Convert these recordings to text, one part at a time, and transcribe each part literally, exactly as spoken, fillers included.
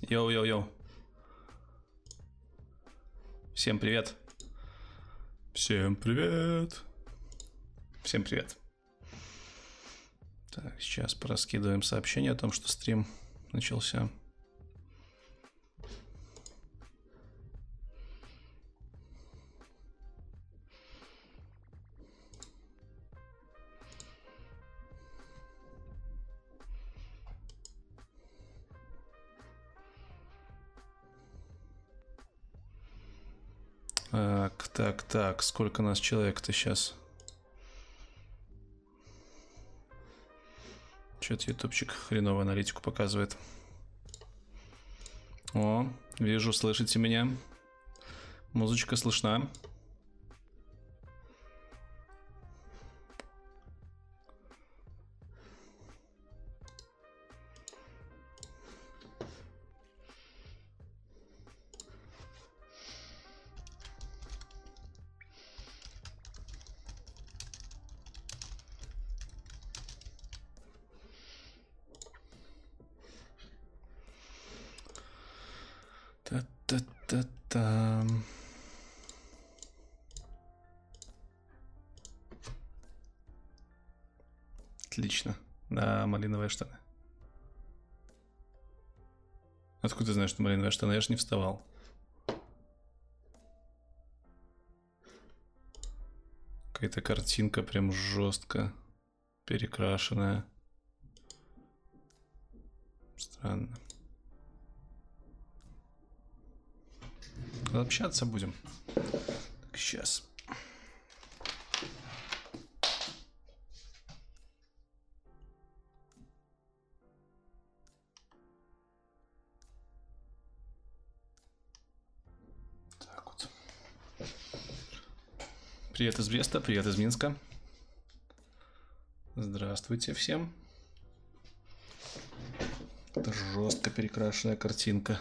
Йоу-йоу-йоу. Всем привет. Всем привет. Всем привет. Так, сейчас пораскидываем сообщение о том, что стрим начался. Так, так, так, сколько нас человек-то сейчас? Что-то ютубчик хреновую аналитику показывает. О, вижу, слышите меня? Музычка слышна. Та-та-та-та. Отлично. Да, малиновые штаны. Откуда ты знаешь, что малиновые штаны? Я ж не вставал. Какая-то картинка прям жестко перекрашенная. Странно. Общаться будем. Так, сейчас. Так вот. Привет из Бреста, привет из Минска. Здравствуйте всем. Это жестко перекрашенная картинка.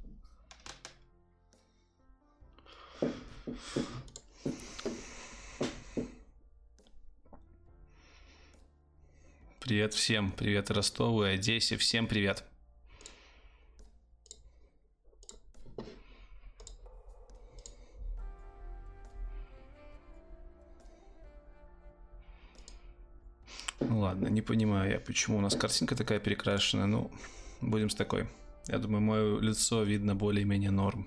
Привет всем, привет Ростову и Одессе, всем привет. Ну ладно, не понимаю я, почему у нас картинка такая перекрашенная. Ну, будем с такой. Я думаю, мое лицо видно более-менее норм.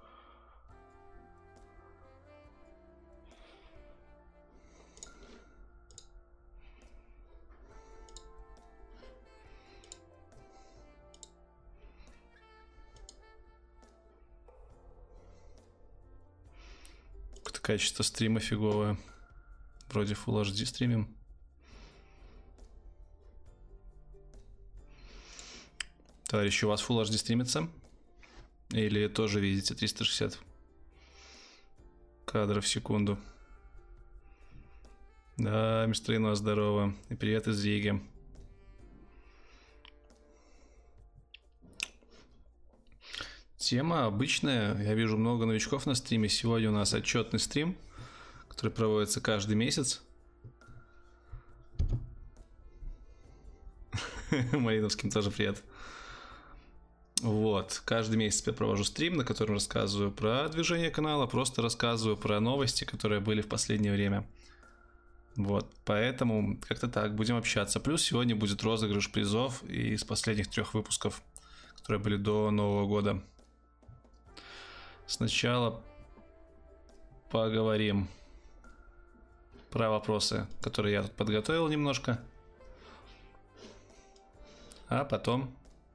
Какое-то качество стрима фиговое. Вроде Full эйч ди стримим. Товарищи, у вас Full эйч ди стримится? Или тоже видите триста шестьдесят кадров в секунду? Да, мистер Ино, здорово. И привет из Риги. Тема обычная. Я вижу много новичков на стриме. Сегодня у нас отчетный стрим, который проводится каждый месяц. Мариновским тоже привет. Вот, каждый месяц я провожу стрим, на котором рассказываю про движение канала, просто рассказываю про новости, которые были в последнее время. Вот, поэтому как-то так, будем общаться. Плюс сегодня будет розыгрыш призов из последних трех выпусков, которые были до Нового года. Сначала поговорим про вопросы, которые я тут подготовил немножко, а потом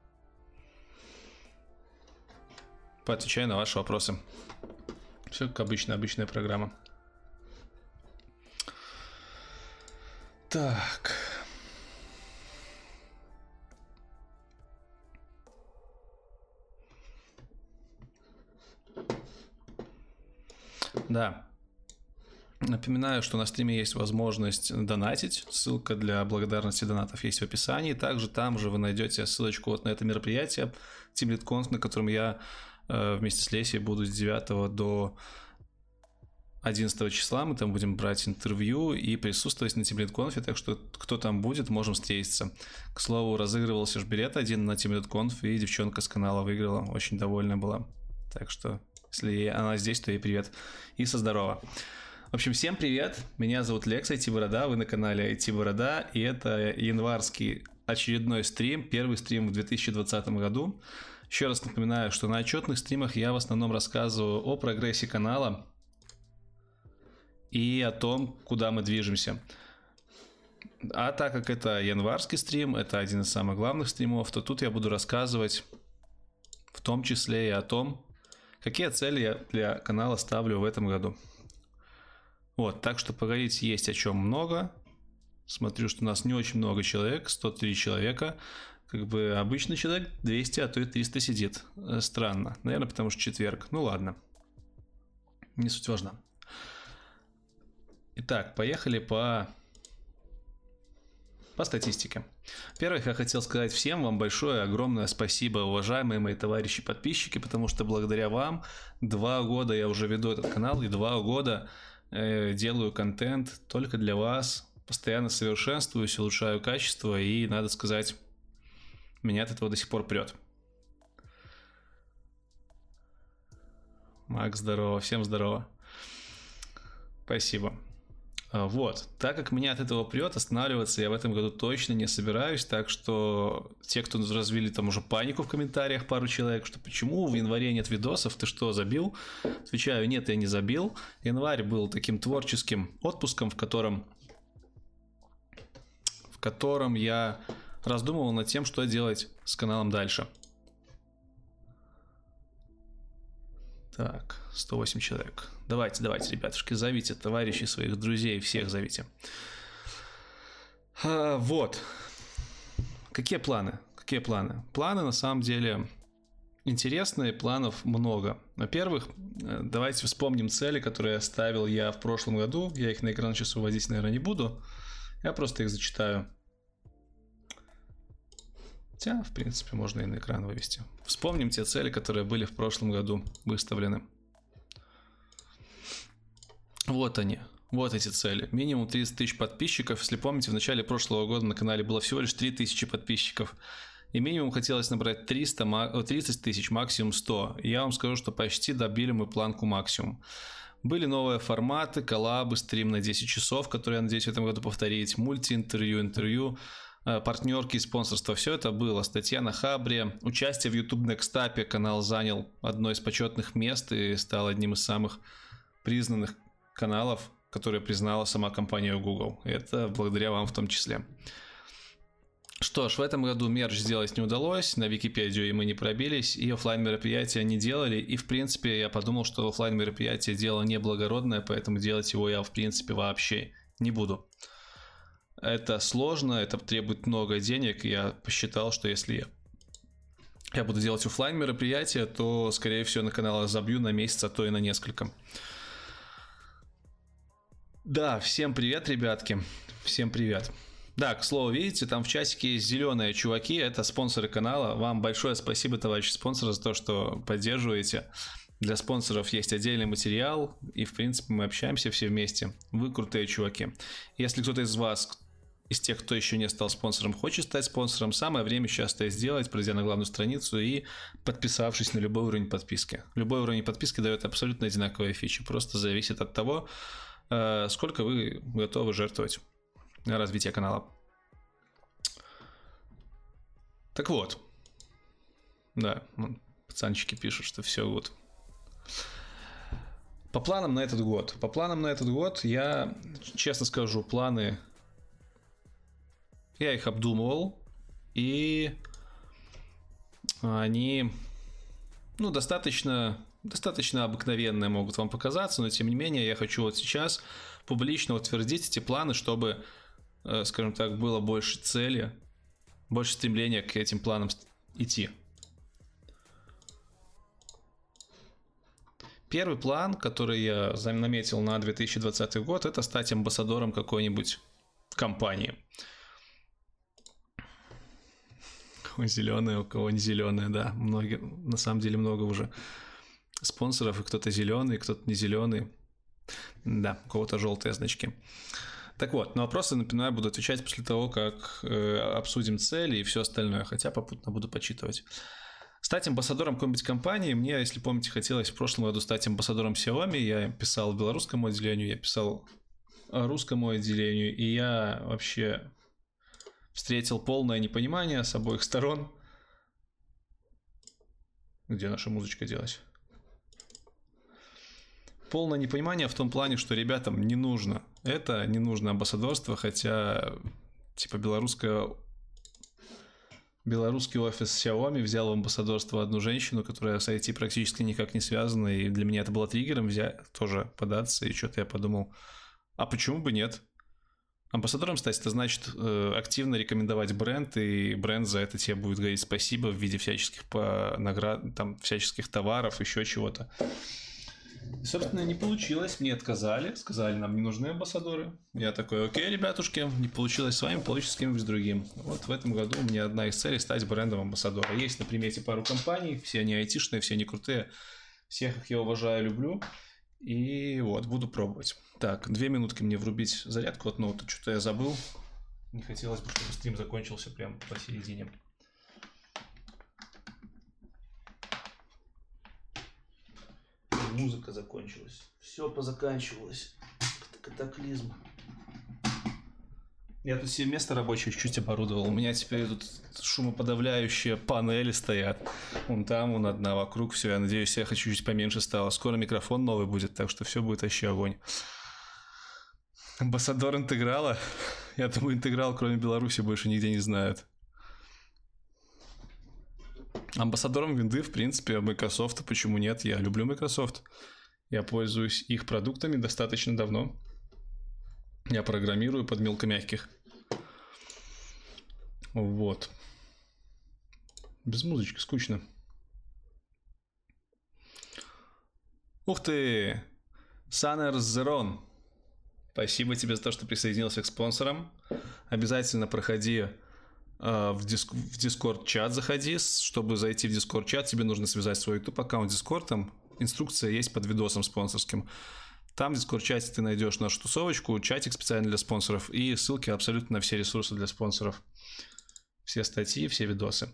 поотвечаю на ваши вопросы. Все как обычно, обычная программа. Так. Да. Напоминаю, что на стриме есть возможность донатить. Ссылка для благодарности донатов есть в описании. Также там же вы найдете ссылочку вот на это мероприятие TeamLead Conf, на котором я вместе с Лесей буду с девятого до одиннадцатого числа мы там будем брать интервью и присутствовать на TeamLead.Conf, так что кто там будет, можем встретиться. К слову, разыгрывался же билет один на TeamLead.Conf, и девчонка с канала выиграла, очень довольна была. Так что, если она здесь, то ей привет. И со здорова. В общем, всем привет, меня зовут Лекс, ай ти-борода, вы на канале ай ти-борода, и это январский очередной стрим, первый стрим в две тысячи двадцатом году. Еще раз напоминаю, что на отчетных стримах я в основном рассказываю о прогрессе канала и о том, куда мы движемся. А так как это январский стрим, это один из самых главных стримов, то тут я буду рассказывать в том числе и о том, какие цели я для канала ставлю в этом году. Вот, так что поговорить есть о чем много. Смотрю, что у нас не очень много человек, сто три человека. Как бы обычный человек двести, а то и триста сидит. Странно. Наверное, потому что четверг. Ну ладно. Не суть важна. Итак, поехали по... по статистике. Во-первых, я хотел сказать всем вам большое, огромное спасибо, уважаемые мои товарищи подписчики, потому что благодаря вам два года я уже веду этот канал, и два года э, делаю контент только для вас. Постоянно совершенствуюсь, улучшаю качество, и, надо сказать, меня от этого до сих пор прет. Макс, здорово, всем здорово. Спасибо. Вот, так как меня от этого прет, останавливаться я в этом году точно не собираюсь, так что те, кто развили там уже панику в комментариях, пару человек, что почему в январе нет видосов, ты что, забил? Отвечаю, нет, я не забил. Январь был таким творческим отпуском, в котором, в котором я раздумывал над тем, что делать с каналом дальше. Так, сто восемь человек. Давайте, давайте, ребятушки, зовите товарищей своих, друзей, всех зовите. А, вот. Какие планы? Какие планы? Планы на самом деле интересные, планов много. Во-первых, давайте вспомним цели, которые ставил я в прошлом году. Я их на экран сейчас выводить, наверное, не буду. Я просто их зачитаю. Хотя, в принципе, можно и на экран вывести. Вспомним те цели, которые были в прошлом году выставлены. Вот они. Вот эти цели. Минимум тридцать тысяч подписчиков. Если помните, в начале прошлого года на канале было всего лишь три тысячи подписчиков. И минимум хотелось набрать триста, тридцать тысяч, максимум сто. И я вам скажу, что почти добили мы планку максимум. Были новые форматы, коллабы, стрим на десять часов, которые я надеюсь в этом году повторить. Мульти-интервью, интервью. Партнерки и спонсорство, все это было. Статья на Хабре, участие в YouTube Next Up, канал занял одно из почетных мест и стал одним из самых признанных каналов, которые признала сама компания Google. Это благодаря вам в том числе. Что ж, в этом году мерч сделать не удалось, на Википедию и мы не пробились, и офлайн мероприятия не делали, и в принципе я подумал, что офлайн мероприятие дело неблагородное, поэтому делать его я в принципе вообще не буду. Это сложно, это требует много денег. Я посчитал, что если я буду делать офлайн мероприятия, то, скорее всего, на канал забью на месяц, а то и на несколько. Да, всем привет, ребятки. Всем привет. Да, к слову, видите, там в чатике есть зеленые чуваки, это спонсоры канала. Вам большое спасибо, товарищи спонсоры, за то, что поддерживаете. Для спонсоров есть отдельный материал, и, в принципе, мы общаемся все вместе. Вы крутые чуваки. Если кто-то из вас, из тех, кто еще не стал спонсором, хочет стать спонсором, самое время сейчас это сделать, пройдя на главную страницу и подписавшись на любой уровень подписки. Любой уровень подписки дает абсолютно одинаковые фичи. Просто зависит от того, сколько вы готовы жертвовать на развитие канала. Так вот. Да, пацанчики пишут, что все вот. По планам на этот год. По планам на этот год я, честно скажу, планы... Я их обдумывал, и они, ну, достаточно, достаточно обыкновенные могут вам показаться, но тем не менее я хочу вот сейчас публично утвердить эти планы, чтобы, скажем так, было больше цели, больше стремления к этим планам идти. Первый план, который я наметил на две тысячи двадцатый год, это стать амбассадором какой-нибудь компании. У кого зеленая, у кого не зеленая, да. Многие, на самом деле много уже спонсоров, и кто-то зеленый, кто-то не зеленый. Да, у кого-то желтые значки. Так вот, на вопросы, напоминаю, буду отвечать после того, как э, обсудим цели и все остальное, хотя попутно буду почитывать. Стать амбассадором какой-нибудь компании, мне, если помните, хотелось в прошлом году стать амбассадором Xiaomi, я писал белорусскому отделению, я писал русскому отделению, и я вообще встретил полное непонимание с обоих сторон. Где наша музычка делась? Полное непонимание в том плане, что ребятам не нужно. Это не нужно амбассадорство, хотя типа белорусская... белорусский офис Xiaomi взял в амбассадорство одну женщину, которая с ай ти практически никак не связана, и для меня это было триггером взять, тоже податься, и что-то я подумал, а почему бы нет? Амбассадором стать, это значит э, активно рекомендовать бренд, и бренд за это тебе будет говорить спасибо в виде всяческих по наград, там, всяческих товаров, еще чего-то. И, собственно, не получилось, мне отказали, сказали, нам не нужны амбассадоры. Я такой, окей, ребятушки, не получилось с вами, получится с кем-нибудь с другим. Вот в этом году у меня одна из целей стать брендом амбассадора. Есть на примете пару компаний, все они айтишные, все они крутые, всех их я уважаю, люблю. И вот, буду пробовать. Так, две минутки мне врубить зарядку от ноута, что-то я забыл. Не хотелось бы, чтобы стрим закончился прямо посередине. Музыка закончилась. Все позаканчивалось. Катаклизм. Я тут себе место рабочее чуть-чуть оборудовал. У меня теперь тут шумоподавляющие панели стоят. Вон там, вон одна, вокруг все. Я надеюсь, эхо чуть-чуть поменьше стало. Скоро микрофон новый будет, так что все будет вообще огонь. Амбассадор Интеграла. Я думаю, Интеграл, кроме Беларуси, больше нигде не знают. Амбассадором винды, в принципе, Microsoft, почему нет? Я люблю Microsoft. Я пользуюсь их продуктами достаточно давно. Я программирую под мелкомягких. Вот. Без музычки скучно. Ух ты! Санер Зерон. Спасибо тебе за то, что присоединился к спонсорам. Обязательно проходи в Discord-чат, заходи. Чтобы зайти в Discord-чат, тебе нужно связать свой YouTube-аккаунт с Discord. Инструкция есть под видосом спонсорским. Там в Discord-чате ты найдешь нашу тусовочку, чатик специально для спонсоров и ссылки абсолютно на все ресурсы для спонсоров. Все статьи, все видосы.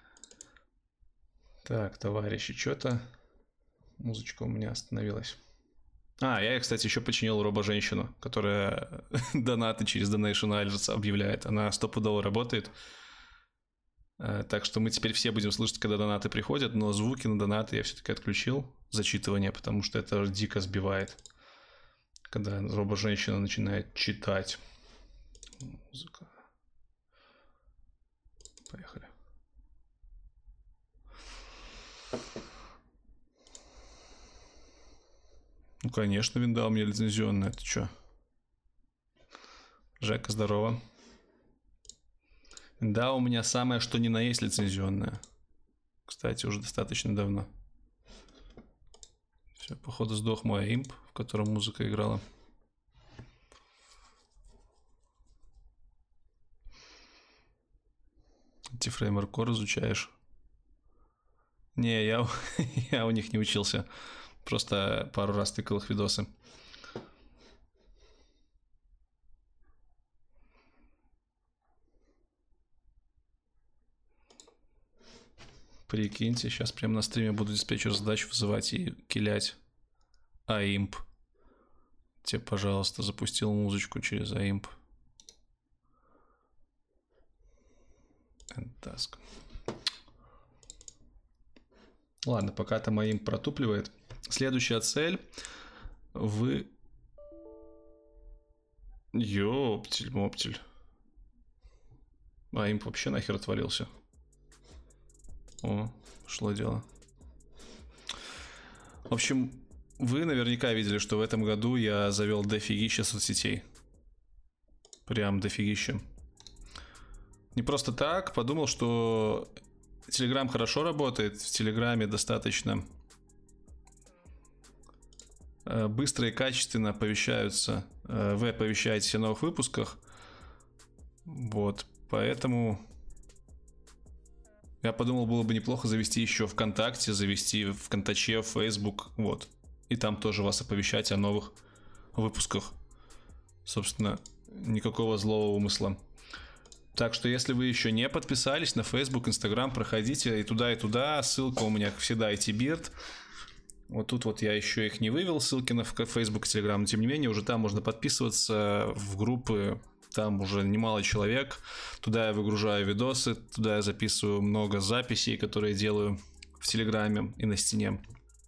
Так, товарищи, что-то... Музычка у меня остановилась. А, я, кстати, еще починил робо-женщину, которая донаты через Donation Alerts объявляет. Она стопудово работает. Так что мы теперь все будем слышать, когда донаты приходят, но звуки на донаты я все-таки отключил, зачитывание, потому что это дико сбивает, когда робо-женщина начинает читать. Музыка. Поехали. Ну, конечно, винда у меня лицензионная. Ты чё? Жека, здорово. Да, у меня самое, что ни на есть, лицензионная. Кстати, уже достаточно давно. Все, походу сдох мой имп, в котором музыка играла. Ты Framer Core изучаешь? Не, я, я у них не учился. Просто пару раз тыкал их видосы. Прикиньте, сейчас прямо на стриме буду диспетчер задач вызывать и килять аимп. Тебе, пожалуйста, запустил музычку через аимп. Task. Ладно, пока там аимп протупливает. Следующая цель. Вы... Ёптель-моптель. Аимп вообще нахер отвалился. О, шло дело. В общем, вы наверняка видели, что в этом году я завел дофигища соцсетей. Прям дофигища. Не просто так, подумал, что Telegram хорошо работает. В Телеграме достаточно быстро и качественно оповещаются. Вы оповещаетесь о новых выпусках. Вот, поэтому... Я подумал, было бы неплохо завести еще ВКонтакте, завести в ВКонтаче, в Facebook, вот. И там тоже вас оповещать о новых выпусках. Собственно, никакого злого умысла. Так что, если вы еще не подписались на Facebook, Instagram, проходите и туда, и туда. Ссылка у меня, как всегда, ай ти-Beard. Вот тут вот я еще их не вывел, ссылки на Facebook и Telegram. Но, тем не менее, уже там можно подписываться в группы. Там уже немало человек. Туда я выгружаю видосы, туда я записываю много записей, которые делаю в Телеграме и на стене.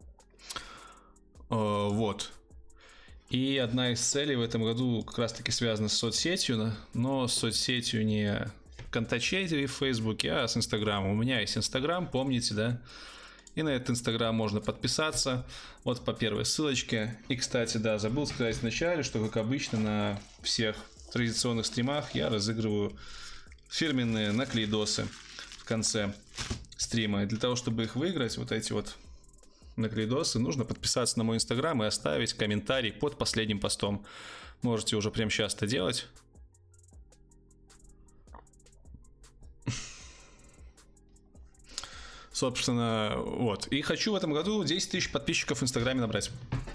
Вот. И одна из целей в этом году как раз таки связана с соцсетью, но с соцсетью не контачете в Фейсбуке, а с Инстаграмом. У меня есть Инстаграм, помните, да? И на этот Инстаграм можно подписаться. Вот по первой ссылочке. И, кстати, да, забыл сказать вначале, что, как обычно, на всех традиционных стримах я разыгрываю фирменные наклейдосы в конце стрима. И для того, чтобы их выиграть, вот эти вот наклейдосы, нужно подписаться на мой Инстаграм и оставить комментарий под последним постом. Можете уже прямо сейчас это делать. Собственно, вот. И хочу в этом году десять тысяч подписчиков в Инстаграме набрать.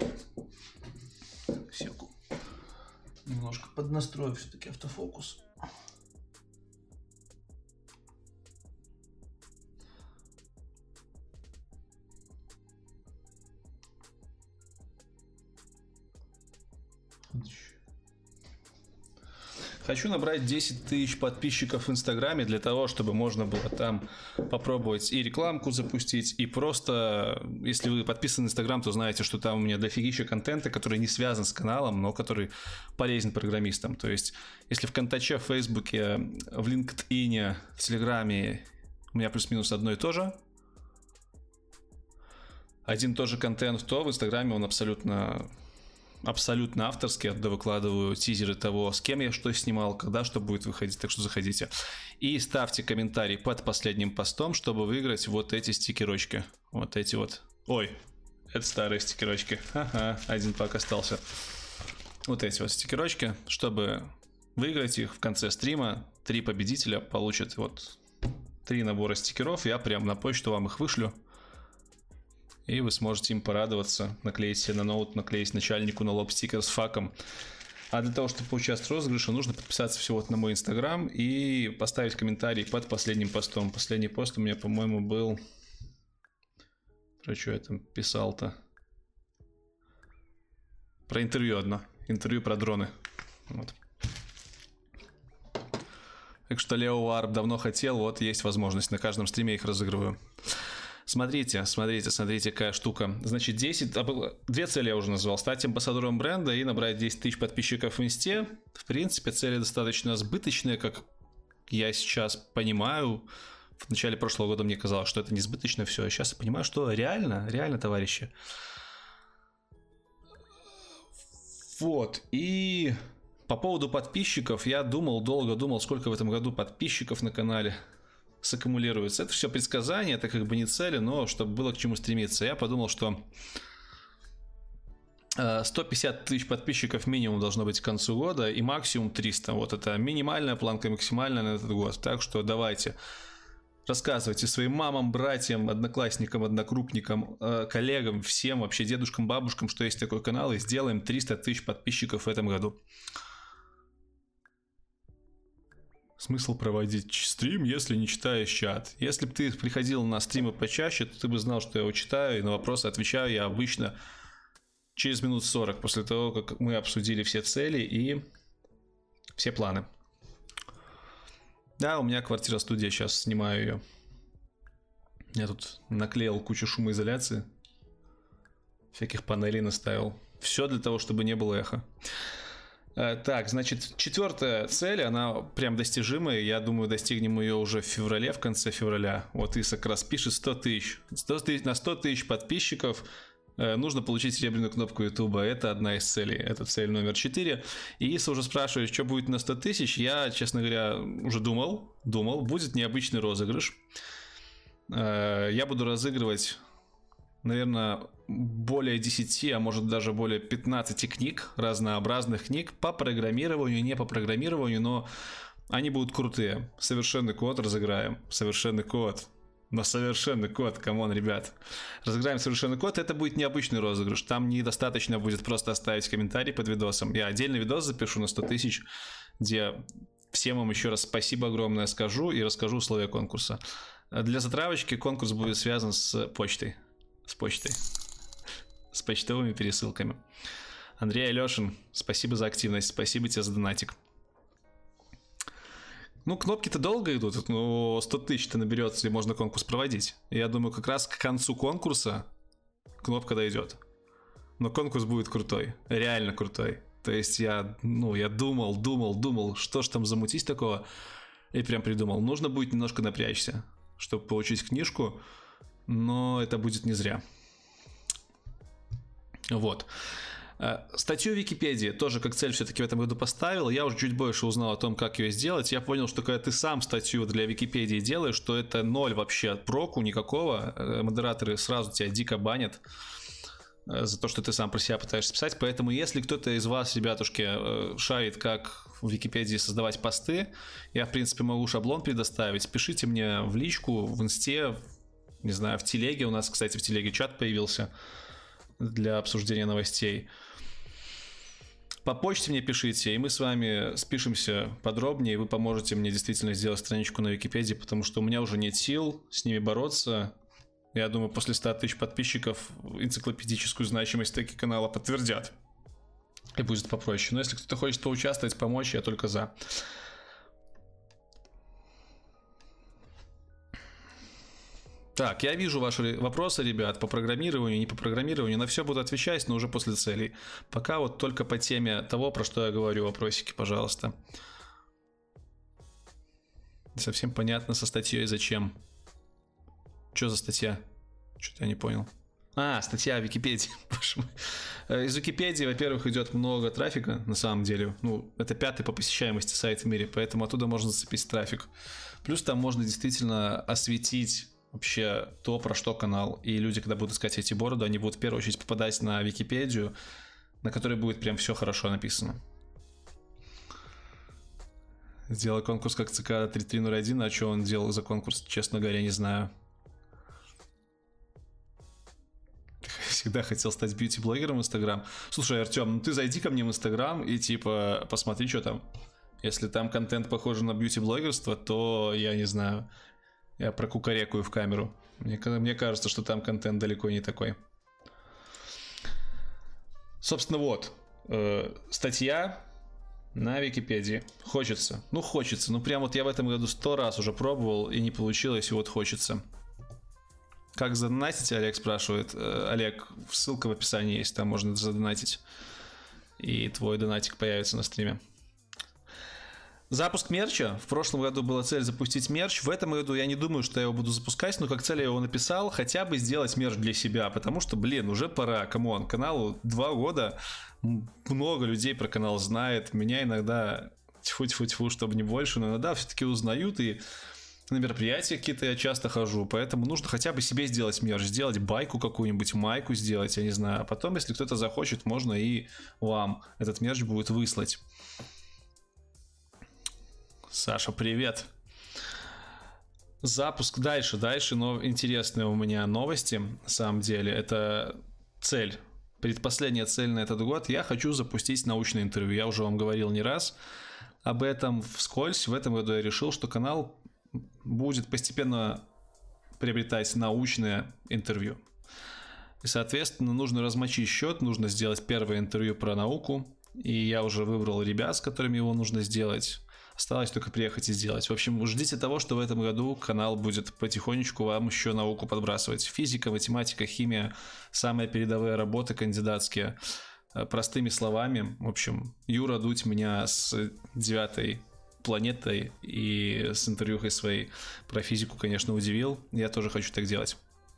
Секунду. Немножко поднастрою все-таки автофокус. Хочу набрать десять тысяч подписчиков в Инстаграме для того, чтобы можно было там попробовать и рекламку запустить, и просто, если вы подписаны на Инстаграм, то знаете, что там у меня дофигища контента, который не связан с каналом, но который полезен программистам. То есть, если в Контаче, в Фейсбуке, в LinkedIn, в Телеграме у меня плюс-минус одно и то же, один и тот же контент, то в Инстаграме он абсолютно... абсолютно авторский, я туда выкладываю тизеры того, с кем я что снимал, когда что будет выходить, так что заходите. И ставьте комментарий под последним постом, чтобы выиграть вот эти стикерочки. Вот эти вот. Ой, это старые стикерочки. Ага, один пак остался. Вот эти вот стикерочки, чтобы выиграть их в конце стрима. Три победителя получат вот три набора стикеров. Я прям на почту вам их вышлю. И вы сможете им порадоваться, наклеить себе на ноут, наклеить начальнику на лоб стикер с факом. А для того, чтобы поучаствовать в розыгрыше, нужно подписаться всего вот на мой Инстаграм и поставить комментарий под последним постом. Последний пост у меня, по-моему, был... Про что я там писал-то? Про интервью одно. Интервью про дроны. Вот. Так что Leo Warp давно хотел, вот есть возможность. На каждом стриме их разыгрываю. Смотрите, смотрите, смотрите, какая штука. Значит, десять, а было, две цели я уже назвал. Стать амбассадором бренда и набрать десять тысяч подписчиков в Инсте. В принципе, цели достаточно сбыточные, как я сейчас понимаю. В начале прошлого года мне казалось, что это несбыточно все. А сейчас я понимаю, что реально, реально, товарищи. Вот, и по поводу подписчиков, я думал, долго думал, сколько в этом году подписчиков на канале саккумулируется. Это все предсказания, это как бы не цели, но чтобы было к чему стремиться. Я подумал, что сто пятьдесят тысяч подписчиков минимум должно быть к концу года и максимум триста. Вот это минимальная планка, максимальная на этот год. Так что давайте, рассказывайте своим мамам, братьям, одноклассникам, однокрупникам, коллегам, всем, вообще дедушкам, бабушкам, что есть такой канал, и сделаем триста тысяч подписчиков в этом году. Смысл проводить стрим, если не читаешь чат. Если бы ты приходил на стримы почаще, то ты бы знал, что я его читаю, и на вопросы отвечаю я обычно через минут сорок, после того, как мы обсудили все цели и все планы. Да, у меня квартира-студия, сейчас снимаю ее. Я тут наклеил кучу шумоизоляции, всяких панелей наставил. Все для того, чтобы не было эхо. Так, значит, четвертая цель, она прям достижимая. Я думаю, достигнем ее уже в феврале, в конце февраля. Вот Иса как раз пишет сто тысяч. На сто тысяч подписчиков нужно получить серебряную кнопку Ютуба. Это одна из целей. Это цель номер четыре. И Иса уже спрашивает, что будет на сто тысяч. Я, честно говоря, уже думал. Думал, будет необычный розыгрыш. Я буду разыгрывать, наверное, более десяти, а может даже более пятнадцати книг, разнообразных книг по программированию, не по программированию, но они будут крутые. Совершенный код разыграем. Совершенный код. Но совершенный код, камон, ребят. Разыграем совершенный код, это будет необычный розыгрыш. Там недостаточно будет просто оставить комментарий под видосом. Я отдельный видос запишу на сто тысяч, где всем вам еще раз спасибо огромное скажу и расскажу условия конкурса. Для затравочки конкурс будет связан с почтой. С почтой. С почтовыми пересылками. Андрей Алешин, спасибо за активность, спасибо тебе за донатик. Ну, кнопки-то долго идут, но сто тысяч-то наберется, и можно конкурс проводить. Я думаю, как раз к концу конкурса кнопка дойдет. Но конкурс будет крутой, реально крутой. То есть я, ну, я думал, думал, думал, что ж там замутить такого, и прям придумал. Нужно будет немножко напрячься, чтобы получить книжку, но это будет не зря. Вот. Статью в Википедии тоже как цель все-таки в этом году поставил. Я уже чуть больше узнал о том, как ее сделать. Я понял, что когда ты сам статью для Википедии делаешь, что это ноль вообще проку никакого. Модераторы сразу тебя дико банят за то, что ты сам про себя пытаешься писать. Поэтому если кто-то из вас, ребятушки, шарит, как в Википедии создавать посты, я, в принципе, могу шаблон предоставить. Пишите мне в личку, в инсте, не знаю, в телеге. У нас, кстати, в телеге чат появился для обсуждения новостей. По почте мне пишите, и мы с вами спишемся подробнее, и вы поможете мне действительно сделать страничку на Википедии, потому что у меня уже нет сил с ними бороться. Я думаю, после ста тысяч подписчиков энциклопедическую значимость таки канала подтвердят. И будет попроще. Но если кто-то хочет поучаствовать, помочь, я только за. Так, я вижу ваши вопросы, ребят, по программированию, не по программированию. На все буду отвечать, но уже после целей. Пока вот только по теме того, про что я говорю, вопросики, пожалуйста. Не совсем понятно со статьей зачем. Что за статья? Что-то я не понял. А, статья в Википедии. Из Википедии, во-первых, идет много трафика, на самом деле. Ну, это пятый по посещаемости сайт в мире, поэтому оттуда можно зацепить трафик. Плюс там можно действительно осветить вообще то, про что канал. И люди, когда будут искать эти бороды, они будут в первую очередь попадать на Википедию, на которой будет прям все хорошо написано. Сделал конкурс как ЦК три три ноль один, а что он делал за конкурс, честно говоря, не знаю. Всегда хотел стать бьюти-блогером в Инстаграм. Слушай, Артем, ну ты зайди ко мне в Инстаграм и типа посмотри, что там. Если там контент похож на бьюти-блогерство, то я не знаю. Я прокукарекаю в камеру. Мне, мне кажется, что там контент далеко не такой. Собственно, вот. Э, статья на Википедии. Хочется. Ну, хочется. Ну, прям вот я в этом году сто раз уже пробовал, и не получилось, и вот хочется. Как задонатить, Олег спрашивает. Э, Олег, ссылка в описании есть, там можно задонатить. И твой донатик появится на стриме. Запуск мерча. В прошлом году была цель запустить мерч. В этом году я не думаю, что я его буду запускать, но как цель я его написал, хотя бы сделать мерч для себя, потому что, блин, уже пора, камон, каналу два года, много людей про канал знает, меня иногда, тьфу-тьфу-тьфу, чтобы не больше, но иногда все-таки узнают, и на мероприятия какие-то я часто хожу, поэтому нужно хотя бы себе сделать мерч, сделать байку какую-нибудь, майку сделать, я не знаю, а потом, если кто-то захочет, можно и вам этот мерч будет выслать. Саша, привет. Запуск дальше, дальше, но интересные у меня новости, на самом деле. Это цель, предпоследняя цель на этот год. Я хочу запустить научное интервью. Я уже вам говорил не раз об этом вскользь. В этом году я решил, что канал будет постепенно приобретать научное интервью. И, соответственно, нужно размочить счет, нужно сделать первое интервью про науку. И я уже выбрал ребят, с которыми его нужно сделать. Осталось только приехать и сделать. В общем, ждите того, что в этом году канал будет потихонечку вам еще науку подбрасывать. Физика, математика, химия, самые передовые работы кандидатские. Простыми словами. В общем, Юра Дудь меня с девятой планетой и с интервьюхой своей про физику, конечно, удивил. Я тоже хочу так делать.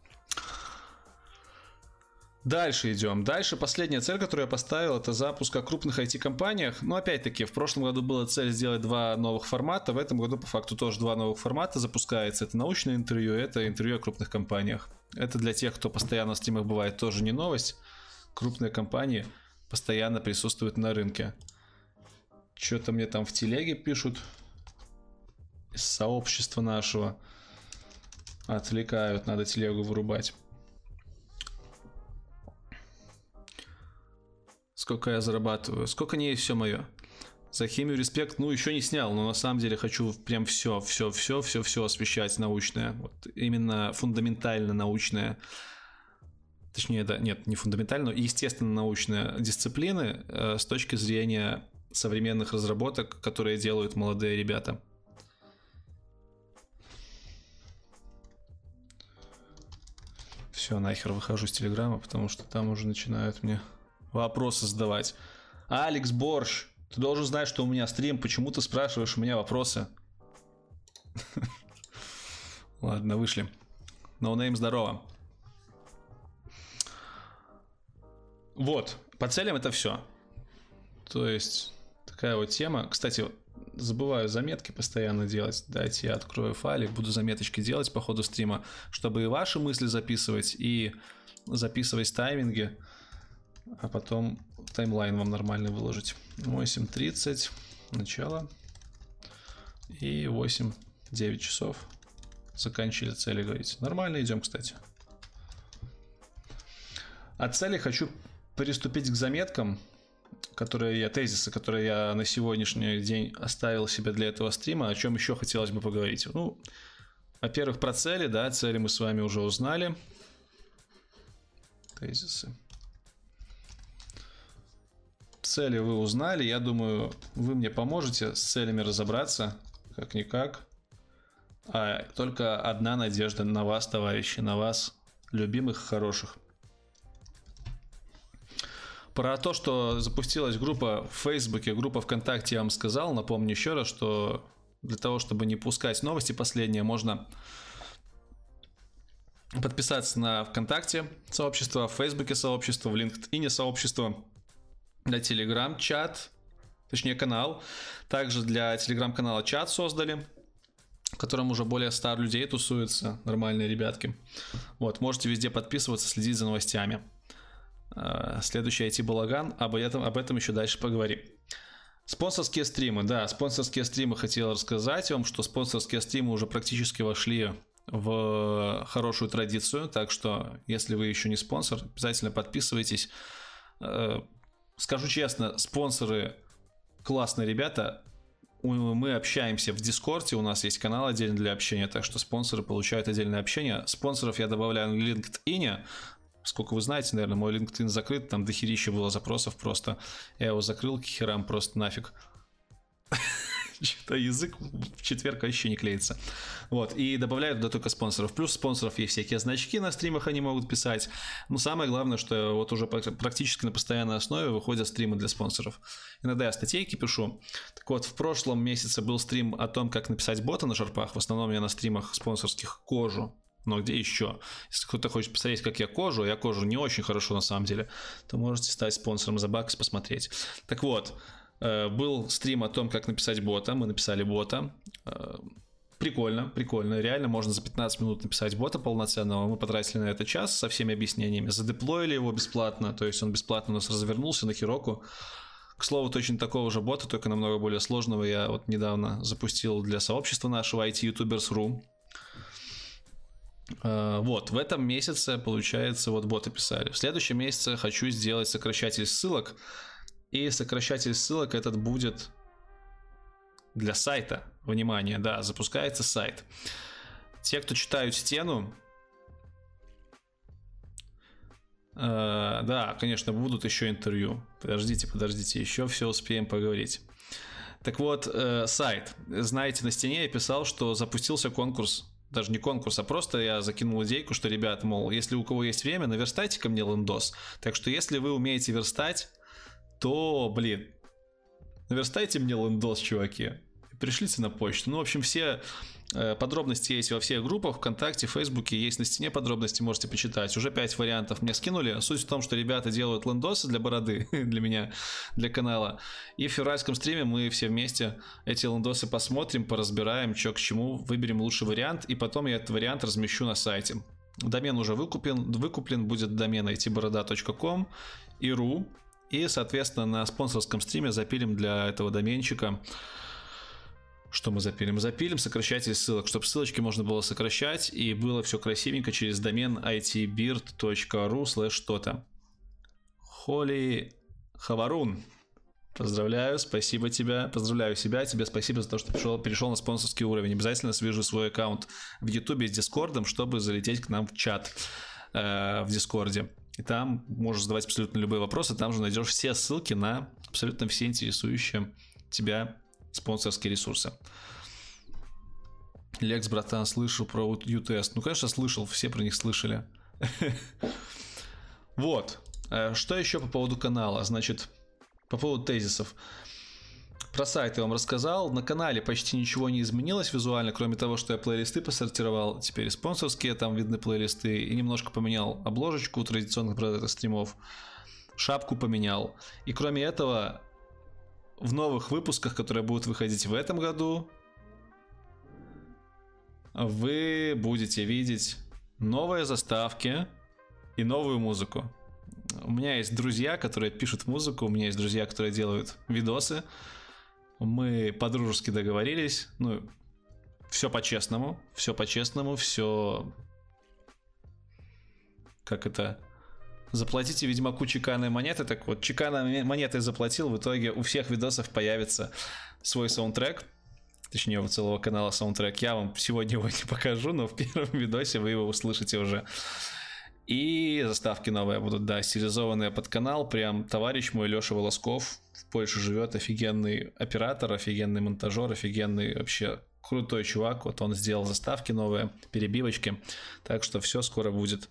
Дальше идем. Дальше последняя цель, которую я поставил, это запуск о крупных ай ти-компаниях. Но опять-таки, в прошлом году была цель сделать два новых формата. В этом году по факту тоже два новых формата запускается. Это научное интервью, это интервью о крупных компаниях. Это для тех, кто постоянно в стримах бывает, тоже не новость. Крупные компании постоянно присутствуют на рынке. Что-то мне там в телеге пишут из сообщества нашего. Отвлекают, надо телегу вырубать. Сколько я зарабатываю? Сколько не есть все мое? За химию респект, ну, еще не снял, но на самом деле хочу прям все, все, все, все, все освещать научное. Вот именно фундаментально научное. Точнее, да, нет, не фундаментально, но естественно научные дисциплины э, с точки зрения современных разработок, которые делают молодые ребята. Все, нахер выхожу с Телеграма, потому что там уже начинают мне вопросы задавать. Алекс Борщ, ты должен знать, что у меня стрим, почему ты спрашиваешь у меня вопросы? Ладно, вышли. Ноунейм, здорово. Вот, по целям это все. То есть, такая вот тема. Кстати, забываю заметки постоянно делать. Дайте я открою файлик, буду заметочки делать по ходу стрима, чтобы и ваши мысли записывать, и записывать тайминги, а потом таймлайн вам нормально выложить. восемь тридцать, начало. И восемь-девять часов. Заканчивали цели, говорить. Нормально идем, кстати. От цели хочу приступить к заметкам, которые я, тезисы, которые я на сегодняшний день оставил себе для этого стрима. О чем еще хотелось бы поговорить? Ну, во-первых, про цели, да, цели мы с вами уже узнали. Тезисы. Цели вы узнали, я думаю, вы мне поможете с целями разобраться, как-никак. А только одна надежда на вас, товарищи, на вас, любимых, хороших. Про то, что запустилась группа в Фейсбуке, группа ВКонтакте, я вам сказал. Напомню еще раз, что для того, чтобы не пускать новости последние, можно подписаться на ВКонтакте сообщество, в Фейсбуке сообщество, в LinkedIn сообщество, на Telegram чат, точнее канал. Также для Telegram-канала чат создали, в котором уже более ста людей тусуются, нормальные ребятки. Вот, можете везде подписываться, следить за новостями. Следующий ай ти-балаган, об этом, об этом еще дальше поговорим. Спонсорские стримы, да, спонсорские стримы хотел рассказать вам, что спонсорские стримы уже практически вошли в хорошую традицию, так что, если вы еще не спонсор, обязательно подписывайтесь. Скажу честно, спонсоры классные ребята, мы общаемся в Дискорде, у нас есть канал отдельно для общения, так что спонсоры получают отдельное общение. Спонсоров я добавляю на LinkedIn. Сколько вы знаете, наверное, мой LinkedIn закрыт, там дохерища было запросов просто. Я его закрыл к херам просто нафиг. Что-то язык в четверг вообще не клеится. Вот, и добавляют туда только спонсоров. Плюс спонсоров есть всякие значки на стримах, они могут писать. Но самое главное, что вот уже практически на постоянной основе выходят стримы для спонсоров. Иногда я статейки пишу. Так вот, в прошлом месяце был стрим о том, как написать бота на шарпах. В основном я на стримах спонсорских кожу. Но где еще? Если кто-то хочет посмотреть, как я кожу, я кожу не очень хорошо на самом деле, то можете стать спонсором за бакс, посмотреть. Так вот, был стрим о том, как написать бота. Мы написали бота. Прикольно, прикольно. Реально можно за пятнадцать минут написать бота полноценного. Мы потратили на это час со всеми объяснениями. Задеплоили его бесплатно. То есть он бесплатно у нас развернулся на Хироку. К слову, точно такого же бота, только намного более сложного, я вот недавно запустил для сообщества нашего ай ти ютуберс точка ру. Вот, в этом месяце, получается, вот боты писали. В следующем месяце хочу сделать сокращатель ссылок. И сокращатель ссылок этот будет для сайта. Внимание, да, запускается сайт. Те, кто читают стену, э, да, конечно, будут еще интервью. Подождите, подождите, еще все успеем поговорить. Так вот, э, сайт. Знаете, на стене я писал, что запустился конкурс. Даже не конкурс, а просто я закинул идейку, что, ребят, мол, если у кого есть время, наверстайте ко мне лендос. Так что, если вы умеете верстать, то, блин, наверстайте мне лендос, чуваки. Пришлите на почту. Ну, в общем, все э, подробности есть во всех группах, ВКонтакте, Фейсбуке, есть на стене подробности, можете почитать. Уже пять вариантов мне скинули. Суть в том, что ребята делают лендосы для бороды, для меня, для канала. И в февральском стриме мы все вместе эти лендосы посмотрим, поразбираем, что к чему, выберем лучший вариант, и потом я этот вариант размещу на сайте. Домен уже выкуплен, выкуплен будет домен ай ти борода точка ком и ру. И, соответственно, на спонсорском стриме запилим для этого доменчика Что мы запилим? Запилим сокращатель ссылок, чтобы ссылочки можно было сокращать и было все красивенько через домен ай ти бирд точка ру слэш что-то. Холи Хаварун. Поздравляю, спасибо тебя, поздравляю себя, тебе спасибо за то, что пришел, перешел на спонсорский уровень. Обязательно свяжу свой аккаунт в Ютубе с Дискордом, чтобы залететь к нам в чат э, в Дискорде. И там можешь задавать абсолютно любые вопросы, там же найдешь все ссылки на абсолютно все интересующие тебя спонсорские ресурсы. Лекс, братан, слышал про ю-тест. Ну, конечно, слышал, все про них слышали. Вот. Что еще по поводу канала? Значит, по поводу тезисов. Про сайт я вам рассказал. На канале почти ничего не изменилось визуально, кроме того, что я плейлисты посортировал. Теперь спонсорские, там видны плейлисты. И немножко поменял обложечку традиционных продажных стримов. Шапку поменял. И кроме этого, в новых выпусках, которые будут выходить в этом году, вы будете видеть новые заставки и новую музыку. У меня есть друзья, которые пишут музыку, у меня есть друзья, которые делают видосы. Мы по-дружески договорились. Ну, все по-честному, все по-честному, все... Как это... Заплатите Ведьмаку чеканные монеты. Так вот, чеканные монеты заплатил. В итоге у всех видосов появится свой саундтрек. Точнее, у целого канала саундтрек. Я вам сегодня его не покажу, но в первом видосе вы его услышите уже. И заставки новые будут, да, стилизованные под канал. Прям товарищ мой Леша Волосков в Польше живет. Офигенный оператор, офигенный монтажер, офигенный вообще крутой чувак. Вот он сделал заставки новые, перебивочки. Так что все скоро будет.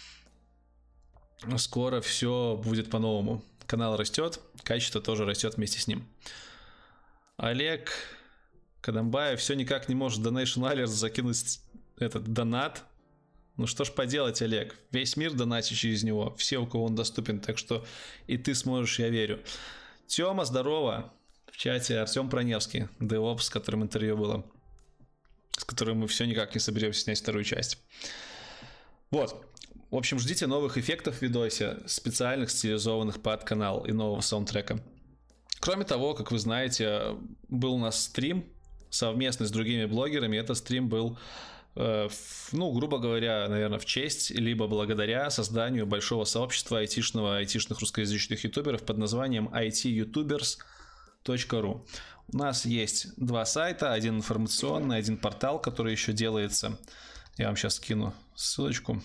Скоро все будет по-новому. Канал растет, качество тоже растет вместе с ним. Олег Кадамбаев все никак не может Donation Alert закинуть этот донат. Ну что ж поделать, Олег. Весь мир донатит через него. Все, у кого он доступен. Так что и ты сможешь, я верю. Тёма, здорово. В чате Артем Проневский, DevOps, с которым интервью было. С которым мы все никак не соберемся снять вторую часть. Вот. В общем, ждите новых эффектов в видосе, специальных, стилизованных под канал и нового саундтрека. Кроме того, как вы знаете, был у нас стрим совместный с другими блогерами. Этот стрим был, э, в, ну, грубо говоря, наверное, в честь, либо благодаря созданию большого сообщества айтишного, айтишных русскоязычных ютуберов под названием ай ти ютуберс точка ру. У нас есть два сайта, один информационный, один портал, который еще делается. Я вам сейчас скину ссылочку.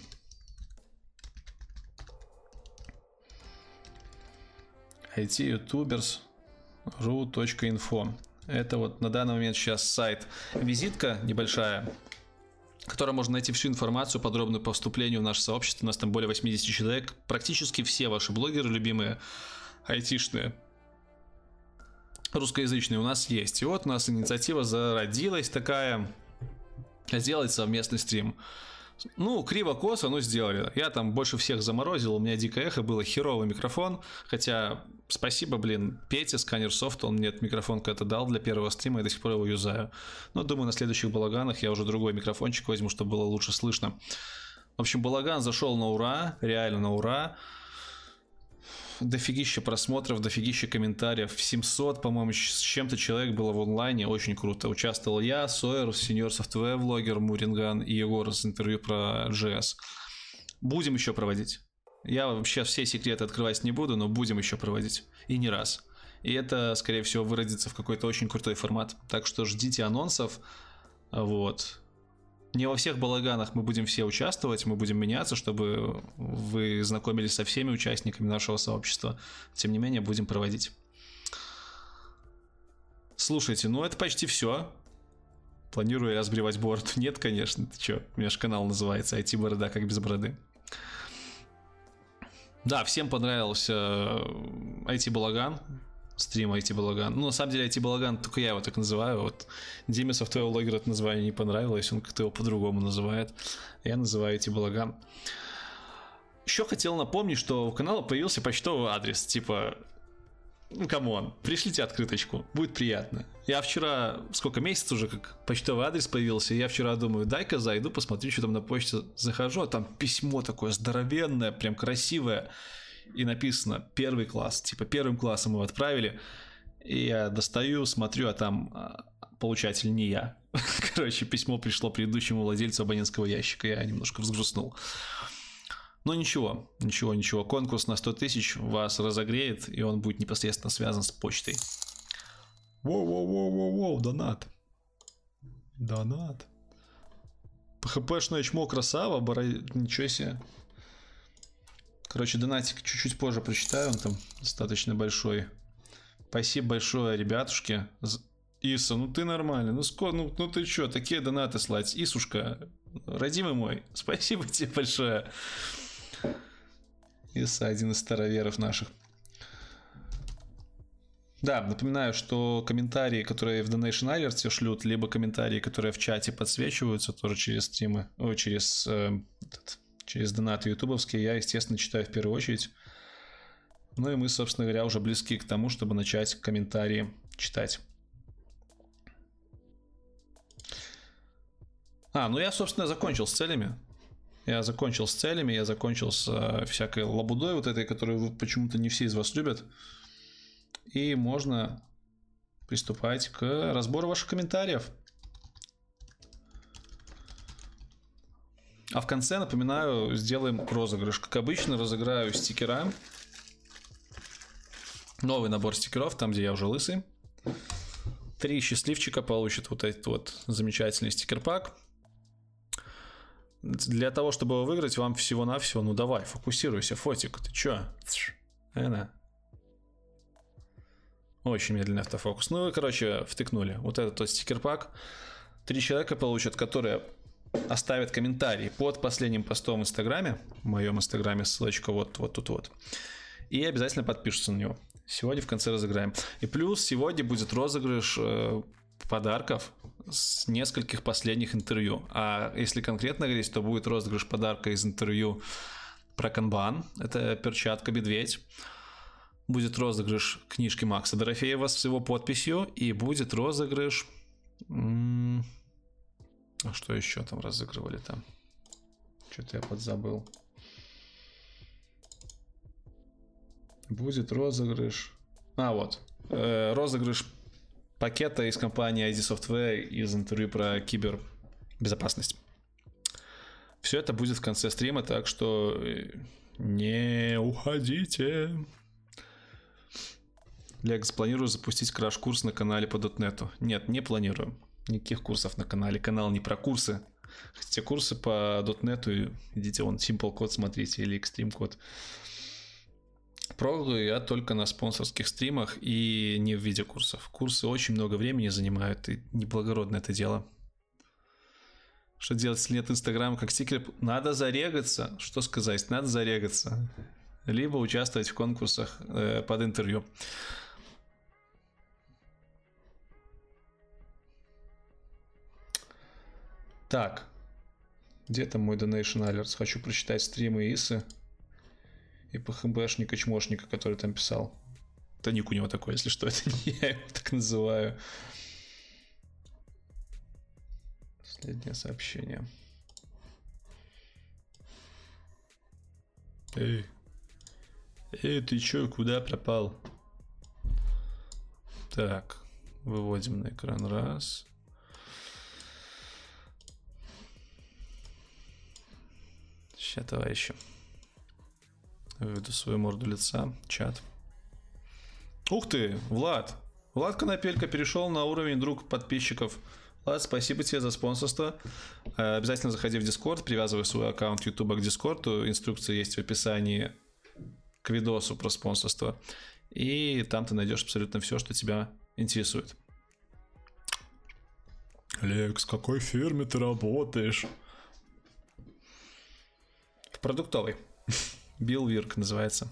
ай ти ютуберс точка ру точка инфо. Это вот на данный момент сейчас сайт. Визитка небольшая, в которой можно найти всю информацию подробную по вступлению в наше сообщество. У нас там более восемьдесят человек. Практически все ваши блогеры любимые, айтишные, русскоязычные у нас есть. И вот у нас инициатива зародилась такая. Сделать совместный стрим. Ну, криво-косо, но сделали. Я там больше всех заморозил, у меня дикое эхо было, херовый микрофон. Хотя, спасибо, блин, Пете, Сканерсофт, он мне этот микрофон когда-то дал для первого стрима, я до сих пор его юзаю. Но думаю, на следующих балаганах я уже другой микрофончик возьму, чтобы было лучше слышно. В общем, балаган зашел на ура, реально на ура. Дофигища просмотров, дофигища комментариев. семьсот, по-моему, с чем-то человек было в онлайне. Очень круто. Участвовал я, Сойер, сеньор софтвер влогер Муринган и Егор с интервью про джей эс. Будем еще проводить. Я вообще все секреты открывать не буду, но будем еще проводить. И не раз. И это, скорее всего, выродится в какой-то очень крутой формат. Так что ждите анонсов. Вот. Не во всех балаганах мы будем все участвовать, мы будем меняться, чтобы вы знакомились со всеми участниками нашего сообщества. Тем не менее, будем проводить. Слушайте, ну это почти все. Планирую я разбривать бороду? Нет, конечно. Ты чё? У меня же канал называется ай ти-борода, как без бороды. Да, всем понравился ай ти-балаган. Стрим ай ти-балаган. Ну, на самом деле, ай ти-балаган, только я его так называю. Вот Диме софтвер влогер это название не понравилось, он как-то его по-другому называет. Я называю ай ти-балаган. Еще хотел напомнить, что у канала появился почтовый адрес. Типа, ну, камон, пришлите открыточку, будет приятно. Я вчера, сколько месяцев уже, как почтовый адрес появился, я вчера думаю, дай-ка зайду, посмотрю, что там на почте. Захожу, а там письмо такое здоровенное, прям красивое. И написано первый класс, типа первым классом его отправили. И я достаю, смотрю, а там получатель не я. Короче, письмо пришло предыдущему владельцу абонентского ящика. Я немножко взгрустнул. Но ничего, ничего, ничего. Конкурс на сто тысяч вас разогреет, и он будет непосредственно связан с почтой. Воу-воу-воу-воу-воу, донат. Донат. ПХПшное чмо красава, бора... ничего себе. Короче, донатик чуть-чуть позже прочитаю, он там достаточно большой. Спасибо большое, ребятушки. Иса, ну ты нормальный, ну сколько, ну, ну ты чё, такие донаты слать. Исушка, родимый мой, спасибо тебе большое. Иса, один из староверов наших. Да, напоминаю, что комментарии, которые в Donation Alert шлют, либо комментарии, которые в чате подсвечиваются, тоже через стримы, о, через, э, этот, через донаты ютубовские, я, естественно, читаю в первую очередь. Ну и мы, собственно говоря, уже близки к тому, чтобы начать комментарии читать. А, ну я, собственно, закончил с целями. Я закончил с целями, я закончил с э, всякой лабудой вот этой, которую почему-то не все из вас любят. И можно приступать к разбору ваших комментариев. А в конце, напоминаю, сделаем розыгрыш. Как обычно, разыграю стикера. Новый набор стикеров, там, где я уже лысый. Три счастливчика получат вот этот вот замечательный стикер-пак. Для того, чтобы его выиграть, вам всего-навсего, ну давай, фокусируйся, фотик, ты чё? Эна. Очень медленный автофокус. Ну, короче, втыкнули. Вот этот вот стикер-пак. Три человека получат, которые оставят комментарий под последним постом в Инстаграме. В моем Инстаграме ссылочка вот, вот тут вот. И обязательно подпишутся на него. Сегодня в конце разыграем. И плюс сегодня будет розыгрыш э, подарков с нескольких последних интервью. А если конкретно говорить, то будет розыгрыш подарка из интервью про канбан. Это перчатка «Медведь». Будет розыгрыш книжки Макса Дорофеева с его подписью. И будет розыгрыш... М- а что еще там разыгрывали там? Что-то я подзабыл. Будет розыгрыш... А, вот. Э, розыгрыш пакета из компании ай ди Software из интервью про кибербезопасность. Все это будет в конце стрима, так что не уходите. Лекс, планирую запустить краш-курс на канале по дотнету. Нет, не планирую. Никаких курсов на канале. Канал не про курсы. Хотите курсы по дотнету, идите вон Simple Code смотрите или Extreme Code. Пробую я только на спонсорских стримах и не в виде курсов. Курсы очень много времени занимают, и неблагородно это дело. Что делать, если нет Инстаграма как стикер? Надо зарегаться. Что сказать? Надо зарегаться. Либо участвовать в конкурсах э, под интервью. Так. Где там мой Donation Alerts? Хочу прочитать стримы Исы. И ПХБшника-чмошника, который там писал. Это ник у него такой, если что, это не я его так называю. Последнее сообщение. Эй. Эй, ты чё, куда пропал? Так, выводим на экран. Раз. Сейчас, товарищи. Выведу свою морду лица. Чат. Ух ты, Влад. Влад Конопелька перешел на уровень друг подписчиков. Влад, спасибо тебе за спонсорство. Обязательно заходи в Discord, привязывай свой аккаунт YouTube к Discord. Инструкция есть в описании к видосу про спонсорство. И там ты найдешь абсолютно все, что тебя интересует. Лекс, в какой фирме ты работаешь? В продуктовой. Билл Вирк называется.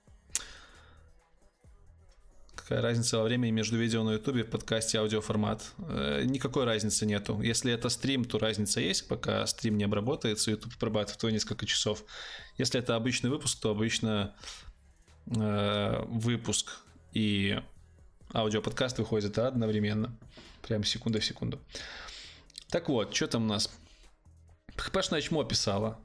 Какая разница во времени между видео на ютубе и в подкасте аудиоформат? Э, никакой разницы нету. Если это стрим, то разница есть, пока стрим не обработается, YouTube обрабатывает его несколько часов. Если это обычный выпуск, то обычно э, выпуск и аудиоподкаст выходят одновременно. Прям секунда в секунду. Так вот, что там у нас? ПХПшное чмо писала.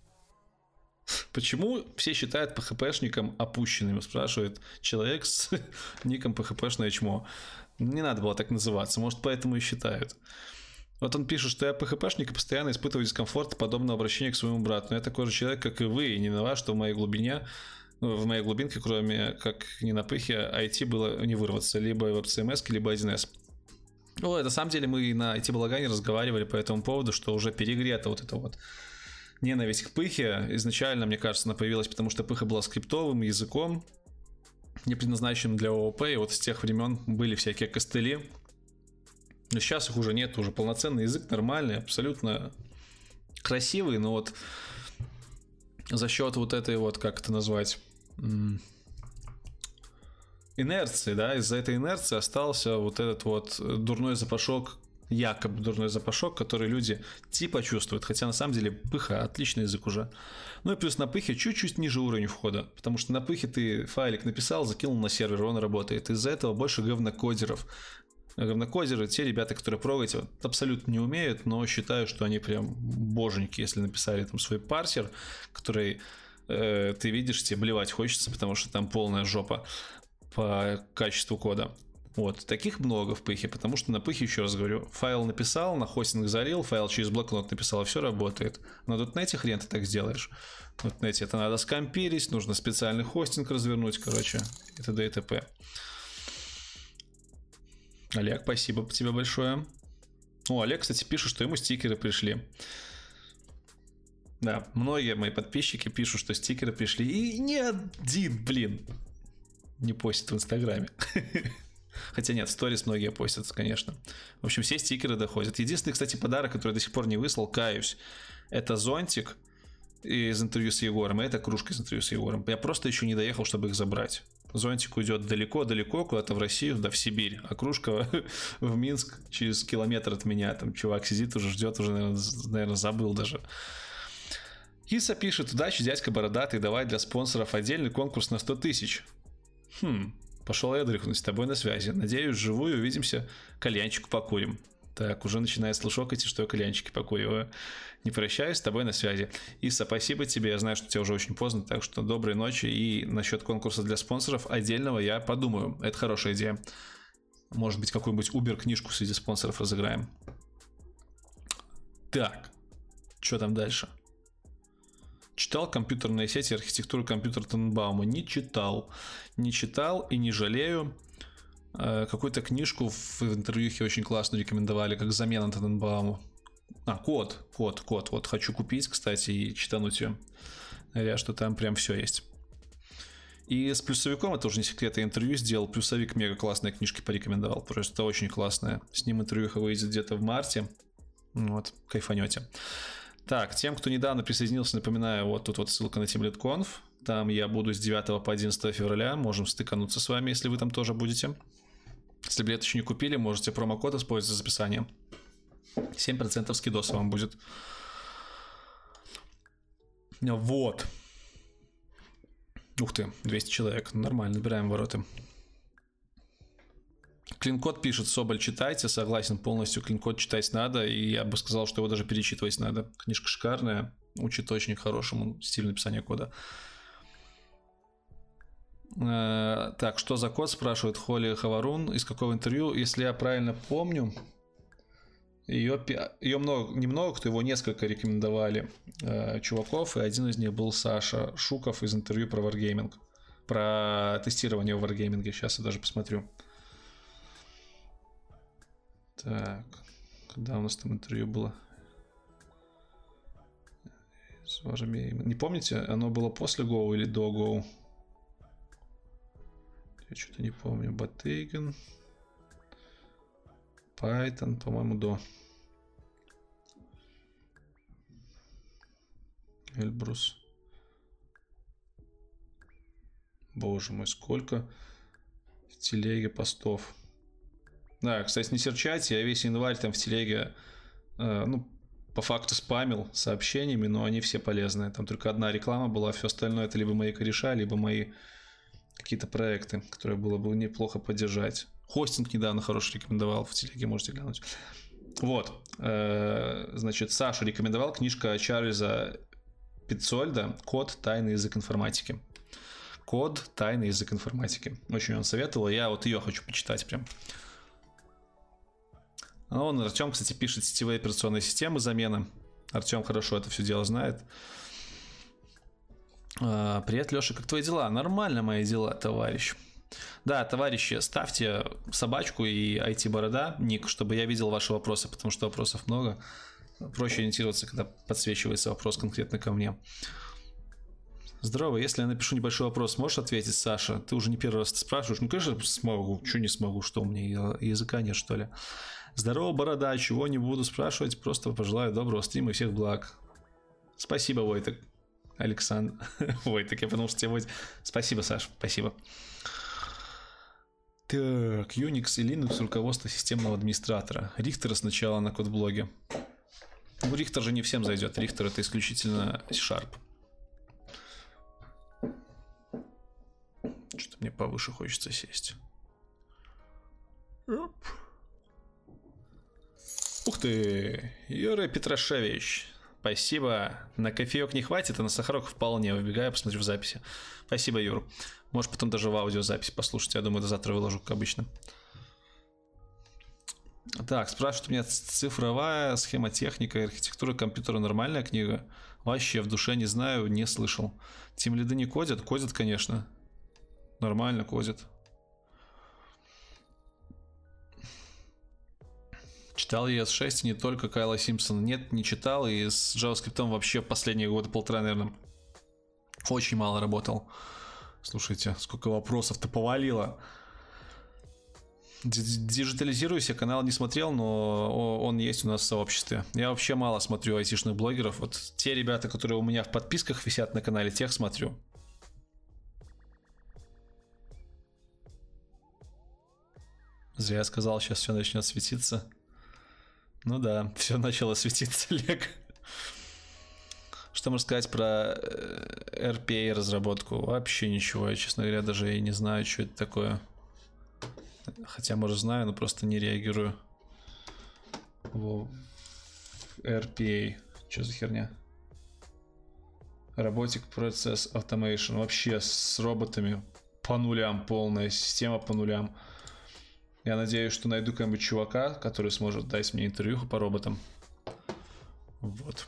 Почему все считают ПХПшником опущенным? Спрашивает человек с ником ПХПшное чмо. Не надо было так называться, может, поэтому и считают. Вот он пишет, что я ПХПшник и постоянно испытываю дискомфорт подобного обращения к своему брату. Но я такой же человек, как и вы, и не виноват, что в моей глубине, в моей глубинке, кроме как не на пыхе, ай ти было не вырваться. Либо WebCMS, либо один эс. Ой, на самом деле мы на ай ти-балагане разговаривали по этому поводу, что уже перегрета вот эта вот ненависть к пыхе. Изначально, мне кажется, она появилась, потому что пыха была скриптовым языком, не предназначенным для ООП, и вот с тех времен были всякие костыли. Но сейчас их уже нет, уже полноценный язык, нормальный, абсолютно красивый, но вот за счет вот этой вот, как это назвать, инерции, да, из-за этой инерции остался вот этот вот дурной запашок, якобы дурной запашок, который люди типа чувствуют, хотя на самом деле пыха отличный язык уже. Ну и плюс на пыхе чуть-чуть ниже уровень входа, потому что на пыхе ты файлик написал, закинул на сервер, он работает. Из-за этого больше говнокодеров. Говнокодеры, те ребята, которые прогать, абсолютно не умеют, но считаю, что они прям боженьки, если написали там свой парсер, который э, ты видишь, тебе блевать хочется, потому что там полная жопа по качеству кода. Вот, таких много в пыхе, потому что на пыхе, еще раз говорю, файл написал, на хостинг залил, файл через блокнот написал, и все работает. Но тут на эти хрен ты так сделаешь. Вот на эти это надо скомпилить, нужно специальный хостинг развернуть, короче, и т.д. и т.п. Олег, спасибо тебе большое. О, Олег, кстати, пишет, что ему стикеры пришли. Да, многие мои подписчики пишут, что стикеры пришли. И ни один, блин, не постит в Инстаграме. Хотя нет, в сторис многие постят, конечно. В общем, все стикеры доходят. Единственный, кстати, подарок, который я до сих пор не выслал, каюсь, это зонтик из интервью с Егором, и это кружка из интервью с Егором. Я просто еще не доехал, чтобы их забрать. Зонтик уйдет далеко-далеко, куда-то в Россию, да в Сибирь. А кружка в Минск через километр от меня. Там чувак сидит уже, ждет, уже, наверное, забыл даже. Иса пишет: удачи, дядька бородатый, давай для спонсоров отдельный конкурс на сто тысяч. Хм, пошел я дрыхнуть, с тобой на связи. Надеюсь, вживую увидимся, кальянчику покурим. Так, уже начинает слушок идти, что я кальянчики покуриваю. Не прощаюсь, с тобой на связи. Иса, спасибо тебе, я знаю, что тебе уже очень поздно, так что доброй ночи. И насчет конкурса для спонсоров отдельного я подумаю. Это хорошая идея. Может быть, какую-нибудь Uber-книжку среди спонсоров разыграем. Так, что там дальше? Читал «Компьютерные сети. Архитектуру компьютера» Тененбаума? Не читал. Не читал и не жалею. Какую-то книжку в интервьюхе очень классно рекомендовали, как замена Тененбауму. А, код, код, код. Вот хочу купить, кстати, и читануть ее. Говорят, что там прям все есть. И с плюсовиком, это уже не секрет, я интервью сделал. Плюсовик мега классные книжки порекомендовал. Просто очень классная. С ним интервьюха выйдет где-то в марте. Вот, кайфанете. Так, тем, кто недавно присоединился, напоминаю, вот тут вот ссылка на TeamLead.conf. Там я буду с девятого по одиннадцатое февраля. Можем стыкануться с вами, если вы там тоже будете. Если билет еще не купили, можете промокод использовать за записание. семь процентов скидоса вам будет. Вот. Ух ты, двести человек. Нормально, набираем ворота. Клинкод пишет: Соболь, читайте. Согласен, полностью клинкод читать надо. И я бы сказал, что его даже перечитывать надо. Книжка шикарная. Учит очень хорошему стилю написания кода. Э, так, что за код, спрашивает Холли Хаварун. Из какого интервью? Если я правильно помню, ее, ее много, немного, кто его несколько рекомендовали э, чуваков. И один из них был Саша Шуков из интервью про Wargaming. Про тестирование в Wargaming. Сейчас я даже посмотрю. Так, когда у нас там интервью было? Не помните, оно было после Go или до Go? Я что-то не помню. Батейген, Python, по-моему, до. Эльбрус. Боже мой, сколько в телеге постов. Да, кстати, не серчайте, я весь январь там в телеге, э, ну, по факту спамил сообщениями, но они все полезные. Там только одна реклама была, все остальное это либо мои кореша, либо мои какие-то проекты, которые было бы неплохо поддержать. Хостинг недавно хороший рекомендовал, в телеге можете глянуть. Вот, э, значит, Саша рекомендовал книжка Чарльза Петцольда «Код. Тайный язык информатики». Код. Тайный язык информатики. Очень он советовал, я вот ее хочу почитать прям. А он, Артем, кстати, пишет сетевые операционные системы, замены. Артем хорошо это все дело знает. А, привет, Леша, как твои дела? Нормально мои дела, товарищ. Да, товарищи, ставьте собачку и ай ти-борода, ник, чтобы я видел ваши вопросы, потому что вопросов много. Проще ориентироваться, когда подсвечивается вопрос конкретно ко мне. Здорово, если я напишу небольшой вопрос, можешь ответить, Саша? Ты уже не первый раз спрашиваешь. Ну, конечно, смогу. Что не смогу? Что, у меня языка нет, что ли? Здорово, борода, чего не буду спрашивать, просто пожелаю доброго стрима и всех благ. Спасибо, Войтек. Александр. Войтек, я подумал, что тебе будет... Спасибо, Саш, спасибо. Так, Unix и Linux, руководство системного администратора. Рихтера сначала на кодблоге. Ну, Рихтер же не всем зайдет. Рихтер это исключительно C-Sharp. Что-то мне повыше хочется сесть. Ух ты, Юрий Петрашевич. Спасибо. На кофеек не хватит, а на сахарок вполне. Выбегаю, посмотрю в записи. Спасибо, Юр. Может, потом даже в аудиозапись послушать. Я думаю, до завтра выложу, как обычно. Так, спрашивают у меня цифровая схемотехника и архитектура компьютера. Нормальная книга? Вообще в душе не знаю, не слышал. Тимлиды не кодят? Кодят, конечно. Нормально кодят. Читал и эс шесть, не только Кайла Симпсона. Нет, не читал. И с JavaScript вообще последние годы полтора, наверное, очень мало работал. Слушайте, сколько вопросов-то повалило. Диджитализируйся, канал не смотрел, но он есть у нас в сообществе. Я вообще мало смотрю айтишных блогеров. Вот те ребята, которые у меня в подписках висят на канале, тех смотрю. Зря я сказал, сейчас все начнет светиться. Ну да, все начало светиться, Олег. Что можно сказать про эр пи эй разработку? Вообще ничего, я, честно говоря, даже и не знаю, что это такое. Хотя, может, знаю, но просто не реагирую. Во. эр пи эй. Что за херня? Robotic Process Automation. Вообще с роботами по нулям, полная система по нулям. Я надеюсь, что найду какого-нибудь чувака, который сможет дать мне интервью по роботам. Вот.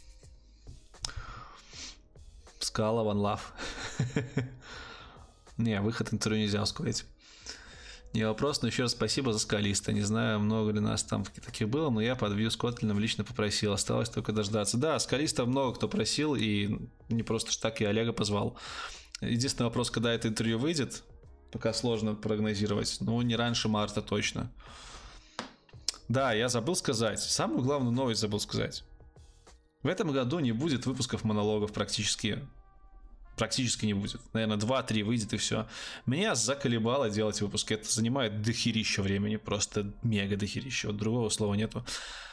Скала, One Love. Не, выход интервью нельзя ускорить. Не вопрос, но еще раз спасибо за скалиста. Не знаю, много ли нас там таких было, но я под Vue с Kotlin лично попросил. Осталось только дождаться. Да, скалиста много кто просил, и не просто ж так и Олега позвал. Единственный вопрос, когда это интервью выйдет, пока сложно прогнозировать. Ну, не раньше марта точно. Да, я забыл сказать. Самую главную новость забыл сказать. В этом году не будет выпусков монологов практически. Практически не будет. Наверное, два-три выйдет и все. Меня заколебало делать выпуски. Это занимает дохерища времени. Просто мега дохерища. Вот другого слова нету.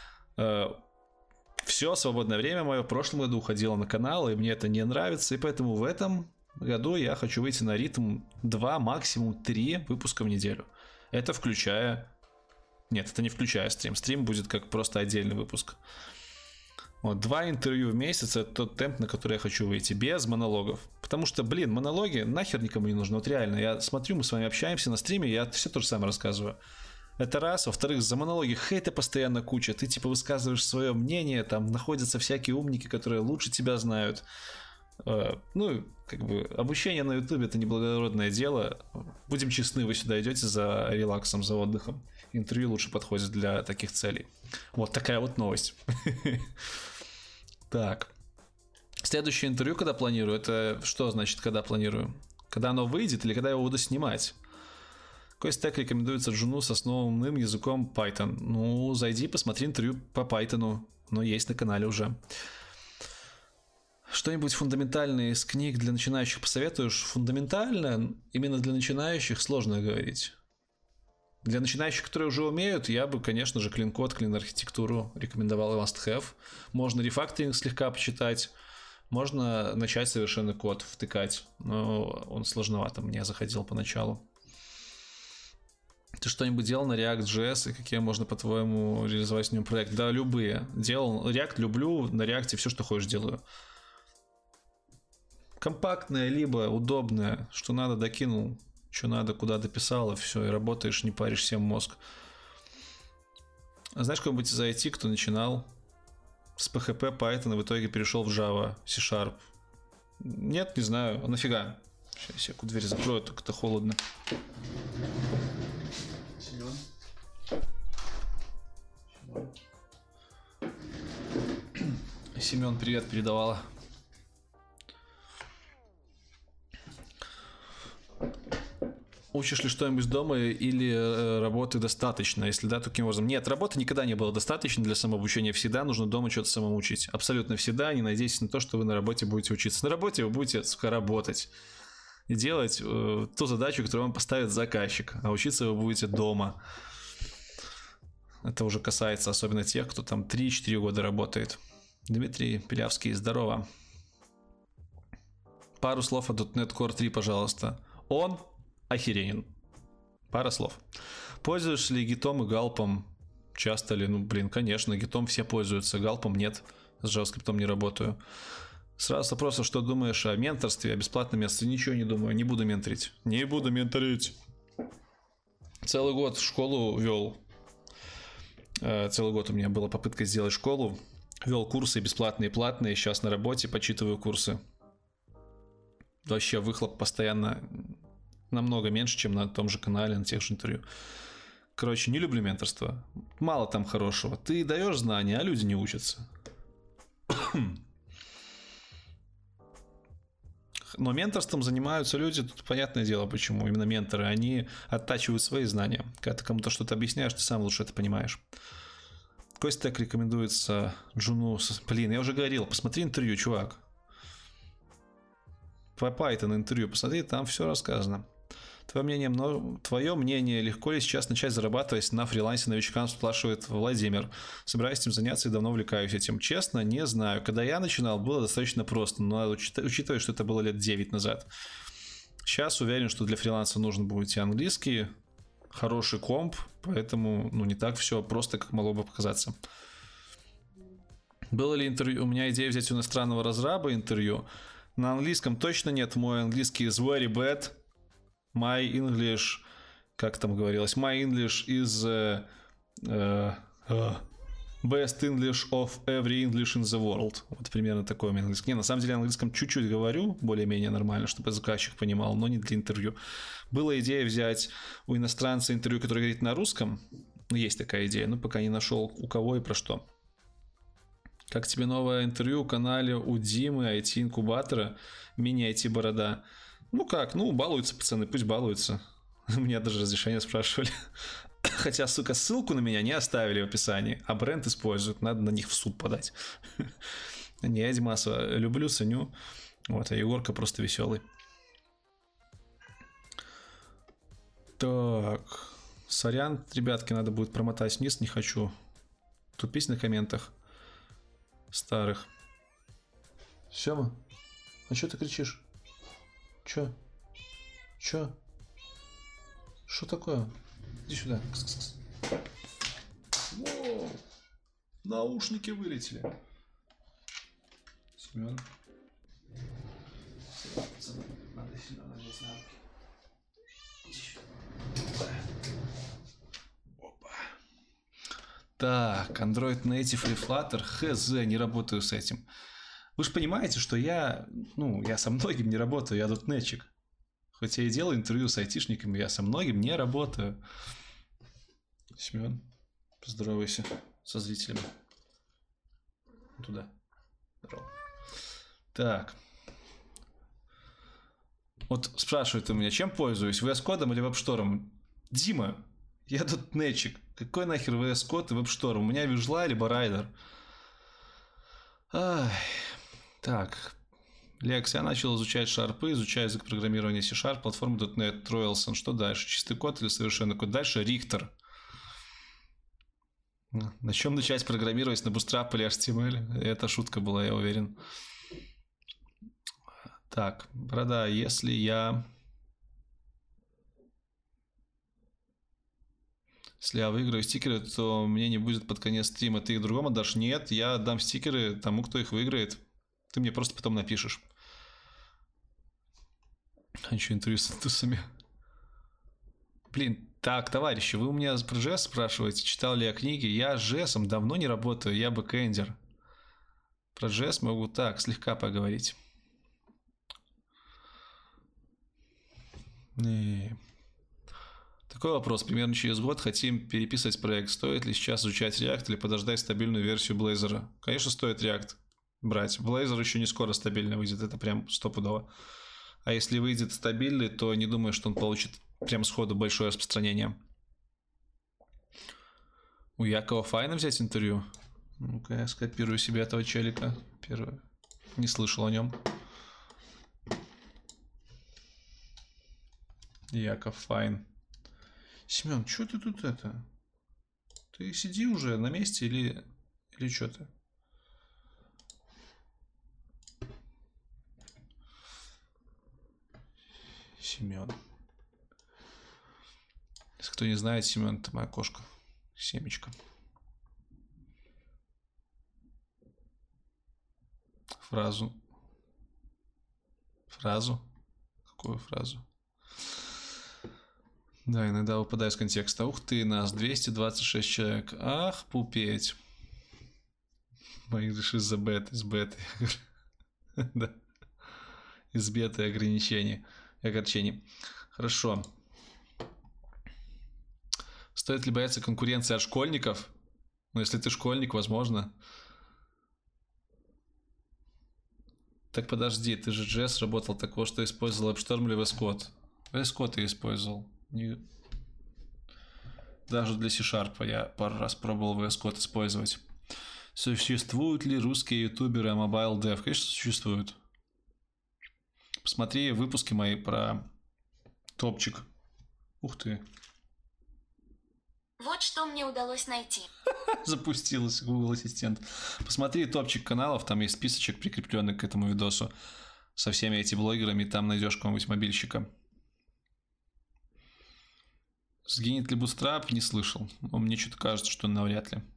Все свободное время мое в прошлом году уходило на канал, и мне это не нравится. И поэтому в этом году я хочу выйти на ритм два, максимум три выпуска в неделю. Это включая... Нет, это не включая стрим. Стрим будет как просто отдельный выпуск. Вот, два интервью в месяц — это тот темп, на который я хочу выйти, без монологов. Потому что, блин, монологи нахер никому не нужны. Вот реально, я смотрю, мы с вами общаемся на стриме, я все то же самое рассказываю. Это раз. Во-вторых, за монологи хейта постоянно куча. Ты типа высказываешь свое мнение, там находятся всякие умники, которые лучше тебя знают. Ну, как бы, обучение на ютубе — это неблагородное дело. Будем честны, вы сюда идете за релаксом, за отдыхом. Интервью лучше подходит для таких целей. Вот такая вот новость. Так. Следующее интервью, когда планирую, это что значит, когда планирую? Когда оно выйдет или когда я его буду снимать? Какой стек рекомендуется джуну с основным языком Python? Ну, зайди, посмотри интервью по Python. Но есть на канале уже. Что-нибудь фундаментальное из книг для начинающих посоветуешь? Фундаментально, именно для начинающих сложно говорить. Для начинающих, которые уже умеют, я бы, конечно же, Clean Code, Clean архитектуру рекомендовал и must have. Можно рефакторинг слегка почитать. Можно начать совершенный код втыкать. Но он сложновато мне заходил поначалу. Ты что-нибудь делал на React.js и какие можно, по-твоему, реализовать с ним проект? Да, любые. Делал React, люблю, на React все, что хочешь, делаю. Компактное, либо удобное, что надо, докинул, что надо, куда дописал, и все, и работаешь, не паришь всем мозг. А знаешь кого-нибудь из ай ти, кто начинал с пи эйч пи, Python, и в итоге перешел в Java, C-Sharp? Нет, не знаю. А нафига? Сейчас я дверь закрою, только это холодно. Семен. Семен, привет, передавала. Учишь ли что-нибудь дома или э, работы достаточно? Если да, то каким образом? Нет, работы никогда не было достаточно для самообучения. Всегда нужно дома что-то самому учить. Абсолютно всегда. Не надейтесь на то, что вы на работе будете учиться. На работе вы будете, сука, работать. И делать э, ту задачу, которую вам поставит заказчик. А учиться вы будете дома. Это уже касается особенно тех, кто там три-четыре года работает. Дмитрий Пилявский, здорово. Пару слов о .дот нет Core три, пожалуйста. Он охеренен. Пара слов. Пользуешься ли гитом и галпом? Часто ли? Ну, блин, конечно, гитом все пользуются, галпом нет. С JavaScript не работаю. Сразу вопрос, что думаешь о менторстве, о бесплатном менторстве? Ничего не думаю, не буду менторить. Не буду менторить. Целый год в школу вел. Целый год у меня была попытка сделать школу. Вел курсы бесплатные и платные. Сейчас на работе почитываю курсы. Вообще выхлоп постоянно намного меньше, чем на том же канале, на тех же интервью. Короче, не люблю менторство. Мало там хорошего. Ты даешь знания, а люди не учатся. Но менторством занимаются люди, тут понятное дело, почему. Именно менторы, они оттачивают свои знания. Когда ты кому-то что-то объясняешь, ты сам лучше это понимаешь. Какой стек рекомендуется Джуну? Блин, я уже говорил, посмотри интервью, чувак. По Python интервью посмотри, там все рассказано. Твое мнение, твое мнение, легко ли сейчас начать зарабатывать на фрилансе новичкам, спрашивает Владимир. Собираюсь этим заняться и давно увлекаюсь этим. Честно, не знаю. Когда я начинал, было достаточно просто, но учитывая, что это было лет девять назад. Сейчас уверен, что для фриланса нужен будет и английский, хороший комп, поэтому ну, не так все просто, как могло бы показаться. Было ли интервью? У меня идея взять у иностранного разраба интервью. На английском точно нет. Мой английский is very bad. My English, как там говорилось, my English is uh, uh, uh, best English of every English in the world. Вот примерно такой у меня английский. Не, на самом деле на английском чуть-чуть говорю, более-менее нормально, чтобы заказчик понимал, но не для интервью. Была идея взять у иностранца интервью, который говорит на русском. Есть такая идея, но пока не нашел у кого и про что. Как тебе новое интервью в канале у Димы, ай ти-инкубатора, мини-ай ти-борода? Ну как, ну балуются пацаны, пусть балуются. У меня даже разрешение спрашивали. Хотя, сука, ссылку на меня не оставили в описании, а бренд используют, надо на них в суд подать. Не, я Димаса люблю, ценю. Вот, а Егорка просто веселый. Так, сорян, ребятки, надо будет промотать вниз, не хочу тупить на комментах старых. Сёма, а чё ты кричишь? Чё? Чё? Что такое? Иди сюда. Кс-кс-кс. Воу. Наушники вылетели. Семён. Надо Семёна взять на руки. Иди сюда. Опа. Так, Android Native или Flutter? Хз, не работаю с этим. Вы же понимаете, что я, ну, я со многим не работаю, я дотнетчик. Хоть я и делаю интервью с айтишниками, я со многим не работаю. Семен, поздоровайся со зрителями. Туда. Здорово. Так. Вот спрашивают у меня, чем пользуюсь, ви эс Code или WebStorm? Дима, я дотнетчик. Какой нахер ви эс Code и WebStorm? У меня Visual либо Rider. Ай. Так, Лекс, я начал изучать шарпы, изучаю язык программирования C-Sharp, платформу .дот нет, Троилсон. Что дальше? Чистый код или совершенный код? Дальше Richter. На чем начать программировать? На Bootstrap или эйч ти эм эль? Это шутка была, я уверен. Так, борода, если я... Если я выиграю стикеры, то мне не будет под конец стрима. Ты их другому отдашь? Нет, я дам стикеры тому, кто их выиграет. Ты мне просто потом напишешь. Хочу интервью с тусами. Блин, Так, товарищи, вы у меня про джесс спрашиваете, читал ли я книги? Я с джессом давно не работаю, я бэкэндер. Про джесс могу так, слегка поговорить. И... Такой вопрос. Примерно через год хотим переписывать проект. Стоит ли сейчас изучать React или подождать стабильную версию Blazor? Конечно, стоит React брать. Blazor еще не скоро стабильно выйдет, это прям стопудово. А если выйдет стабильный, то не думаю, что он получит прям сходу большое распространение. У Якова Файна взять интервью? Ну-ка, я скопирую себе этого челика. Первый. Не слышал о нем. Яков Файн. Семен, что ты тут это? Ты сиди уже на месте или, или что ты? Семен. Если кто не знает, Семен — это моя кошка. Семечка. Фразу. Фразу? Какую фразу? Да, иногда выпадаю из контекста. Ух ты, нас двести двадцать шесть человек. Ах, пупеть. My English is the beta, из беты. Да. Из беты ограничений. Огорчений. Хорошо. Стоит ли бояться конкуренции от школьников? Ну, если ты школьник, возможно. Так подожди, ты же джесс работал такого, что использовал AppStorm или ви эс Code. ви эс Code я использовал. Не... Даже для C-Sharp я пару раз пробовал ви эс Code использовать. Существуют ли русские ютуберы о Mobile Dev? Конечно, существуют. Посмотри выпуски мои про топчик. Ух ты. Вот что мне удалось найти. Запустилась Google Ассистент. Посмотри топчик каналов, там есть списочек, прикрепленный к этому видосу со всеми этими блогерами, там найдешь какого-нибудь мобильщика. Сгинет ли Bootstrap? Не слышал. Но мне что-то кажется, что навряд ли.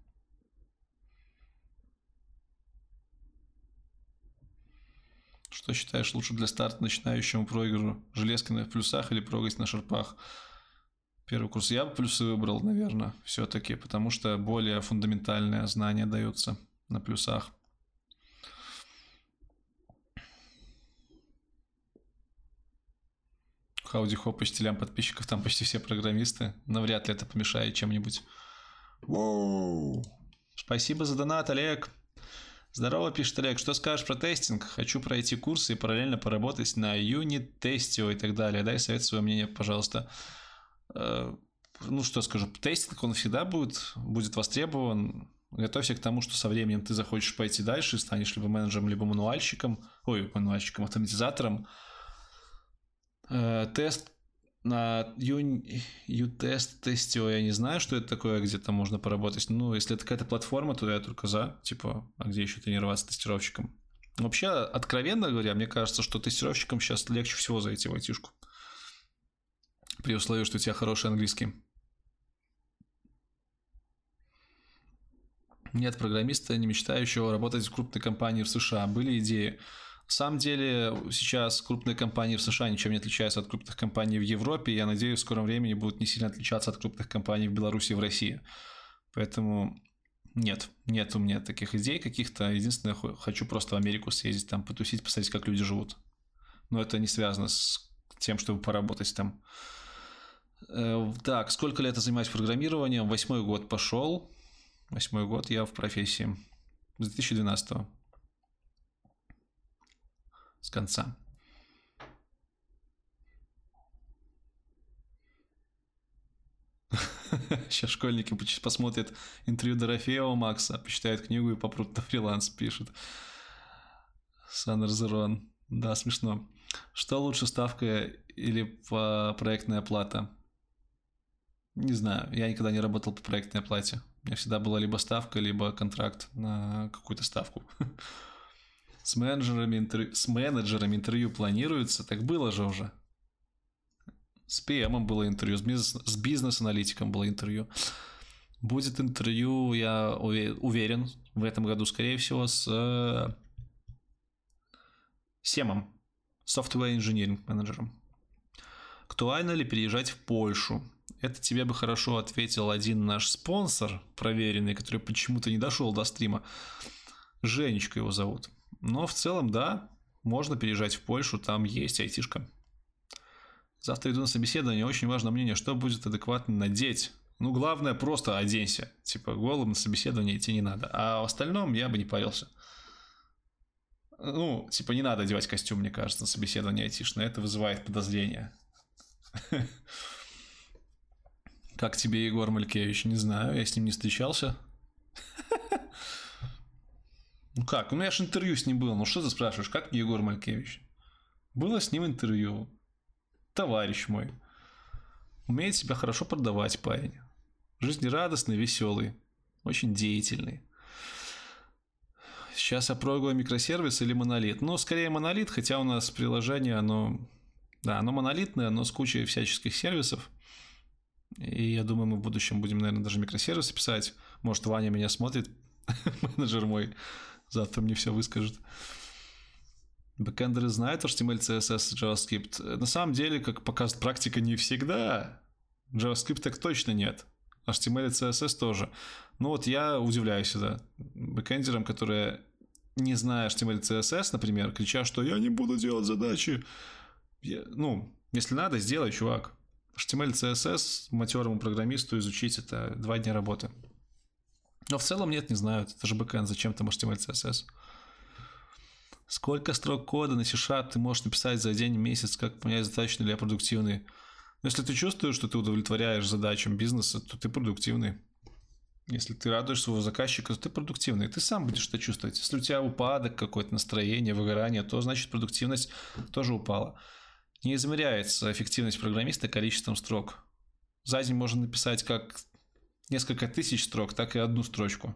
Что считаешь лучше для старта начинающему прогеру? Железка на плюсах или прогать на шарпах? Первый курс я бы плюсы выбрал, наверное, все-таки, потому что более фундаментальные знания даются на плюсах. Хауди хоп по учителям подписчиков, там почти все программисты. Навряд ли это помешает чем-нибудь. Воу. Спасибо за донат, Олег. Здорово, пишет Олег. Что скажешь про тестинг? Хочу пройти курсы и параллельно поработать на юнит-тестио и так далее. Дай совет, свое мнение, пожалуйста. Ну, что скажу, тестинг, он всегда будет, будет востребован. Готовься к тому, что со временем ты захочешь пойти дальше, станешь либо менеджером, либо мануальщиком, ой, мануальщиком, автоматизатором. Тест на ю-тест, тестио, я не знаю, что это такое, где-то можно поработать. Ну, если это какая-то платформа, то я только за, типа, а где еще тренироваться тестировщиком? Вообще, откровенно говоря, мне кажется, что тестировщиком сейчас легче всего зайти в айтишку. При условии, что у тебя хороший английский. Нет программиста, не мечтающего работать в крупной компании в США. Были идеи. На самом деле, сейчас крупные компании в США ничем не отличаются от крупных компаний в Европе. Я надеюсь, в скором времени будут не сильно отличаться от крупных компаний в Беларуси и в России. Поэтому нет, нет у меня таких идей каких-то. Единственное, хочу просто в Америку съездить, там потусить, посмотреть, как люди живут. Но это не связано с тем, чтобы поработать там. Так, сколько лет я занимаюсь программированием? Восьмой год пошел. Восьмой год я в профессии. С две тысячи двенадцатого. С конца. Сейчас школьники посмотрят интервью Дорофеева Макса, почитают книгу и попрут на фриланс, пишут. Саннерзерон. Да, смешно. Что лучше, ставка или проектная плата? Не знаю, я никогда не работал по проектной оплате. У меня всегда была либо ставка, либо контракт на какую-то ставку. С менеджерами, интервью, с менеджерами интервью планируется, так было же уже. С пи эм было интервью, с, бизнес, с бизнес-аналитиком было интервью. Будет интервью, я уверен, в этом году, скорее всего, с Семом, Software Engineering менеджером. Актуально ли переезжать в Польшу? Это тебе бы хорошо ответил один наш спонсор, проверенный, который почему-то не дошел до стрима. Женечка его зовут. Но в целом, да, можно переезжать в Польшу, там есть айтишка. Завтра иду на собеседование, очень важное мнение, что будет адекватно надеть. Ну, главное, просто оденься. Типа, голым на собеседование идти не надо. А в остальном я бы не парился. Ну, типа, не надо одевать костюм, мне кажется, на собеседование айтишное. Это вызывает подозрения. Как тебе Егор Малькевич? Не знаю, я с ним не встречался. Ну как? У меня же интервью с ним было. Ну что ты спрашиваешь, как мне Егор Малькевич? Было с ним интервью. Товарищ мой. Умеет себя хорошо продавать, парень. Жизнерадостный, веселый. Очень деятельный. Сейчас опробую микросервис или монолит. Ну, скорее монолит, хотя у нас приложение, оно... Да, оно монолитное, но с кучей всяческих сервисов. И я думаю, мы в будущем будем, наверное, даже микросервисы писать. Может, Ваня меня смотрит, менеджер мой, завтра мне все выскажет. Бэкэндеры знают эйч ти эм эль, си эс эс, JavaScript. На самом деле, как показывает практика, не всегда. JavaScript так точно нет. эйч ти эм эль и си эс эс тоже. Ну вот я удивляюсь всегда бэкэндерам, которые, не зная эйч ти эм эль и си эс эс, например, кричат, что я не буду делать задачи. Я, ну, если надо, сделай, чувак. эйч ти эм эль и си эс эс матерому программисту изучить — это два дня работы. Но в целом нет, не знают. Это же бэкэнд, зачем там эйч ти эм эль и си эс эс? Сколько строк кода на C-Sharp ты можешь написать за день, месяц, как понять, достаточно ли я продуктивный? Но если ты чувствуешь, что ты удовлетворяешь задачам бизнеса, то ты продуктивный. Если ты радуешь своего заказчика, то ты продуктивный. Ты сам будешь это чувствовать. Если у тебя упадок, какое-то настроение, выгорание, то значит продуктивность тоже упала. Не измеряется эффективность программиста количеством строк. За день можно написать как несколько тысяч строк, так и одну строчку.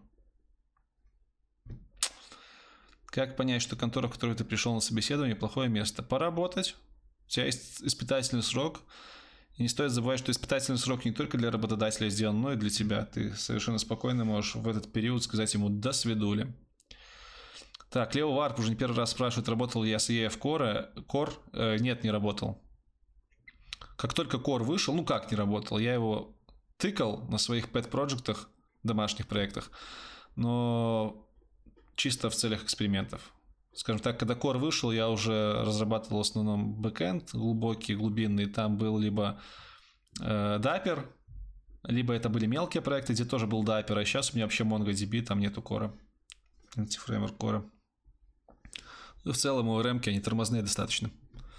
Как понять, что контора, в которую ты пришел на собеседование, плохое место? Поработать. У тебя есть испытательный срок. И не стоит забывать, что испытательный срок не только для работодателя сделан, но и для тебя. Ты совершенно спокойно можешь в этот период сказать ему «до свидули». Так, Лео Варп уже не первый раз спрашивает, работал ли я с и эф Core. Core? Э, нет, не работал. Как только Core вышел, ну как не работал, я его тыкал на своих пэт-проектах, домашних проектах, но чисто в целях экспериментов. Скажем так, когда Core вышел, я уже разрабатывал в основном бэкэнд глубокий, глубинный. Там был либо э, Dapper, либо это были мелкие проекты, где тоже был Dapper, а сейчас у меня вообще MongoDB, там нету Core. Антифреймворк Core. В целом у ремки они тормозные достаточно.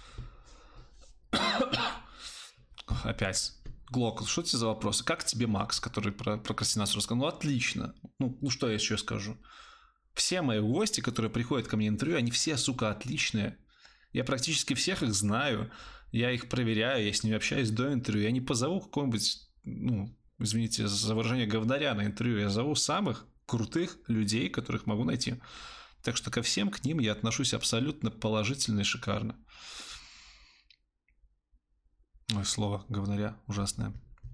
Опять. Глок, что это за вопросы? Как тебе Макс, который про прокрастинацию рассказал? Ну, отлично. Ну, ну, что я еще скажу? Все мои гости, которые приходят ко мне на интервью, они все, сука, отличные. Я практически всех их знаю. Я их проверяю, я с ними общаюсь до интервью. Я не позову какого-нибудь, ну, извините за выражение, говнаря на интервью. Я зову самых крутых людей, которых могу найти. Так что ко всем к ним я отношусь абсолютно положительно и шикарно. Ой, слово говнаря ужасное.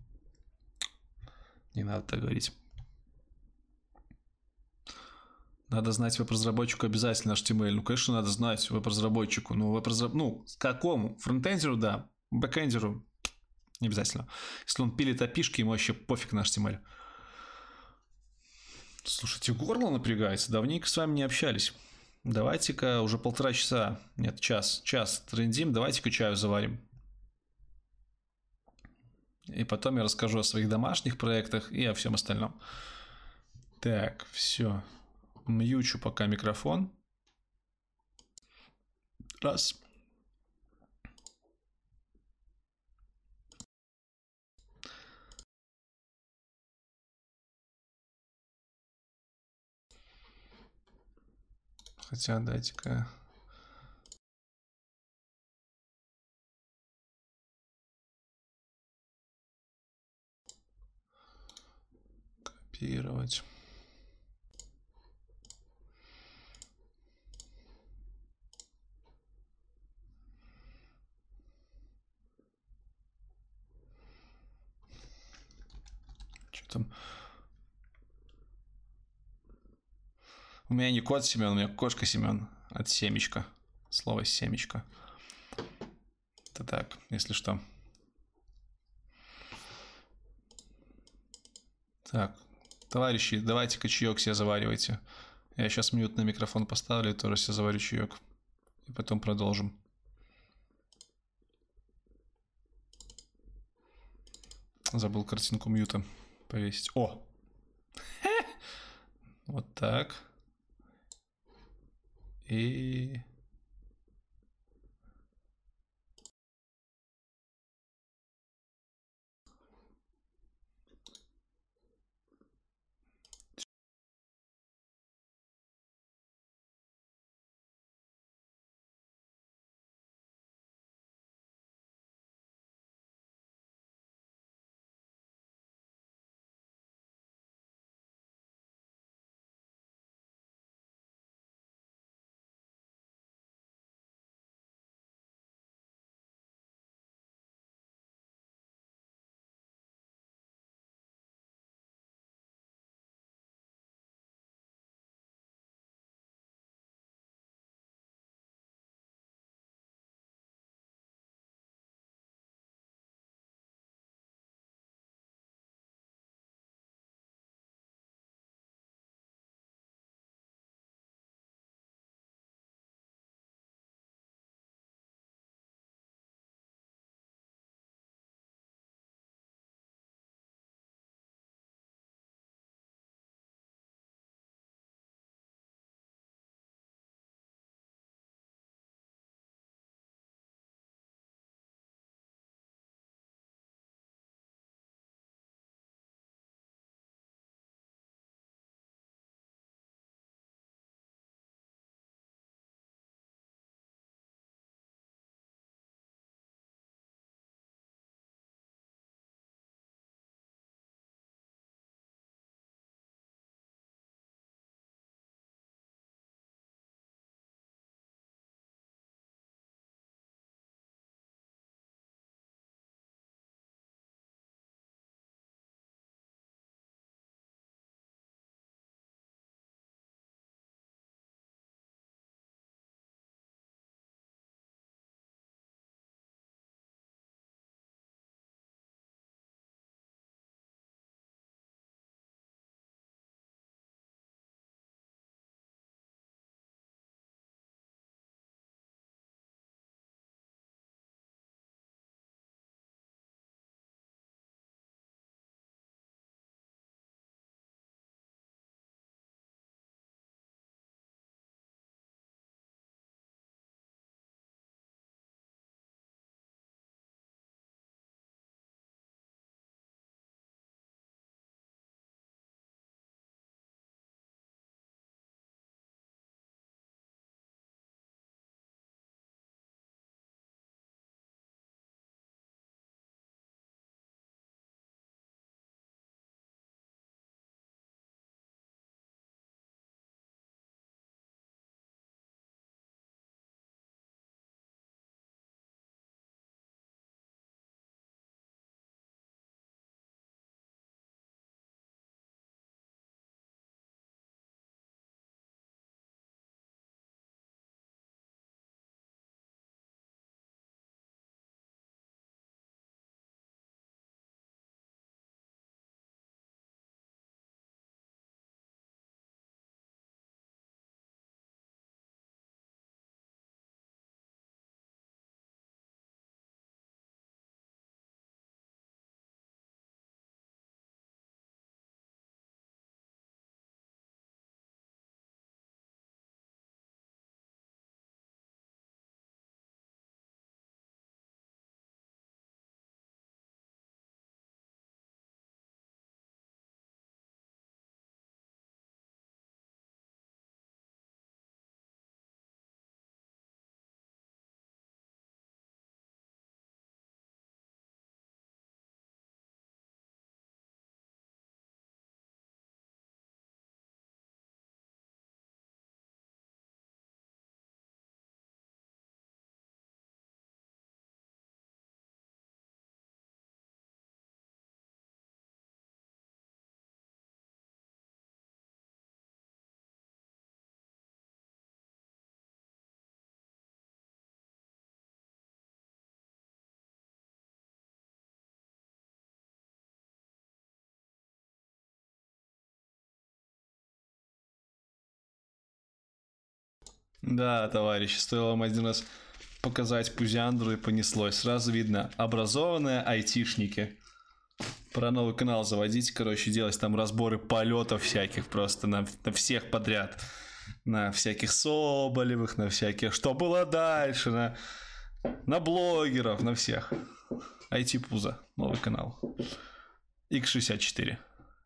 Не надо так говорить. Надо знать веб-разработчику обязательно эйч ти эм эль. Ну, конечно, надо знать веб-разработчику. Ну, веб-разраб... ну, какому? Фронтендеру, да. Бэкендеру не обязательно. Если он пилит опишки, ему вообще пофиг на эйч ти эм эль. Слушайте, горло напрягается. Давненько с вами не общались. Давайте-ка уже полтора часа, нет, час, час трендим. Давайте-ка чаю заварим. И потом я расскажу о своих домашних проектах и о всем остальном. Так, все. Мьючу пока микрофон. Раз. Хотя, дайте-ка... Копировать. Что там? У меня не кот Семен, у меня кошка Семен. От семечка. Слово семечка. Это так, если что. Так, товарищи, давайте-ка чаек себе заваривайте. Я сейчас мьют на микрофон поставлю и тоже себе заварю чаек. И потом продолжим. Забыл картинку мьюта повесить. О! Вот так. И... Да, товарищи, стоило вам один раз показать Пузяндру и понеслось. Сразу видно, образованные айтишники. Про новый канал заводить, короче, делать там разборы полетов всяких просто на, на всех подряд. На всяких Соболевых, на всяких что было дальше, на, на блогеров, на всех. ай ти-пузо, новый канал. икс шестьдесят четыре.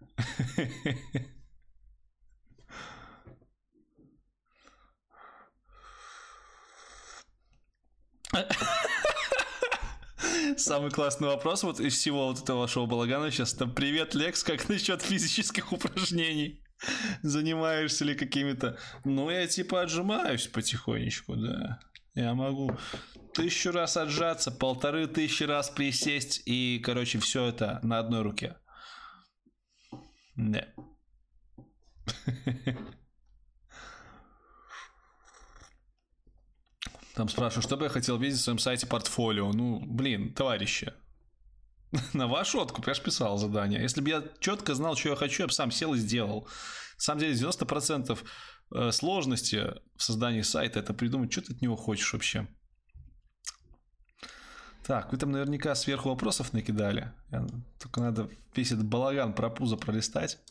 Самый классный вопрос вот из всего вот этого вашего балагана сейчас. Там привет, Лекс, как насчет физических упражнений? Занимаешься ли какими-то... Ну, я типа отжимаюсь потихонечку, да. Я могу тысячу раз отжаться, полторы тысячи раз присесть и, короче, все это на одной руке. Да. Там спрашиваю, что бы я хотел видеть в своем сайте портфолио. Ну, блин, товарищи. На вашу откуп я ж писал задание. Если бы я четко знал, что я хочу, я бы сам сел и сделал. На самом деле, девяносто процентов сложности в создании сайта — это придумать, что ты от него хочешь вообще. Так, вы там наверняка сверху вопросов накидали. Только надо весь этот балаган про пузо пролистать.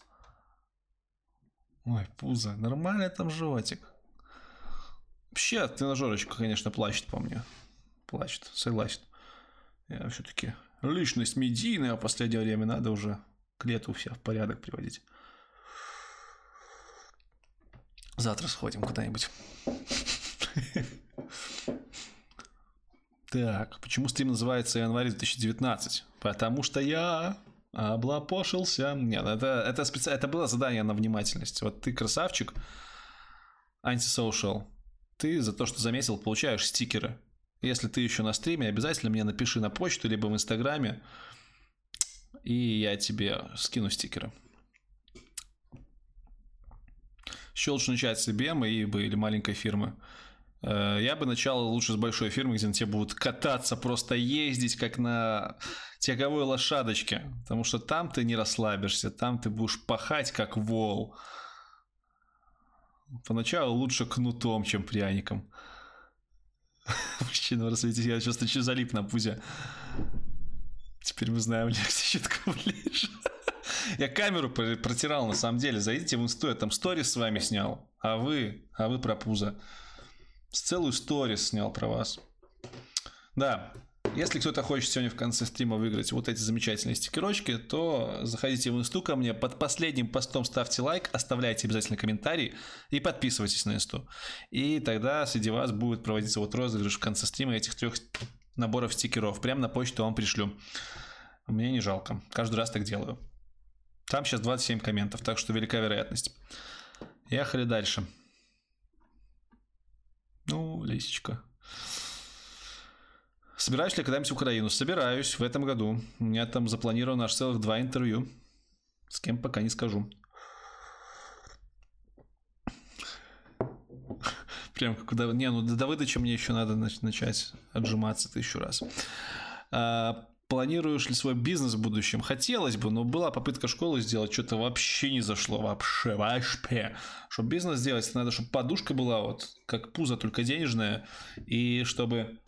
Ой, пузо. Нормальный там животик. Вообще, тренажерочка, конечно, плачет по мне. Плачет, согласен. Я все-таки личность медийная, а в последнее время надо уже к лету себя в порядок приводить. Завтра сходим куда-нибудь. Так, почему стрим называется январь две тысячи девятнадцать? Потому что я облапошился. Нет, это, это, специ... это было задание на внимательность. Вот ты красавчик, антисоушал. Ты за то, что заметил, получаешь стикеры. Если ты еще на стриме, обязательно мне напиши на почту, либо в инстаграме, и я тебе скину стикеры. С чего лучше начать, с ай би эм или маленькой фирмы? Я бы начал лучше с большой фирмы, где на тебе будут кататься, просто ездить, как на тяговой лошадочке. Потому что там ты не расслабишься, там ты будешь пахать, как вол. Поначалу лучше кнутом, чем пряником. Мужчина в развитии, я сейчас чуть залип на пузе. Теперь мы знаем, Лекс чутка ближе. Я камеру протирал, на самом деле. Зайдите в инсту, я там сторис с вами снял. А вы, а вы про пузо. С целую сторис снял про вас. Да, если кто-то хочет сегодня в конце стрима выиграть вот эти замечательные стикерочки, то заходите в инсту ко мне, под последним постом ставьте лайк, оставляйте обязательно комментарий и подписывайтесь на инсту. И тогда среди вас будет проводиться вот розыгрыш в конце стрима этих трех наборов стикеров. Прямо на почту вам пришлю. Мне не жалко, каждый раз так делаю. Там сейчас двадцать семь комментов, так что велика вероятность. Ехали дальше. Ну, Лисичка. Собираешь ли когда-нибудь в Украину? Собираюсь в этом году. У меня там запланировано аж целых два интервью. С кем пока не скажу. Прям куда... Не, ну до выдачи мне еще надо начать отжиматься тысячу раз. А, планируешь ли свой бизнес в будущем? Хотелось бы, но была попытка школы сделать, что-то вообще не зашло. Вообще, вообще. Чтобы бизнес сделать, надо, чтобы подушка была вот как пузо, только денежная. И чтобы...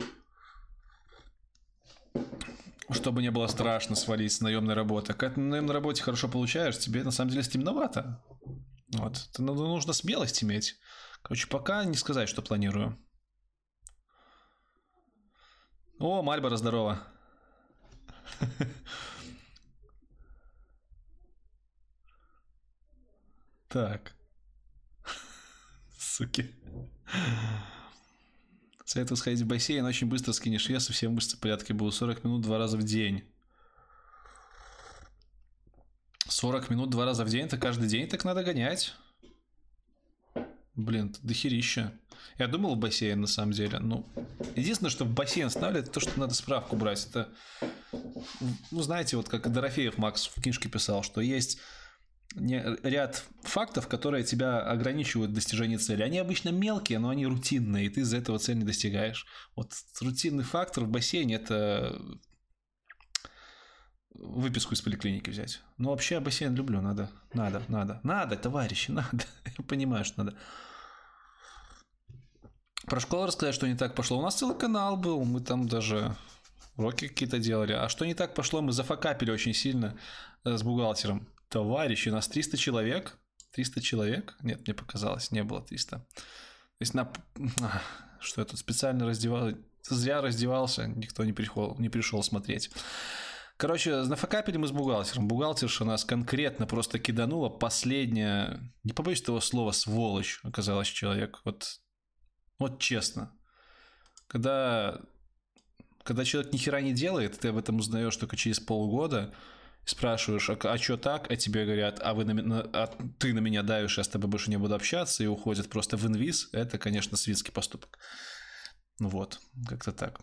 Чтобы не было страшно свалить с наемной работы. Когда ты на наемной работе хорошо получаешь, тебе на самом деле стремновато. Вот. Это нужно смелость иметь. Короче, пока не сказать, что планирую. О, Мальборо, здорово. Так. Суки. Советую сходить в бассейн, очень быстро скинешь вес, и все мышцы в порядке будут. сорок минут два раза в день. сорок минут два раза в день, это каждый день так надо гонять. Блин, это дохерища. Я думал в бассейн на самом деле. Ну, единственное, что в бассейн ставили, это то, что надо справку брать. Это, ну, знаете, вот как Дорофеев Макс в книжке писал, что есть ряд фактов, которые тебя ограничивают в достижении цели. Они обычно мелкие, но они рутинные, и ты из-за этого цель не достигаешь. Вот рутинный фактор в бассейне — это выписку из поликлиники взять. Но вообще я бассейн люблю, надо, надо, надо, надо, товарищи, надо. Я понимаю, что надо. Про школу рассказать, что не так пошло. У нас целый канал был, мы там даже уроки какие-то делали. А что не так пошло, мы зафакапили очень сильно с бухгалтером. Товарищи, у нас триста человек. триста человек? Нет, мне показалось, не было триста. То есть на... Что я тут специально раздевал... Зря раздевался, никто не пришел, не пришел смотреть. Короче, нафакапили мы с бухгалтером. Бухгалтерша нас конкретно просто киданула. Последняя, не побоюсь этого слова, сволочь оказалась человек. Вот, вот честно. Когда, когда человек ни хера не делает, ты об этом узнаешь только через полгода, спрашиваешь, а, а что так? А тебе говорят, а, вы на, а ты на меня давишь, я с тобой больше не буду общаться, и уходят просто в инвиз. Это, конечно, свинский поступок. Ну вот, как-то так.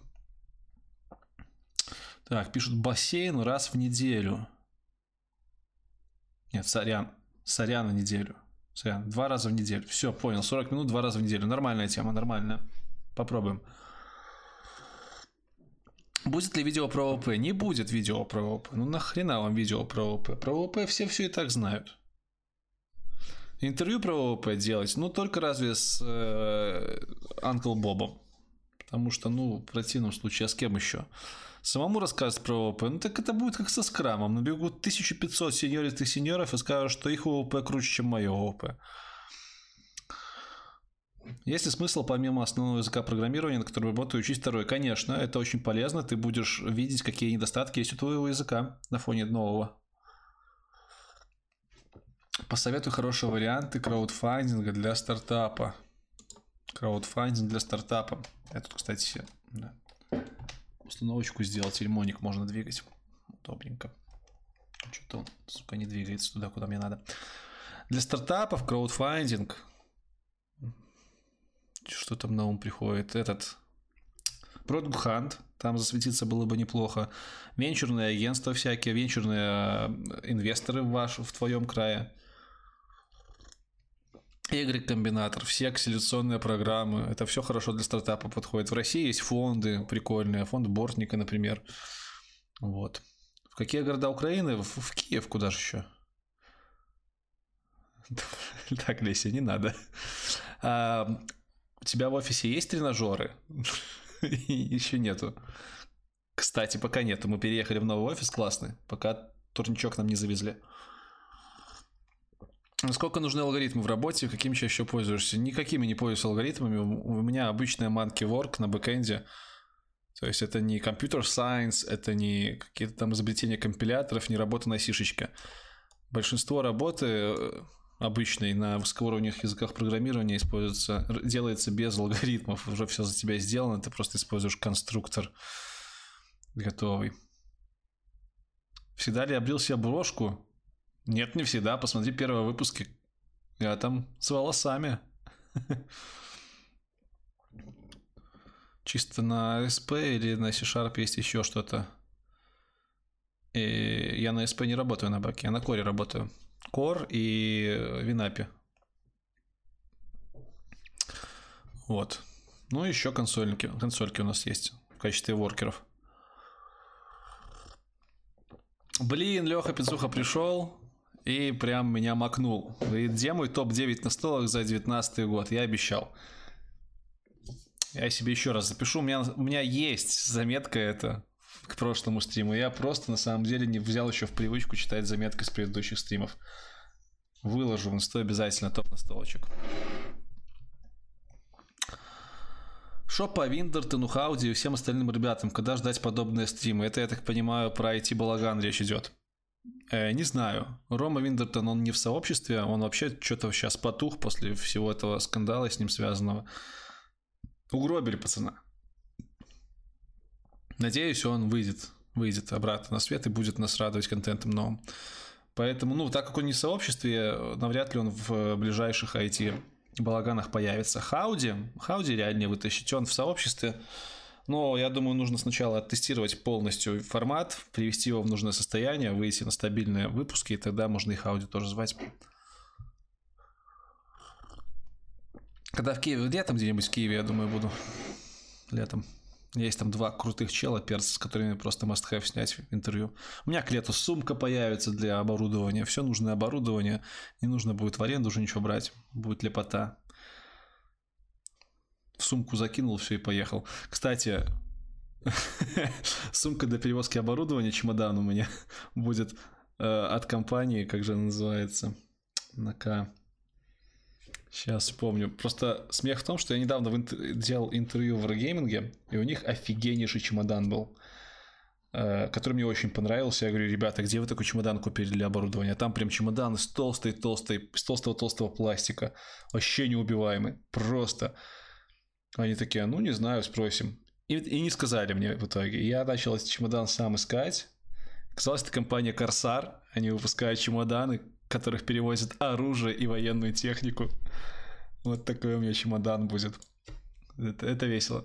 Так, пишут бассейн раз в неделю. Нет, сорян. Сорян в неделю. Сорян, два раза в неделю. Все, понял, сорок минут, два раза в неделю. Нормальная тема, нормальная. Попробуем. Будет ли видео про ОП? Не будет видео про ОП. Ну нахрена вам видео про ОП? Про ОП все все и так знают. Интервью про ОП делать, ну только разве с э, Uncle Бобом. Потому что, ну, в противном случае, а с кем еще? Самому рассказывать про ОП, ну так это будет как со скрамом. Набегут тысяча пятьсот сеньористых сеньоров и скажут, что их ОП круче, чем мое ОП. Есть ли смысл помимо основного языка программирования, на котором работаю, учить второй? Конечно, это очень полезно. Ты будешь видеть, какие недостатки есть у твоего языка на фоне нового. Посоветуй хорошие варианты краудфандинга для стартапа. Краудфандинг для стартапа. Я тут, кстати, да, установочку сделал, тельмоник можно двигать. Удобненько. Что-то он, сука, не двигается туда, куда мне надо. Для стартапов краудфандинг. Что там на ум приходит? Этот Product Hunt. Там засветиться было бы неплохо. Венчурные агентства всякие, венчурные инвесторы в, ваш, в твоем крае. Y-комбинатор, все акселерационные программы. Это все хорошо для стартапа подходит. В России есть фонды прикольные. Фонд Бортника, например. Вот. В какие города Украины? В, в Киев, куда же еще? Так, Леся, не надо. А, у тебя в офисе есть тренажеры? Еще нету. Кстати, пока нету. Мы переехали в новый офис классный. Пока турничок нам не завезли. Сколько нужны алгоритмы в работе? Какими чаще пользуешься? Никакими не пользуюсь алгоритмами. У меня обычная monkey work на бэкэнде. То есть это не computer science, это не какие-то там изобретения компиляторов, не работа на сишечке. Большинство работы обычной на высокоуровневых языках программирования используется, делается без алгоритмов. Уже все за тебя сделано, ты просто используешь конструктор готовый. Всегда ли я брил себе брошку? Нет, не всегда. Посмотри первые выпуски. Я там с волосами. Чисто на эс пи или на C-Sharp есть еще что-то. И я на эс пи не работаю на баке, я на коре работаю. Core и Винапи. Вот. Ну, еще консольки. Консольки у нас есть в качестве воркеров. Блин, Леха Пицуха пришел и прям меня макнул. Говорит, где мой топ девять на столах за девятнадцатый год? Я обещал. Я себе еще раз запишу. У меня, у меня есть заметка эта к прошлому стриму. Я просто на самом деле не взял еще в привычку читать заметки с предыдущих стримов. Выложу в инсту обязательно топ на столочек. Шо по Виндертону, Хауди и всем остальным ребятам, когда ждать подобные стримы? Это, я так понимаю, про ай ти-балаган речь идет. Э, не знаю. Рома Виндертон, он не в сообществе, он вообще что-то сейчас потух после всего этого скандала с ним связанного. Угробили пацана. Надеюсь, он выйдет, выйдет обратно на свет и будет нас радовать контентом новым. Поэтому, ну, так как он не в сообществе, навряд ли он в ближайших ай ти-балаганах появится. Хауди, Хауди реальнее вытащить, он в сообществе. Но я думаю, нужно сначала оттестировать полностью формат, привести его в нужное состояние, выйти на стабильные выпуски, и тогда можно и Хауди тоже звать. Когда в Киеве, летом где-нибудь в Киеве, я думаю, буду. Летом. Есть там два крутых чела, перца, с которыми просто must-have снять интервью. У меня к лету сумка появится для оборудования. Все нужное оборудование. Не нужно будет в аренду уже ничего брать. Будет лепота. В сумку закинул, все и поехал. Кстати, сумка для перевозки оборудования, чемодан у меня будет э, от компании, как же она называется? На-ка. Сейчас вспомню. Просто смех в том, что я недавно в интер... делал интервью в Wargaming, и у них офигеннейший чемодан был, э, который мне очень понравился. Я говорю, ребята, где вы такой чемодан купили для оборудования? Там прям чемодан из толстой-толстой, из толстого-толстого пластика. Вообще неубиваемый. Просто. Они такие, ну не знаю, спросим. И, и не сказали мне в итоге. Я начал этот чемодан сам искать. Оказалось, это компания Corsair. Они выпускают чемоданы, в которых перевозят оружие и военную технику. Вот такой у меня чемодан будет. Это, это весело.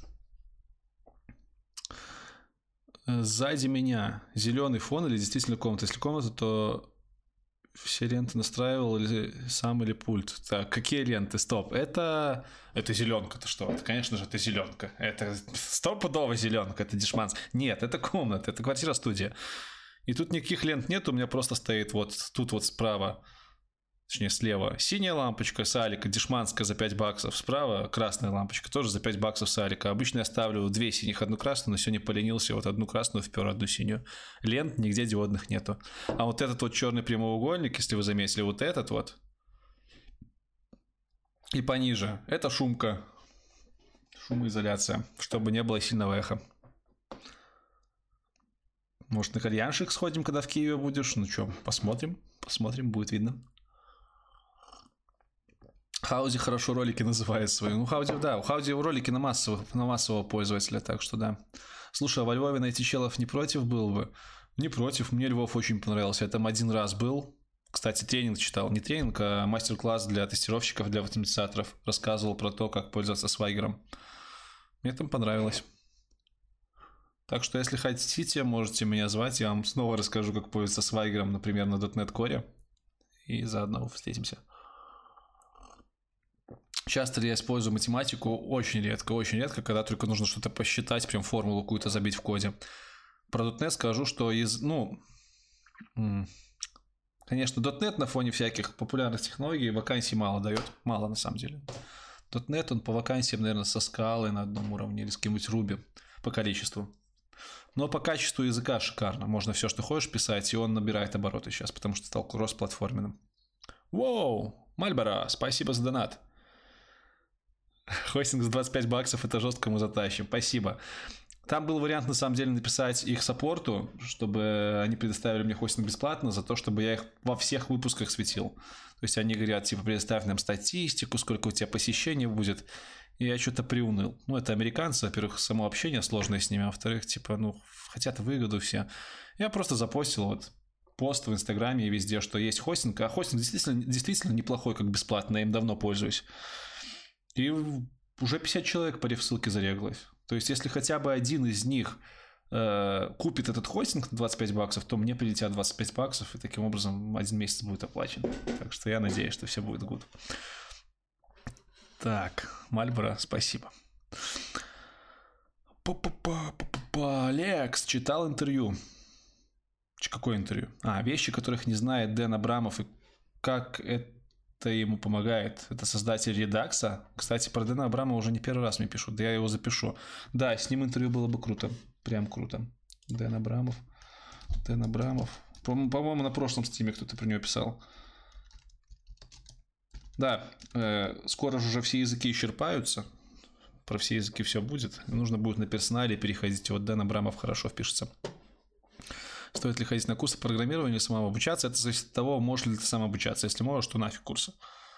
Сзади меня зеленый фон или действительно комната? Если комната, то все ленты настраивал или сам, или пульт. Так, какие ленты? Стоп. Это... Это зеленка. Это что? Это, конечно же, это зеленка. Это стопудово зеленка. Это дешманс. Нет, это комната. Это квартира-студия. И тут никаких лент нет. У меня просто стоит вот тут вот справа. Точнее, слева синяя лампочка с Алика, дешманская за пять баксов. Справа красная лампочка, тоже за пять баксов с Алика. Обычно я ставлю две синих, одну красную, но сегодня поленился, вот одну красную впер, одну синюю. Лент нигде диодных нету. А вот этот вот черный прямоугольник, если вы заметили, вот этот вот. И пониже. Это шумка. Шумоизоляция, чтобы не было сильного эха. Может, на кальяншик сходим, когда в Киеве будешь? Ну что, посмотрим. Посмотрим, будет видно. Хаузи хорошо ролики называет свои. Ну, Хауди, да, у Хауди ролики на массового, на массового пользователя, так что да. Слушай, а во Львове найти челов не против был бы? Не против, мне Львов очень понравился. Я там один раз был. Кстати, тренинг читал. Не тренинг, а мастер-класс для тестировщиков, для автоматизаторов. Рассказывал про то, как пользоваться свайгером. Мне там понравилось. Так что, если хотите, можете меня звать. Я вам снова расскажу, как пользоваться свайгером, например, на .дот нет Core. И заодно встретимся. Часто ли я использую математику? Очень редко, очень редко, когда только нужно что-то посчитать, прям формулу какую-то забить в коде. Про .дот нет скажу, что из, ну, конечно, .дот нет на фоне всяких популярных технологий вакансий мало дает, мало на самом деле. .дот нет, он по вакансиям, наверное, со скалой на одном уровне или с каким-нибудь Ruby по количеству. Но по качеству языка шикарно, можно все, что хочешь писать, и он набирает обороты сейчас, потому что стал кроссплатформенным. Воу, Мальборо, спасибо за донат. Хостинг за двадцать пять баксов, это жестко мы затащим. Спасибо. Там был вариант, на самом деле, написать их саппорту, чтобы они предоставили мне хостинг бесплатно за то, чтобы я их во всех выпусках светил. То есть они говорят, типа, предоставь нам статистику, сколько у тебя посещений будет. И я что-то приуныл. Ну, это американцы, во-первых, само общение сложное с ними, а во-вторых, типа, ну, хотят выгоду все. Я просто запостил вот пост в Инстаграме и везде, что есть хостинг. А хостинг действительно, действительно неплохой, как бесплатно, я им давно пользуюсь. И уже пятьдесят человек по реф-ссылке зареглось. То есть, если хотя бы один из них э, купит этот хостинг на двадцать пять баксов, то мне прилетят двадцать пять баксов, и таким образом один месяц будет оплачен. Так что я надеюсь, что все будет good. Так, Мальборо, спасибо. Па-па-па-па-па. Лекс читал интервью. Какое интервью? А, вещи, которых не знает Дэн Абрамов, и как это ему помогает. Это создатель Редакса. Кстати, про Дэна Абрамова уже не первый раз мне пишут. Да я его запишу. Да, с ним интервью было бы круто. Прям круто. Дэн Абрамов. Дэн Абрамов. По-моему, на прошлом стриме кто-то про него писал. Да, э, скоро же уже все языки исчерпаются. Про все языки все будет. Нужно будет на персонале переходить. Вот Дэн Абрамов хорошо впишется. Стоит ли ходить на курсы программирования или самому обучаться? Это зависит от того, можешь ли ты сам обучаться. Если можешь, то нафиг курсы.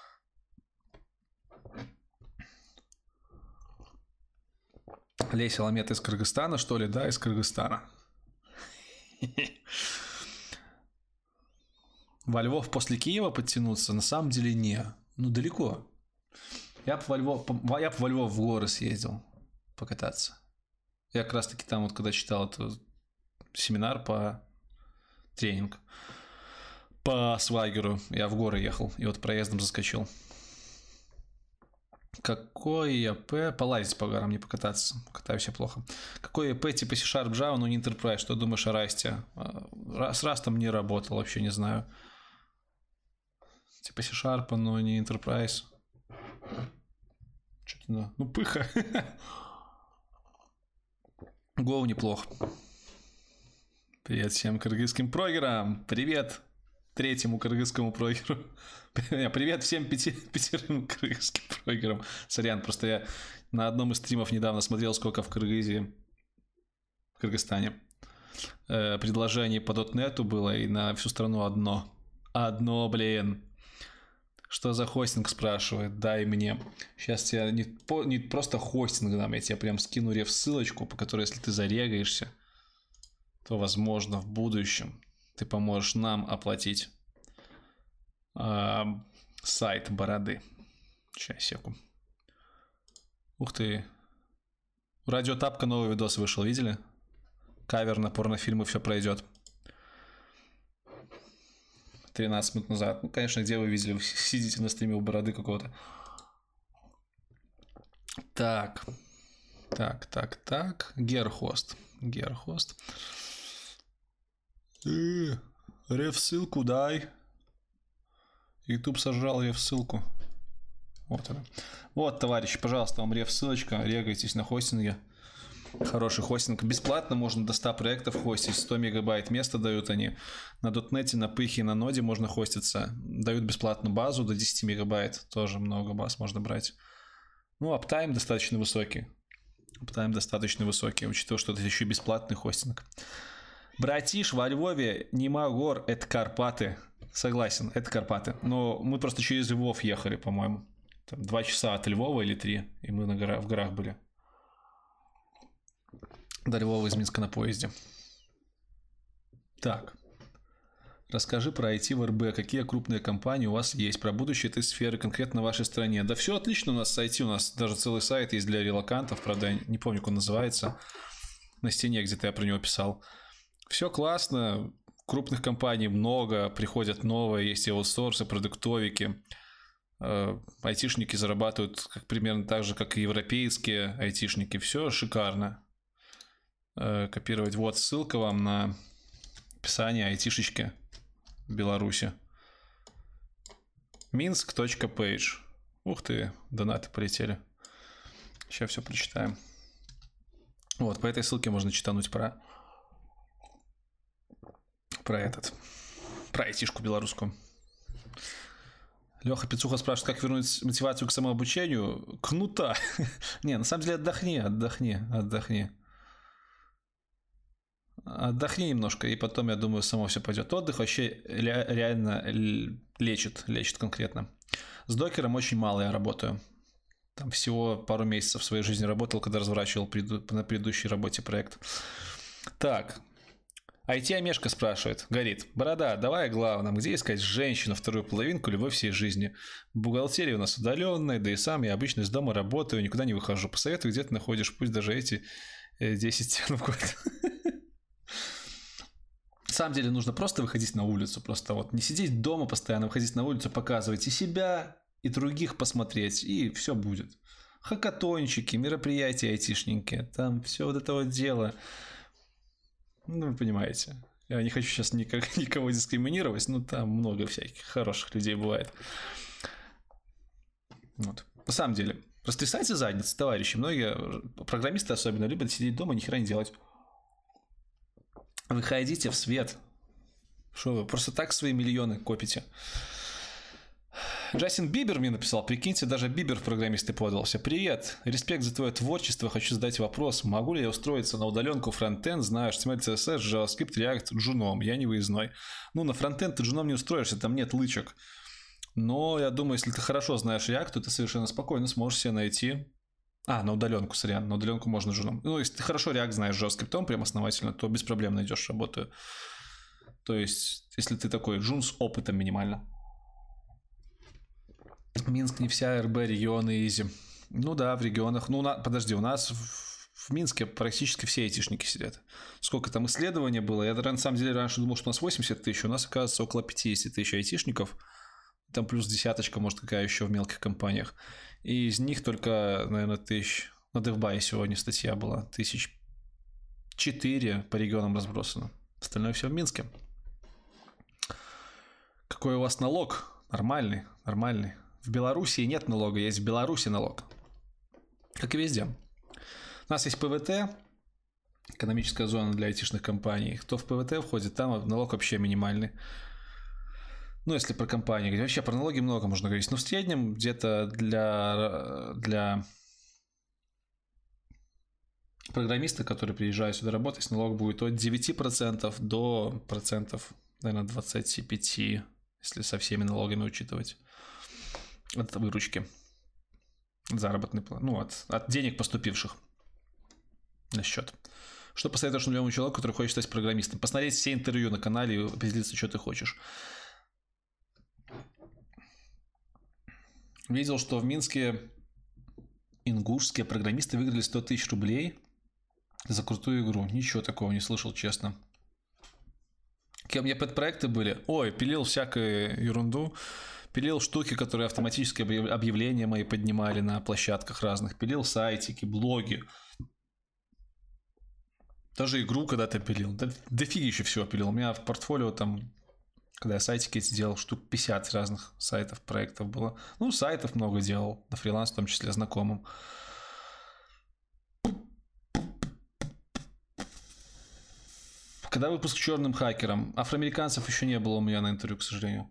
Леся Ламет из Кыргызстана, что ли? Да, из Кыргызстана. Во Львов после Киева подтянуться? На самом деле не. Ну, далеко. Я бы во Львов, я бы во Львов в горы съездил покататься. Я как раз таки там, вот когда читал этот семинар по тренинг по свайгеру, я в горы ехал и вот проездом заскочил. Какой АП? Полазить по горам, не покататься. Катаюсь я плохо. Какой АП типа C-Sharp Java, но не Enterprise? Что думаешь о Расте? С Растом не работал, вообще не знаю. Типа C-Sharp, но не Enterprise. Что-то, да. Ну, пыха. Гоу неплохо. Привет всем кыргызским прогерам. Привет третьему кыргызскому прогеру. Привет всем пяти, пятерым кыргызским прогерам. Сорян, просто я на одном из стримов недавно смотрел, сколько в Кыргызии, в Кыргызстане, э, предложений по дотнету было, и на всю страну одно. Одно, блин. Что за хостинг, спрашивает? Дай мне. Сейчас я не, по, не просто хостинг дам, я тебе прям скину реф-ссылочку, по которой, если ты зарегаешься, то, возможно, в будущем ты поможешь нам оплатить э, сайт Бороды. Сейчас, секунду. Ух ты. У Радио Тапка новый видос вышел, видели? Кавер на порнофильмы, все пройдет. тринадцать минут назад. Ну, конечно, где вы видели? Вы сидите на стриме у Бороды какого-то. Так. Так, так, так. Герхост. Герхост. Э, реф-ссылку дай. YouTube сожрал реф-ссылку. Вот она. Вот, товарищи, пожалуйста, вам реф-ссылочка. Регайтесь на хостинге. Хороший хостинг. Бесплатно можно до ста проектов хостить. сто мегабайт места дают они. На дотнете, на пыхе, на ноде можно хоститься. Дают бесплатную базу до десяти мегабайт. Тоже много баз можно брать. Ну, аптайм достаточно высокий. Аптайм достаточно высокий, учитывая, что это еще бесплатный хостинг. Братиш, во Львове нема гор, это Карпаты. Согласен, это Карпаты. Но мы просто через Львов ехали, по-моему. Там два часа от Львова или три. И мы на гора- в горах были. До Львова из Минска на поезде. Так. Расскажи про ай ти в эр бэ. Какие крупные компании у вас есть? Про будущее этой сферы конкретно в вашей стране. Да все отлично у нас с ай ти. У нас даже целый сайт есть для релокантов. Правда, я не помню, как он называется. На стене где-то я про него писал. Все классно. Крупных компаний много. Приходят новые. Есть и аутсорсы, продуктовики. Айтишники зарабатывают как, примерно так же, как и европейские айтишники. Все шикарно. Копировать. Вот ссылка вам на описание айтишечки в Беларуси. Минск.пейдж. Ух ты, донаты полетели. Сейчас все прочитаем. Вот, по этой ссылке можно читануть про про этот, про айтишку белорусскую. Леха Пицуха спрашивает, как вернуть мотивацию к самообучению. Кнута. Не, на самом деле отдохни, отдохни, отдохни. Отдохни немножко, и потом, я думаю, само все пойдет. Отдых вообще реально лечит, лечит конкретно. С докером очень мало я работаю. Там всего пару месяцев в своей жизни работал, когда разворачивал на предыдущей работе проект. Так. ай ти-Омешка спрашивает. Горит. Борода, давай о главном. Где искать женщину, вторую половинку, любовь всей жизни? Бухгалтерия у нас удаленная, да и сам я обычно из дома работаю, никуда не выхожу. Посоветуй, где ты находишь, пусть даже эти десять стен в год. На самом деле нужно просто выходить на улицу. Просто вот не сидеть дома постоянно, выходить на улицу, показывать и себя, и других посмотреть, и все будет. Хакатончики, мероприятия айтишненькие, там все вот это вот дело. Ну, вы понимаете. Я не хочу сейчас никак, никого дискриминировать, но там много всяких хороших людей бывает. Вот. На самом деле, растрясайте задницы, товарищи. Многие программисты особенно любят сидеть дома и ни хера не делать. Выходите в свет. Что вы, просто так свои миллионы копите. Джастин Бибер мне написал, прикиньте, даже Бибер в программисты подался. Привет, респект за твое творчество, хочу задать вопрос. Могу ли я устроиться на удаленку фронтенд, знаю эйч ти эм эль, си эс эс, JavaScript, React, джуном, я не выездной. Ну, на фронтенд ты джуном не устроишься, там нет лычек. Но я думаю, если ты хорошо знаешь React, то ты совершенно спокойно сможешь себе найти... А, на удаленку, сорян, на удаленку можно джуном. Ну, если ты хорошо React знаешь JavaScript прям основательно, то без проблем найдешь работу. То есть, если ты такой джун с опытом минимально. Минск не вся эр бэ, регионы изи. Ну да, в регионах. Ну, на... подожди, у нас в... в Минске практически все айтишники сидят. Сколько там исследований было? Я на самом деле раньше думал, что у нас восемьдесят тысяч, у нас, оказывается, около пятьдесят тысяч айтишников. Там плюс десяточка, может, какая еще в мелких компаниях. И из них только, наверное, тысяч... На DevBuy сегодня статья была. Тысяч четыре по регионам разбросано. Остальное все в Минске. Какой у вас налог? Нормальный, нормальный. В Белоруссии нет налога, есть в Беларуси налог. Как и везде. У нас есть ПВТ, экономическая зона для айтишных компаний. Кто в ПВТ входит, там налог вообще минимальный. Ну, если про компании, где вообще про налоги много можно говорить. Но в среднем где-то для, для программиста, который приезжает сюда работать, налог будет от девяти процентов до процентов, наверное, двадцати пяти, если со всеми налогами учитывать. От выручки. Заработный план. Ну, от, от денег, поступивших на счет. Что посоветуешь нулевому человеку, который хочет стать программистом? Посмотреть все интервью на канале и определиться, что ты хочешь. Видел, что в Минске ингушские программисты выиграли сто тысяч рублей за крутую игру. Ничего такого не слышал, честно. Какие у меня подпроекты были? Ой, пилил всякую ерунду. Пилил штуки, которые автоматически объявления мои поднимали на площадках разных. Пилил сайтики, блоги. Даже игру когда-то пилил. Да, дофига еще всего пилил. У меня в портфолио там, когда я сайтики эти делал, штук пятьдесят разных сайтов, проектов было. Ну, сайтов много делал. На фриланс, в том числе, знакомым. Когда выпуск черным хакером? Афроамериканцев еще не было у меня на интервью, к сожалению.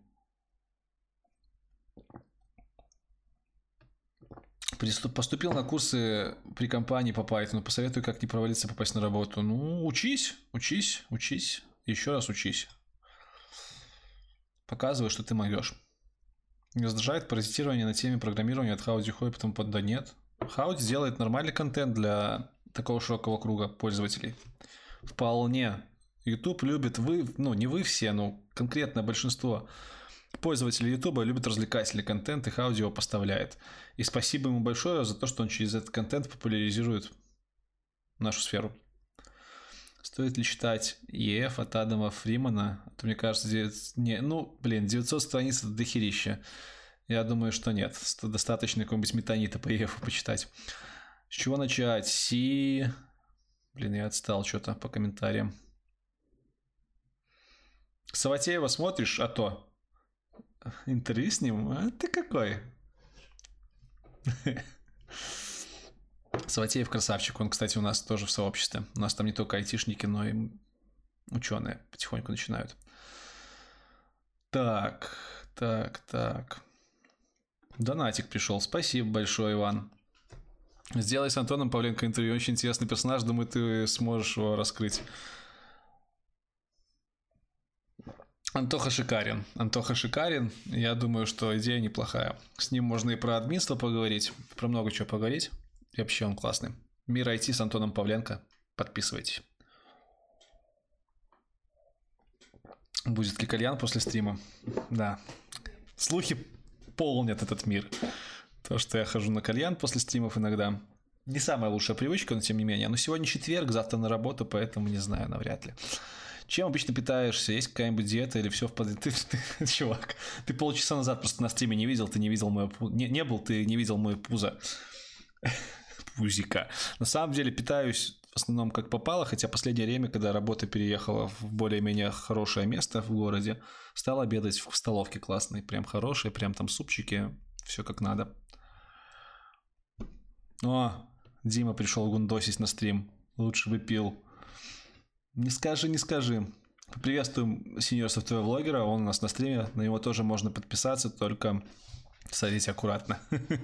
Поступил на курсы при компании по Python. Посоветую, как не провалиться, попасть на работу. Ну, учись, учись, учись. Еще раз учись. Показывай, что ты могешь. Не раздражает паразитирование на теме программирования от Хауди Хой, потом под да нет. Хауди делает нормальный контент для такого широкого круга пользователей. Вполне. YouTube любит вы, ну не вы все, но конкретное большинство пользователи YouTube любят развлекательный контент, и Хауди его поставляет. И спасибо ему большое за то, что он через этот контент популяризирует нашу сферу. Стоит ли читать и эф от Адама Фримана? А то, мне кажется, девятьсот... не, ну, блин, девятьсот страниц это дохерища. Я думаю, что нет. Достаточно какого-нибудь метанита по и эф почитать. С чего начать? Си... Блин, я отстал что-то по комментариям. Саватеева смотришь? А то... Интервью с ним? А ты какой? Саватеев красавчик. Он, кстати, у нас тоже в сообществе. У нас там не только айтишники, но и ученые потихоньку начинают. Так, так, так. Донатик пришел. Спасибо большое, Иван. Сделай с Антоном Павленко интервью. Очень интересный персонаж. Думаю, ты сможешь его раскрыть. Антоха шикарен. Антоха шикарен. Я думаю, что идея неплохая. С ним можно и про админство поговорить, про много чего поговорить. И вообще он классный. Мир ай ти с Антоном Павленко. Подписывайтесь. Будет ли кальян после стрима? Да. Слухи полнят этот мир. То, что я хожу на кальян после стримов иногда. Не самая лучшая привычка, но тем не менее. Но сегодня четверг, завтра на работу, поэтому не знаю, навряд ли. Чем обычно питаешься? Есть какая-нибудь диета или все в порядке? Ты, ты, чувак, ты полчаса назад просто на стриме не видел, ты не видел мое пузо. Не, не был, ты не видел мое пузо. Пузика. На самом деле питаюсь в основном как попало, хотя последнее время, когда работа переехала в более-менее хорошее место в городе, стал обедать в столовке классной, прям хорошие, прям там супчики, все как надо. О, Дима пришел гундосить на стрим. Лучше бы пил. Не скажи, не скажи. Приветствуем сеньор софтвер влогера, он у нас на стриме, на него тоже можно подписаться, только садитесь аккуратно.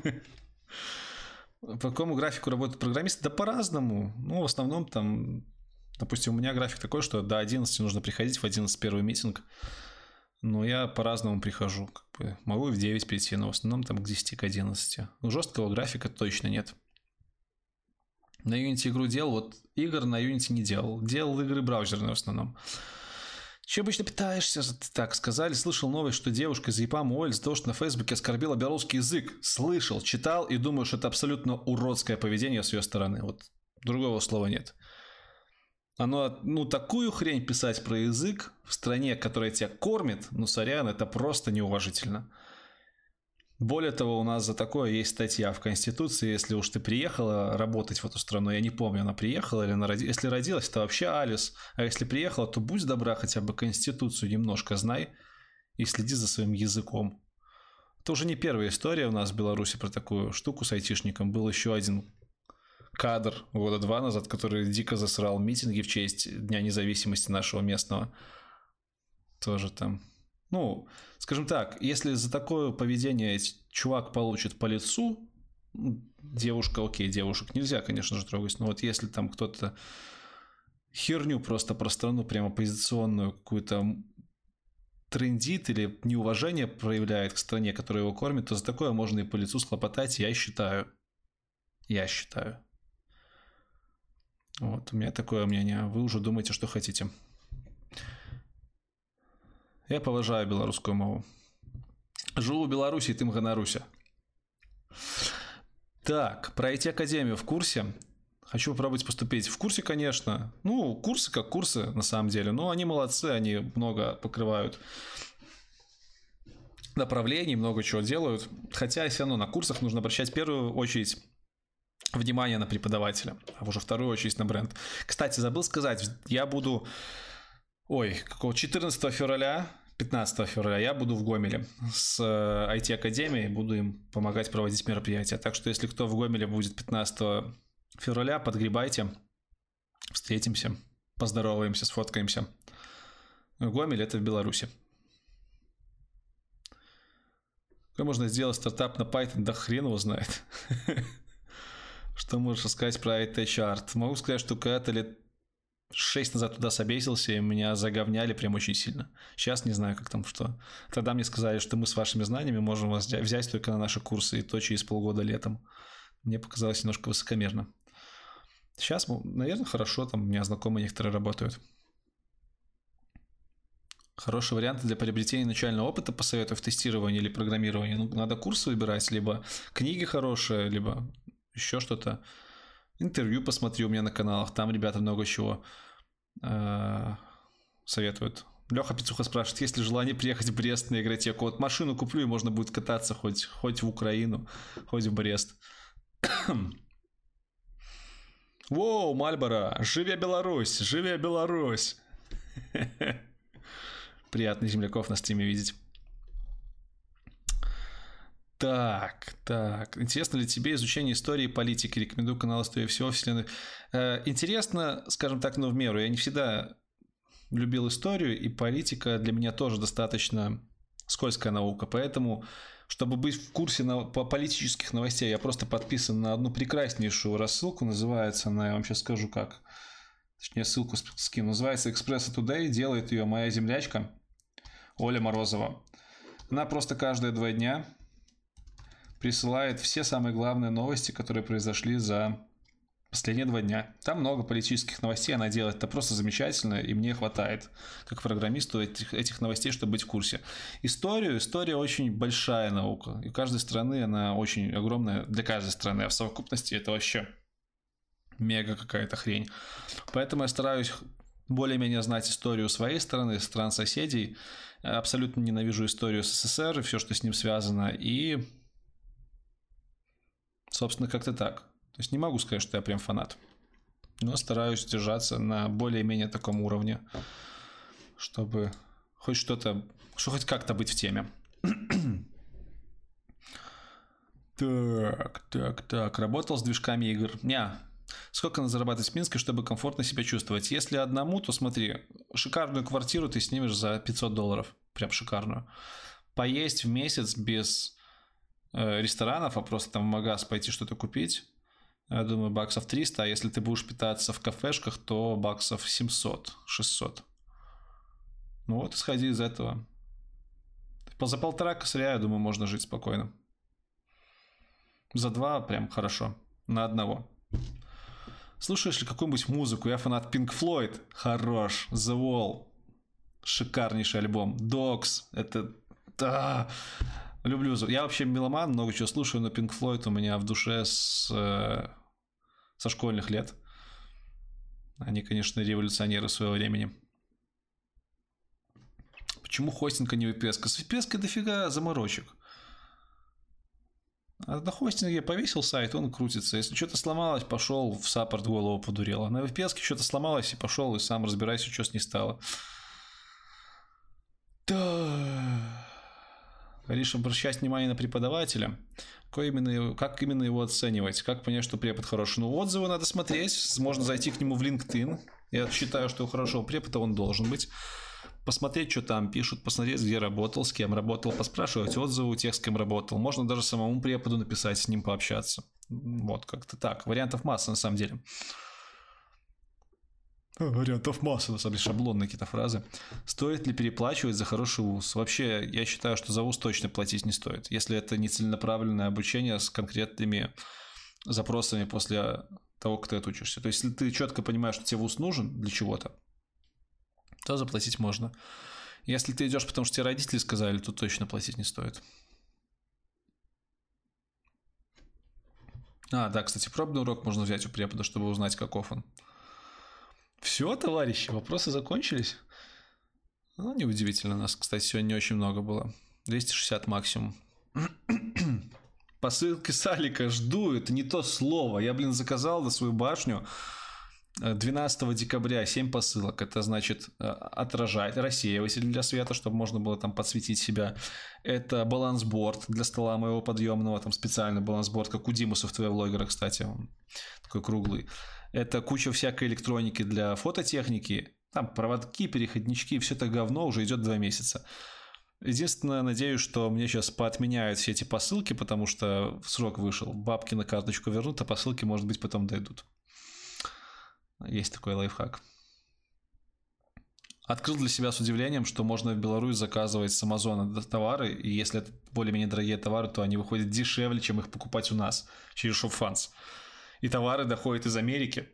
По какому графику работают программисты? Да по-разному. Ну, в основном там, допустим, у меня график такой, что до одиннадцати нужно приходить, в одиннадцать первый митинг. Но я по-разному прихожу. Как бы могу и в девять прийти, но в основном там к десяти, к одиннадцати. Ну, жесткого графика точно нет. На Unity игру делал, вот игр на Unity не делал. Делал игры браузерные в основном. Чем обычно питаешься? Так сказали. Слышал новость, что девушка из ЕПАМ уволилась за то, что на Фейсбуке оскорбила белорусский язык. Слышал, читал и думаю, что это абсолютно уродское поведение с ее стороны. Вот другого слова нет. Оно, ну, такую хрень писать про язык в стране, которая тебя кормит, ну, сорян, это просто неуважительно. Более того, у нас за такое есть статья в Конституции, если уж ты приехала работать в эту страну, я не помню, она приехала или она родилась. Если родилась, то вообще Алис, а если приехала, то будь добра, хотя бы Конституцию немножко знай и следи за своим языком. Это уже не первая история у нас в Беларуси про такую штуку с айтишником. Был еще один кадр года два назад, который дико засрал митинги в честь Дня независимости нашего местного. Тоже там. Ну, скажем так, если за такое поведение чувак получит по лицу, девушка, окей, девушек нельзя, конечно же, трогать, но вот если там кто-то херню просто про страну, прям оппозиционную какую-то трендит или неуважение проявляет к стране, которая его кормит, то за такое можно и по лицу схлопотать, я считаю. Я считаю. Вот, у меня такое мнение. Вы уже думаете, что хотите. Я поважаю белорусскую мову. Живу в Беларуси, тым ганаруся. Так, про ай ти-академию в курсе? Хочу попробовать поступить. В курсе, конечно. Ну, курсы как курсы, на самом деле. Но они молодцы, они много покрывают направлений, много чего делают. Хотя все равно на курсах нужно обращать в первую очередь внимание на преподавателя, а уже вторую очередь на бренд. Кстати, забыл сказать, я буду... Ой, какого четырнадцатого февраля, пятнадцатого февраля я буду в Гомеле с ай ти-академией, буду им помогать проводить мероприятия. Так что, если кто в Гомеле будет пятнадцатого февраля, подгребайте, встретимся, поздороваемся, сфоткаемся. Гомель — это в Беларуси. Как можно сделать стартап на Python? Да хрен его знает. Что можешь рассказать про ай ти-чарт? Могу сказать, что когда-то лет шесть назад туда собесился, и меня заговняли прям очень сильно. Сейчас не знаю, как там что. Тогда мне сказали, что мы с вашими знаниями можем вас взять только на наши курсы, и то через полгода летом. Мне показалось немножко высокомерно. Сейчас, наверное, хорошо, там у меня знакомые некоторые работают. Хорошие варианты для приобретения начального опыта посоветую в тестировании или программировании. Ну, надо курсы выбирать, либо книги хорошие, либо еще что-то. Интервью посмотри у меня на каналах, там ребята много чего э, советуют. Леха Пицуха спрашивает, есть ли желание приехать в Брест на игротеку? Вот машину куплю, и можно будет кататься хоть, хоть в Украину, хоть в Брест. Воу, Мальборо, живе Беларусь, живе Беларусь. Приятно земляков на стриме видеть. Так, так. Интересно ли тебе изучение истории и политики? Рекомендую канал «История всего вселенной». Э, интересно, скажем так, но в меру. Я не всегда любил историю, и политика для меня тоже достаточно скользкая наука. Поэтому, чтобы быть в курсе на, по политических новостей, я просто подписан на одну прекраснейшую рассылку. Называется она, я вам сейчас скажу как. Точнее, ссылку скину. Называется «Экспресса Today». Делает ее моя землячка Оля Морозова. Она просто каждые два дня присылает все самые главные новости, которые произошли за последние два дня. Там много политических новостей, она делает это просто замечательно, и мне хватает, как программисту, этих, этих новостей, чтобы быть в курсе. Историю, история очень большая наука, и у каждой страны она очень огромная, для каждой страны, а в совокупности это вообще мега какая-то хрень. Поэтому я стараюсь более-менее знать историю своей страны, стран соседей. Абсолютно ненавижу историю СССР и все, что с ним связано, и собственно, как-то так. То есть не могу сказать, что я прям фанат. Но стараюсь держаться на более-менее таком уровне, чтобы хоть что-то, что хоть как-то быть в теме. Так, так, так. Работал с движками игр. Ня. Сколько надо зарабатывать в Минске, чтобы комфортно себя чувствовать? Если одному, то смотри, шикарную квартиру ты снимешь за пятьсот долларов. Прям шикарную. Поесть в месяц без ресторанов, а просто там в магаз пойти что-то купить, я думаю, баксов триста, а если ты будешь питаться в кафешках, то баксов семьсот шестьсот. Ну вот, исходи из этого. За полтора косаря, я думаю, можно жить спокойно. За два прям хорошо. На одного. Слушаешь ли какую-нибудь музыку? Я фанат Pink Floyd. Хорош. The Wall. Шикарнейший альбом. Dogs. Это... Да. Люблю. Я вообще меломан, много чего слушаю, но Pink Floyd у меня в душе с, э, со школьных лет. Они, конечно, революционеры своего времени. Почему хостинг, а не ви пи эс? С ви пи эс дофига заморочек. А на хостинге повесил сайт, он крутится. Если что-то сломалось, пошел в саппорт, голову подурел. А на ви пи эс что-то сломалось, и пошел, и сам разбирайся, что с ней стало. Да... Говоришь, обращать внимание на преподавателя. Какой именно, как именно его оценивать? Как понять, что препод хороший? Ну, отзывы надо смотреть. Можно зайти к нему в LinkedIn. Я считаю, что у хорошего препода он должен быть. Посмотреть, что там пишут, посмотреть, где работал, с кем работал, поспрашивать отзывы у тех, с кем работал. Можно даже самому преподу написать, с ним пообщаться. Вот, как-то так. Вариантов масса, на самом деле. Вариантов масса, на самом деле, шаблонные какие-то фразы. Стоит ли переплачивать за хороший вуз? Вообще, я считаю, что за вуз точно платить не стоит. Если это не целенаправленное обучение с конкретными запросами после того, как ты отучишься. То есть, если ты четко понимаешь, что тебе вуз нужен для чего-то, то заплатить можно. Если ты идешь, потому что тебе родители сказали, то точно платить не стоит. А, да, кстати, пробный урок можно взять у препода, чтобы узнать, каков он. Все, товарищи, вопросы закончились? Ну, неудивительно, нас, кстати, сегодня не очень много было. двести шестьдесят максимум. Посылки с Алика жду, это не то слово. Я, блин, заказал на свою башню двенадцатого декабря семь посылок. Это значит отражать, рассеиватель для света, чтобы можно было там подсветить себя. Это балансборд для стола моего подъемного, там специальный балансборд, как у Димы софтвер-влогера, кстати, он такой круглый. Это куча всякой электроники для фототехники. Там проводки, переходнички, все это говно уже идет два месяца. Единственное, надеюсь, что мне сейчас поотменяют все эти посылки, потому что срок вышел. Бабки на карточку вернут, а посылки, может быть, потом дойдут. Есть такой лайфхак. Открыл для себя с удивлением, что можно в Беларусь заказывать с Амазона товары, и если это более-менее дорогие товары, то они выходят дешевле, чем их покупать у нас через ShopFans. И товары доходят из Америки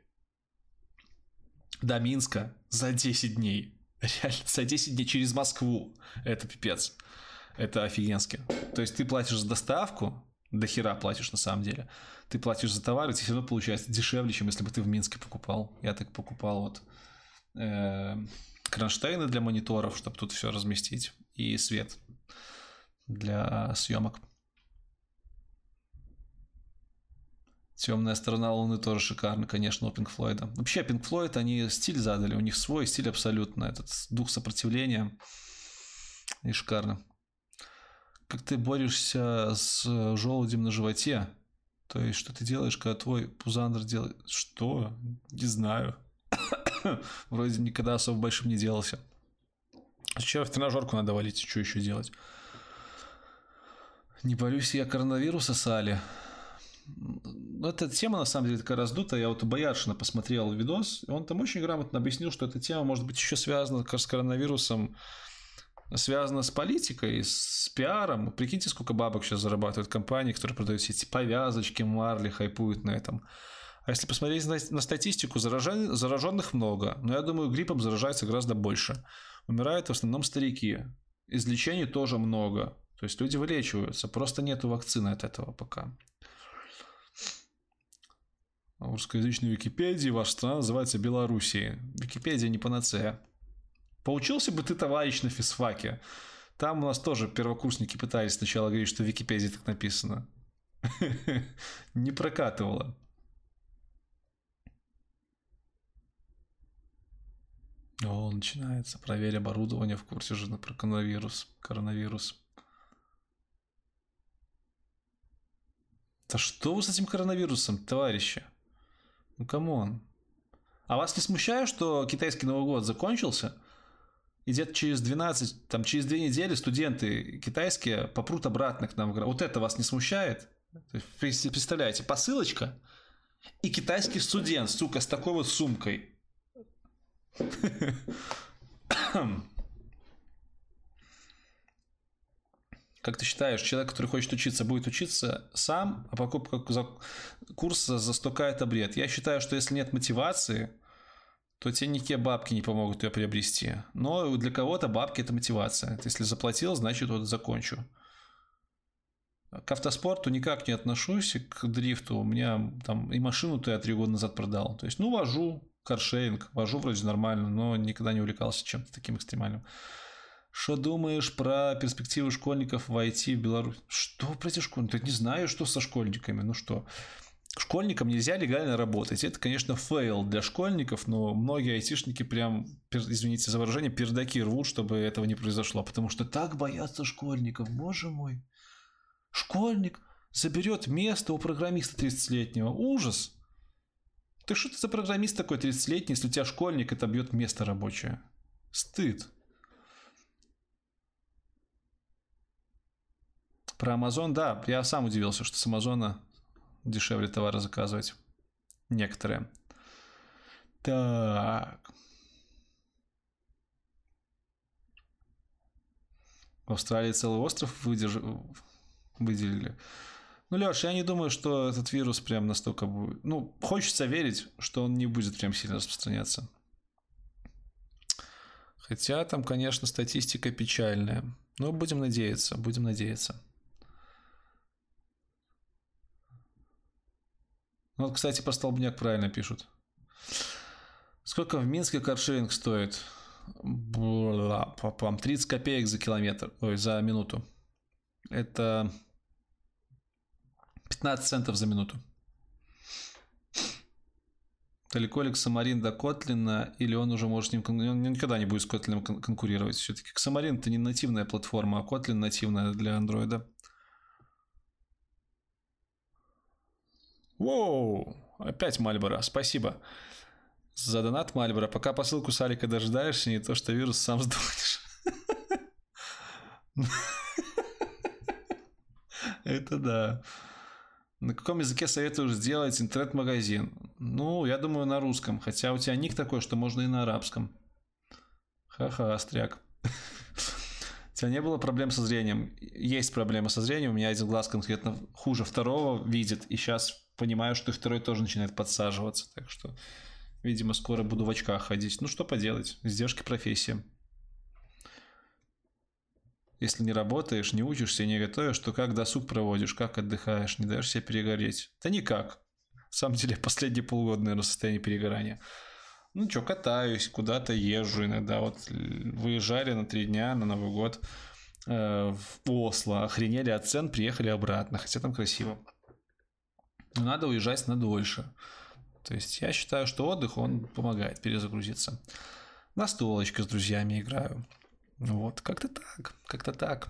до Минска за десять дней. Реально, за десять дней через Москву. Это пипец. Это офигенски. То есть ты платишь за доставку, до хера платишь на самом деле. Ты платишь за товары, тебе все равно получается дешевле, чем если бы ты в Минске покупал. Я так покупал вот э, кронштейны для мониторов, чтобы тут все разместить. И свет для съемок. Темная сторона Луны тоже шикарно, конечно, у Pink Floyd. Вообще, Pink Floyd, они стиль задали, у них свой стиль абсолютно. Этот дух сопротивления. И шикарно. Как ты борешься с желудем на животе? То есть, что ты делаешь, когда твой пузандр делает... Что? Не знаю. Вроде никогда особо большим не делался. Вчера в тренажерку надо валить, что еще делать? Не боюсь я коронавируса, Сали. Ну, эта тема, на самом деле, такая раздутая. Я вот у Бояршина посмотрел видос, и он там очень грамотно объяснил, что эта тема может быть еще связана с коронавирусом, связана с политикой, с пиаром. Прикиньте, сколько бабок сейчас зарабатывают компании, которые продают все эти повязочки, марли, хайпуют на этом. А если посмотреть на, на статистику, заражен, зараженных много, но я думаю, гриппом заражается гораздо больше. Умирают в основном старики. Излечений тоже много. То есть люди вылечиваются, просто нету вакцины от этого пока. В русскоязычной Википедии ваша страна называется Белоруссией. Википедия не панацея. Поучился бы ты, товарищ, на физфаке. Там у нас тоже первокурсники пытались сначала говорить, что в Википедии так написано. Не прокатывало. О, начинается. Проверь оборудование, в курсе же про коронавирус. Коронавирус. Да что вы с этим коронавирусом, товарищи? Ну, камон. А вас не смущает, что китайский Новый год закончился? И где-то через двенадцать, там через две недели студенты китайские попрут обратно к нам. Вот это вас не смущает? Представляете, посылочка и китайский студент, сука, с такой вот сумкой. Как ты считаешь, человек, который хочет учиться, будет учиться сам, а покупка курса за сто ка это бред? Я считаю, что если нет мотивации, то тебе никакие бабки не помогут ее приобрести. Но для кого-то бабки – это мотивация. Если заплатил, значит, вот закончу. К автоспорту никак не отношусь, к дрифту. У меня там и машину-то я три года назад продал. То есть, ну, вожу, каршеринг, вожу вроде нормально, но никогда не увлекался чем-то таким экстремальным. Что думаешь про перспективы школьников в ай ти в Беларуси? Что про эти школьники? Я не знаю, что со школьниками. Ну что? Школьникам нельзя легально работать. Это, конечно, фейл для школьников, но многие айтишники прям, извините за выражение, пердаки рвут, чтобы этого не произошло. Потому что так боятся школьников, боже мой. Школьник заберет место у программиста тридцатилетнего. Ужас! Ты что ты за программист такой тридцатилетний, если у тебя школьник отобьет место рабочее? Стыд. Про Amazon, да, я сам удивился, что с Амазона дешевле товары заказывать. Некоторые. Так. В Австралии целый остров выдерж... выделили. Ну, Леш, я не думаю, что этот вирус прям настолько будет... Ну, хочется верить, что он не будет прям сильно распространяться. Хотя там, конечно, статистика печальная. Но будем надеяться, будем надеяться. Ну, вот, кстати, про столбняк правильно пишут. Сколько в Минске каршеринг стоит? тридцать копеек за километр. Ой, за минуту. Это пятнадцать центов за минуту. Далеко ли Xamarin до Kotlin, или он уже может с ним... Он никогда не будет с Kotlin конкурировать. Все-таки Xamarin это не нативная платформа, а Kotlin нативная для Android. Воу! Опять Мальборо. Спасибо за донат, Мальборо. Пока посылку с Алика дожидаешься, не то что вирус сам сдохнешь. Это да. На каком языке советуешь сделать интернет-магазин? Ну, я думаю, на русском. Хотя у тебя ник такой, что можно и на арабском. Ха-ха, остряк. У тебя не было проблем со зрением? Есть проблемы со зрением. У меня один глаз конкретно хуже второго видит. И сейчас понимаю, что и второй тоже начинает подсаживаться. Так что, видимо, скоро буду в очках ходить. Ну, что поделать? Издержки профессии. Если не работаешь, не учишься, не готовишь, то как досуг проводишь, как отдыхаешь, не даешь себе перегореть? Да никак. На самом деле, последние полгода, наверное, состояние перегорания. Ну что, катаюсь, куда-то езжу иногда. Вот выезжали на три дня на Новый год э, в Осло. Охренели от цен, приехали обратно. Хотя там красиво. Но надо уезжать на дольше. То есть я считаю, что отдых, он помогает перезагрузиться. На столочке с друзьями играю. Вот, как-то так, как-то так.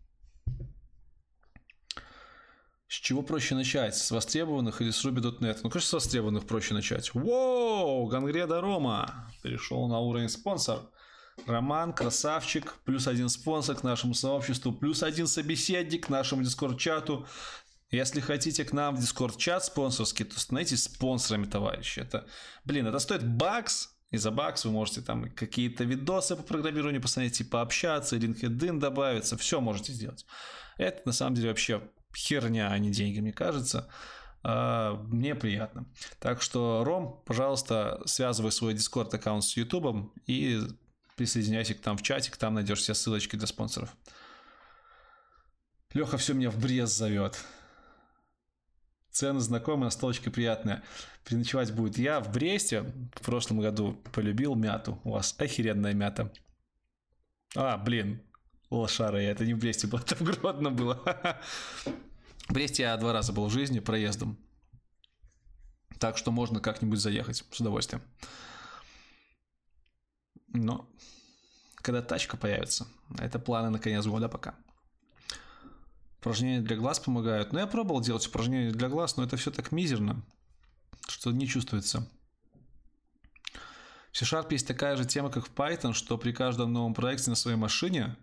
С чего проще начать? С востребованных или с Ruby точка нет? Ну, конечно, с востребованных проще начать. Воу, Гангреда Рома перешел на уровень спонсор. Роман, красавчик, плюс один спонсор к нашему сообществу, плюс один собеседник к нашему дискорд-чату. Если хотите к нам в дискорд-чат спонсорский, то становитесь спонсорами, товарищи. Это, блин, это стоит бакс. И за бакс вы можете там какие-то видосы по программированию посмотреть, типа пообщаться, LinkedIn добавиться, все можете сделать. Это на самом деле вообще херня, а не деньги, мне кажется. А, мне приятно. Так что, Ром, пожалуйста, связывай свой Discord аккаунт с YouTube и присоединяйся к нам в чатик, там найдешь все ссылочки для спонсоров. Леха все меня в Брест зовет. Цены знакомые, настолочка приятная. Переночевать будет. Я в Бресте в прошлом году полюбил мяту. У вас охеренная мята. А, блин, лошара я. Это не в Бресте было, это в Гродно было. В Бресте я два раза был в жизни проездом. Так что можно как-нибудь заехать с удовольствием. Но когда тачка появится, это планы на конец года пока. Упражнения для глаз помогают. Ну, я пробовал делать упражнения для глаз, но это все так мизерно, что не чувствуется. В C-Sharp есть такая же тема, как в Python, что при каждом новом проекте на своей машине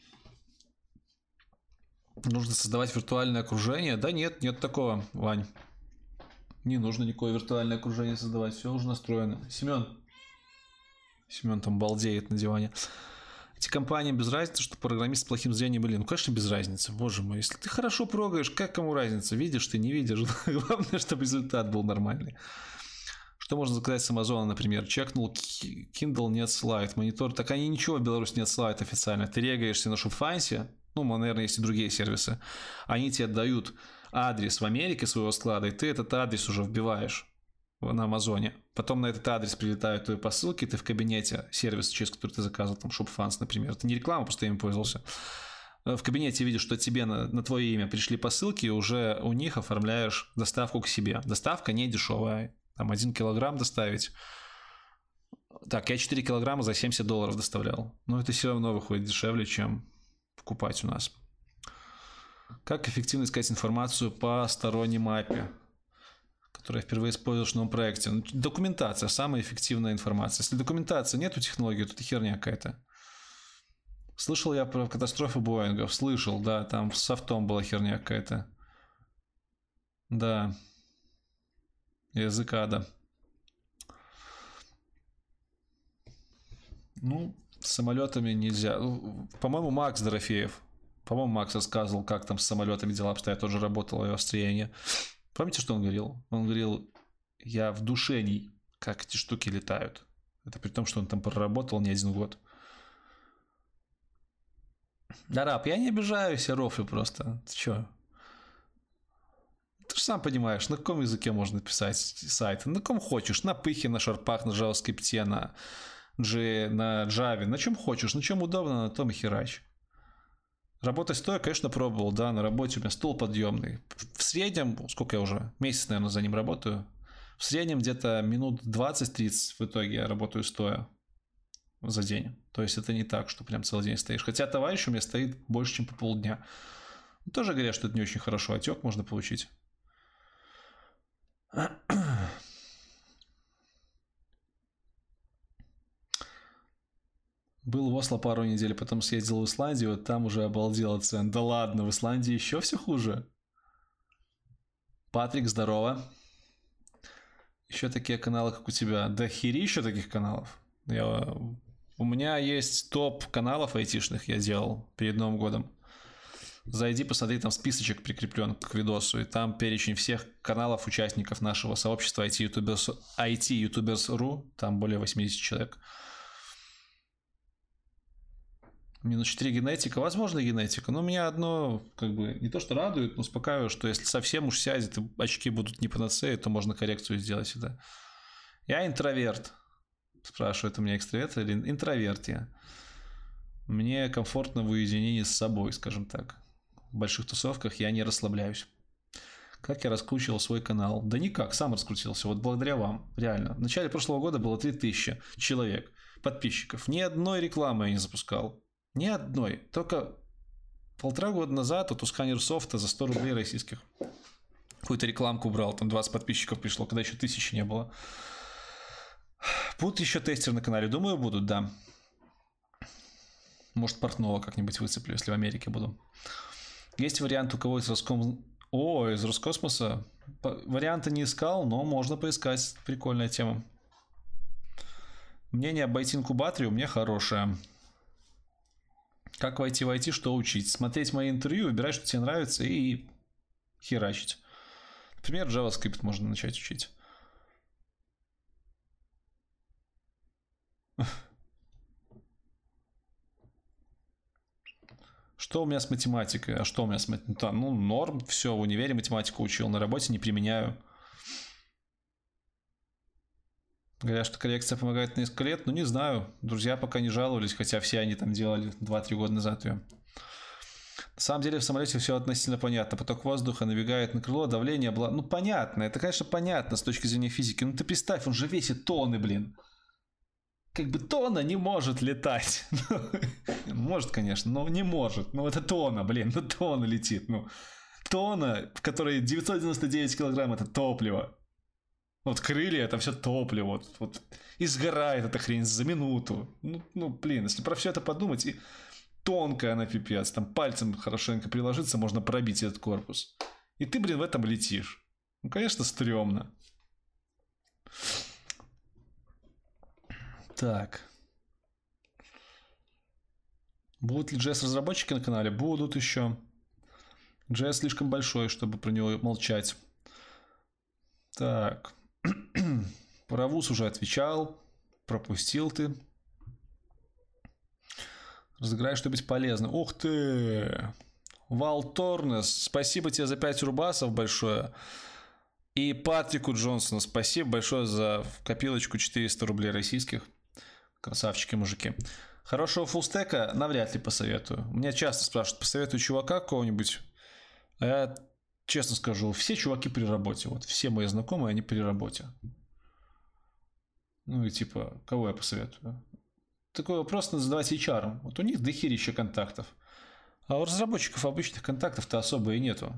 нужно создавать виртуальное окружение. Да нет, нет такого, Вань. Не нужно никакое виртуальное окружение создавать. Все уже настроено. Семен. Семен там балдеет на диване. Эти компании без разницы, что программист с плохим зрением или... Ну, конечно, без разницы. Боже мой, если ты хорошо прогаешь, как кому разница? Видишь ты, не видишь. Главное, чтобы результат был нормальный. Что можно заказать с Амазона, например? Чекнул, Kindle не отсылает, монитор. Так они ничего в Беларуси не отсылают официально. Ты регаешься на ShopFancy, ну, наверное, есть и другие сервисы. Они тебе дают адрес в Америке своего склада, и ты этот адрес уже вбиваешь на Амазоне. Потом на этот адрес прилетают твои посылки, ты в кабинете сервиса, через который ты заказывал, там ShopFans, например. Это не реклама, просто я им пользовался. в кабинете видишь, что тебе на, на твое имя пришли посылки, и уже у них оформляешь доставку к себе. Доставка не дешевая. Там один килограмм доставить. Так, я четыре килограмма за семьдесят долларов доставлял. Но это все равно выходит дешевле, чем покупать у нас. Как эффективно искать информацию по сторонней мапе, которую я впервые использовал в новом проекте? Документация – самая эффективная информация. Если документации нету технологии, то это херня какая-то. Слышал я про катастрофу Боингов? Слышал, да, там с софтом была херня какая-то. Да. Язык ада. Ну, с самолетами нельзя. По-моему, Макс Дорофеев. По-моему, Макс рассказывал, как там с самолетами дела обстоят. Тоже работал в Австриене. Помните, что он говорил? Он говорил, я в душе не, как эти штуки летают. Это при том, что он там проработал не один год. Да, раб, я не обижаюсь, я рофлю просто. Ты чё? Ты же сам понимаешь, на каком языке можно писать сайты? На каком хочешь. На пыхе, на шарпах, на JavaScript, на, G, на Java. На чем хочешь, на чем удобно, на том и херач. Работать стоя, конечно, пробовал, да, на работе у меня стол подъемный. В среднем, сколько я уже, месяц, наверное, за ним работаю. В среднем где-то минут двадцать-тридцать в итоге я работаю стоя за день. То есть это не так, что прям целый день стоишь. Хотя товарищ у меня стоит больше, чем по полдня. Тоже говорят, что это не очень хорошо. Отек можно получить. Был в Осло пару недель, потом съездил в Исландию, там уже обалдел от цен. Да ладно, в Исландии еще все хуже. Патрик, здорово. Еще такие каналы, как у тебя. Да хери еще таких каналов. Я... У меня есть топ каналов айтишных, я делал перед Новым годом. Зайди, посмотри, там списочек прикреплен к видосу, и там перечень всех каналов участников нашего сообщества ай ти ютуберс точка ру, там более восемьдесят человек. Минус четыре генетика, возможно генетика, но меня одно как бы не то что радует, но успокаиваю, что если совсем уж сядет и очки будут не панацеей, то можно коррекцию сделать сюда. Я интроверт. Спрашивает у меня экстраверт или интроверт я. Мне комфортно в уединении с собой, скажем так. В больших тусовках я не расслабляюсь. Как я раскручивал свой канал? Да никак, сам раскрутился. Вот благодаря вам. Реально. В начале прошлого года было три тысячи человек, подписчиков. Ни одной рекламы я не запускал. Ни одной. Только полтора года назад от Усканер софта за сто рублей российских какую-то рекламку брал. Там двадцать подписчиков пришло, когда еще тысячи не было. Будут еще тестеры на канале? Думаю, будут, да. Может, портного как-нибудь выцеплю, если в Америке буду. Есть вариант у кого из Роском... О, из Роскосмоса? Варианты не искал, но можно поискать. Прикольная тема. Мнение об ай ти-инкубаторе у меня хорошее. Как войти в ай ти, что учить? Смотреть мои интервью, выбирать, что тебе нравится, и херачить. Например, JavaScript можно начать учить. Что у меня с математикой? А что у меня с математикой? Ну, норм, все, в универе математику учил, на работе не применяю. Говорят, что коррекция помогает на несколько лет, ну не знаю. Друзья пока не жаловались, хотя все они там делали два-три года назад ее. На самом деле в самолете все относительно понятно. Поток воздуха набегает на крыло, давление... Бла... Ну понятно, это конечно понятно с точки зрения физики. Ну ты представь, он же весит тонны, блин. Как бы тонна не может летать. Может, конечно, но не может. Ну, это тонна, блин, ну тонна летит. Ну, тонна, в которой девятьсот девяносто девять килограмм, это топливо. Вот крылья, это все топливо. Вот, вот. И сгорает эта хрень за минуту. Ну, ну, блин, если про все это подумать, и тонкая она пипец. Там пальцем хорошенько приложиться, можно пробить этот корпус. И ты, блин, в этом летишь. Ну, конечно, стрёмно. Так. Будут ли джей эс-разработчики на канале? Будут еще. джей эс слишком большой, чтобы про него молчать. Так. Про вуз уже отвечал. Пропустил ты. Разыграй что-нибудь полезное. Ух ты! Вал Торнес, спасибо тебе за пять рубасов большое. И Патрику Джонсону спасибо большое за копилочку четыреста рублей российских. Красавчики, мужики. Хорошего фуллстека навряд ли посоветую. Меня часто спрашивают, посоветую чувака какого-нибудь. А я честно скажу, все чуваки при работе. Вот все мои знакомые, они при работе. Ну и типа, кого я посоветую? Такой вопрос надо задавать эйч ар. Вот у них дохерища контактов. А у разработчиков обычных контактов-то особо и нету.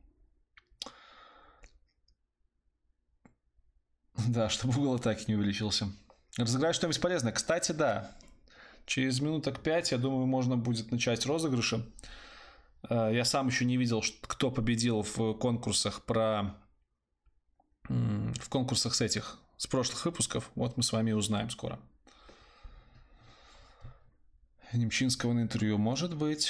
Да, чтобы угол атаки не увеличился. Разыграть что-нибудь полезное? Кстати, да. Через минуток пять, я думаю, можно будет начать розыгрыши. Я сам еще не видел, кто победил в конкурсах про... В конкурсах с этих, с прошлых выпусков. Вот мы с вами узнаем скоро. Немчинского на интервью может быть.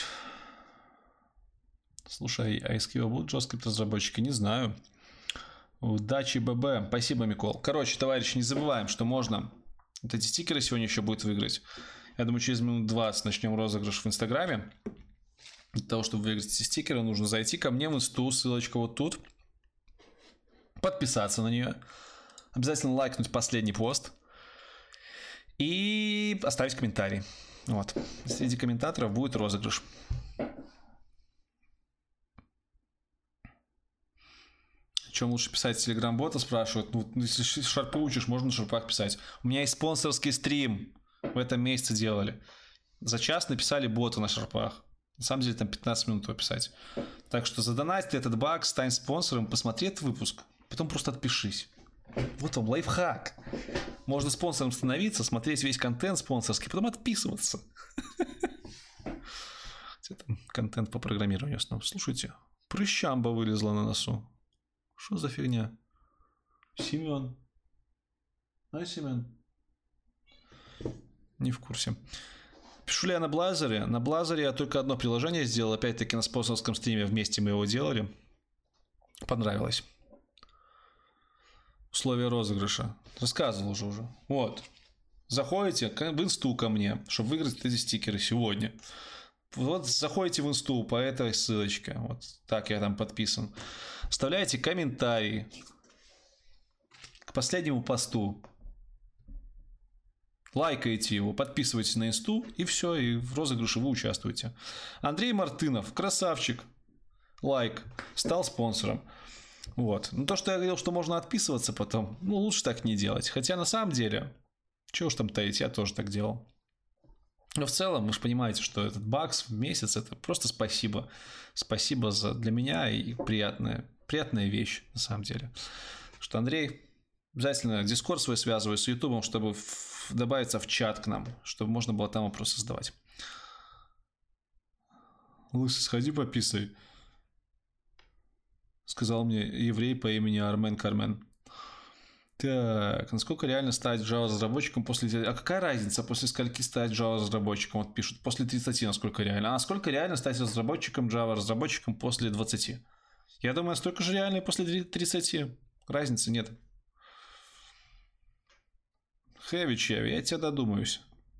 Слушай, а из Киева будут JavaScript разработчики? Не знаю. Удачи, ББ. Спасибо, Микол. Короче, товарищи, не забываем, что можно вот эти стикеры сегодня еще будет выиграть. Я думаю, через минут двадцать начнем розыгрыш в Инстаграме. Для того, чтобы выиграть эти стикеры, нужно зайти ко мне в инсту, ссылочка вот тут. Подписаться на нее. Обязательно лайкнуть последний пост. И оставить комментарий. Вот. Среди комментаторов будет розыгрыш. Чем лучше писать телеграм-бота, спрашивают. Ну, если шарпы учишь, можно на шарпах писать. У меня есть спонсорский стрим. В этом месяце делали. За час написали бота на шарпах. На самом деле там пятнадцать минут его писать. Так что задонать этот баг, стань спонсором, посмотри этот выпуск. Потом просто отпишись. Вот вам лайфхак. Можно спонсором становиться, смотреть весь контент спонсорский, потом отписываться. Это контент по программированию основном. Слушайте, прыщамба вылезла на носу. Что за фигня? Семен. Ай, Семен. Не в курсе. Пишу ли я на Блазере? На Блазере я только одно приложение сделал. Опять-таки на спонсорском стриме вместе мы его делали. Понравилось. Условия розыгрыша. Рассказывал уже уже. Вот. Заходите в инсту ко мне, чтобы выиграть эти стикеры сегодня. Вот заходите в инсту по этой ссылочке. Вот так я там подписан. Вставляете комментарий к последнему посту. Лайкаете его, подписывайтесь на инсту, и все, и в розыгрыше вы участвуете. Андрей Мартынов, красавчик, лайк, стал спонсором. Вот. Ну, то, что я говорил, что можно отписываться потом, ну, лучше так не делать. Хотя, на самом деле, чего уж там таить, я тоже так делал. Но в целом, вы же понимаете, что этот бакс в месяц, это просто спасибо. Спасибо за, для меня и приятная, приятная вещь, на самом деле. Что, Андрей, обязательно Discord свой связывай с Ютубом, чтобы в, добавиться в чат к нам, чтобы можно было там вопросы задавать. Лысый, сходи пописай. Сказал мне еврей по имени Армен Кармен. Так, насколько реально стать Java-разработчиком после... А какая разница, после скольки стать Java-разработчиком? Вот пишут, после тридцати насколько реально. А насколько реально стать разработчиком, Java-разработчиком после двадцати? Я думаю, настолько же реально и после тридцати. Разницы нет. Хэви Чеви, я тебя додумаюсь.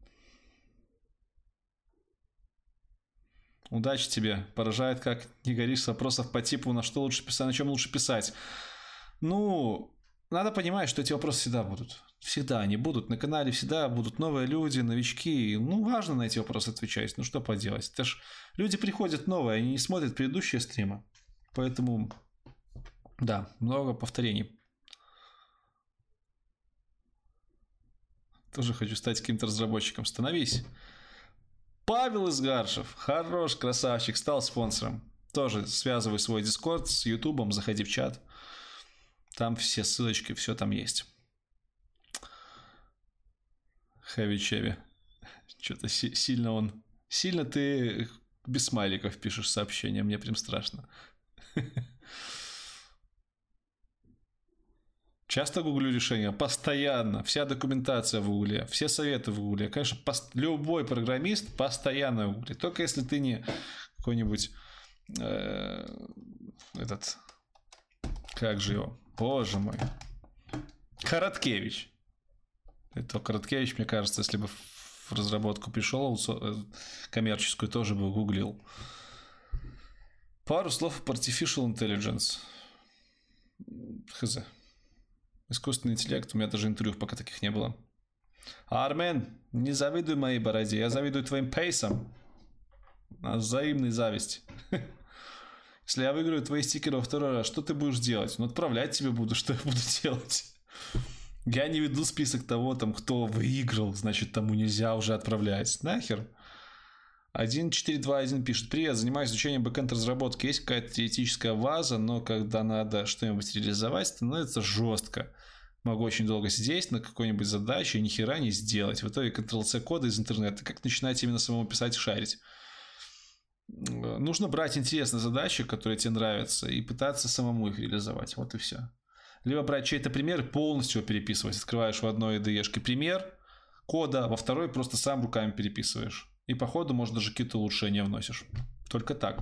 Удачи тебе. Поражает, как не горишь с вопросов по типу, на что лучше писать, на чем лучше писать. Ну... Надо понимать, что эти вопросы всегда будут. Всегда они будут. На канале всегда будут новые люди, новички. Ну, важно на эти вопросы отвечать. Ну, что поделать. Это ж люди приходят новые, они не смотрят предыдущие стримы. Поэтому, да, много повторений. Тоже хочу стать каким-то разработчиком. Становись. Павел Изгаршев. Хорош, красавчик. Стал спонсором. Тоже связывай свой Discord с Ютубом. Заходи в чат. Там все ссылочки, все там есть. Хэви Чеви. Что-то си- сильно он... Сильно ты без смайликов пишешь сообщения. Мне прям страшно. Часто гуглю решения? Постоянно. Вся документация в гугле. Все советы в гугле. Конечно, пост... любой программист постоянно в гугле. Только если ты не какой-нибудь... Э... Этот... Как же его? Боже мой. Короткевич. Это Короткевич, мне кажется, если бы в разработку пришел коммерческую, тоже бы гуглил. Пару слов по Artificial Intelligence. Хз. Искусственный интеллект. У меня даже интервью пока таких не было. Армен, не завидуй моей бороде, я завидую твоим пейсам. Взаимной зависть. Если я выиграю твои стикеры во второй раз, что ты будешь делать? Ну, отправлять тебе буду, что я буду делать? Я не веду список того, там, кто выиграл, значит, тому нельзя уже отправлять. Нахер? один четыре два один пишет: привет, занимаюсь изучением бэкэнд разработки. Есть какая-то теоретическая база, но когда надо что-нибудь реализовать, становится жестко. Могу очень долго сидеть на какой-нибудь задаче и ни хера не сделать. В итоге контрол-C кода из интернета. Как начинать именно самому писать и шарить? Нужно брать интересные задачи, которые тебе нравятся, и пытаться самому их реализовать. Вот и все. Либо брать чей-то пример и полностью его переписывать. Открываешь в одной ай ди и-шке пример кода, во второй просто сам руками переписываешь. И по ходу, может, даже какие-то улучшения вносишь. Только так.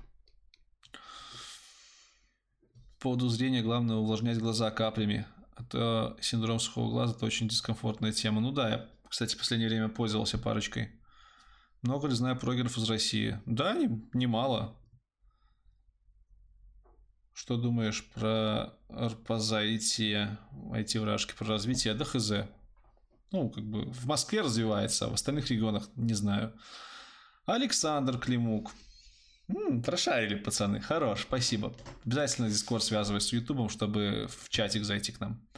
По поводу зрения главное увлажнять глаза каплями. А то синдром сухого глаза – это очень дискомфортная тема. Ну да, я, кстати, в последнее время пользовался парочкой. Много ли знаю прогеров из России? Да, немало. Что думаешь про РПЗ, ай ти, ай ти-вражки, про развитие? Да хз. Ну, как бы в Москве развивается, а в остальных регионах не знаю. Александр Климук. М-м, прошарили, пацаны. Хорош, спасибо. Обязательно Discord связывай с Ютубом, чтобы в чатик зайти к нам.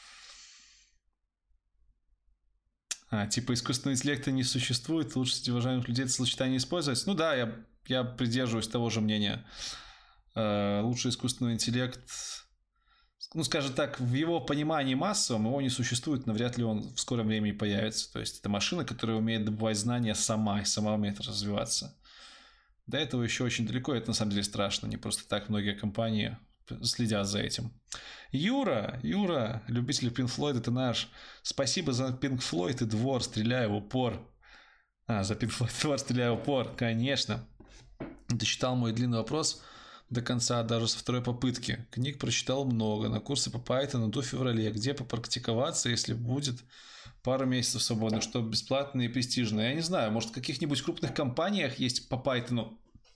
А, типа искусственного интеллекта не существует, лучше среди уважаемых людей это словосочетание использовать. Ну да, я, я придерживаюсь того же мнения. Э, лучше искусственный интеллект, ну скажем так, в его понимании массовом его не существует, но вряд ли он в скором времени появится. То есть это машина, которая умеет добывать знания сама и сама умеет развиваться. До этого еще очень далеко, это на самом деле страшно. Не просто так многие компании следят за этим. Юра, Юра, любитель Pink Floyd, это наш. Спасибо за Pink Floyd и двор, стреляю в упор. А, за Pink Floyd, двор, стреляю в упор, конечно. Ты читал мой длинный вопрос до конца, даже со второй попытки. Книг прочитал много, на курсы по Python иду в феврале, где попрактиковаться, если будет пару месяцев свободных, что бесплатно и престижно. Я не знаю, может в каких-нибудь крупных компаниях есть по Python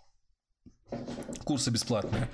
курсы бесплатные.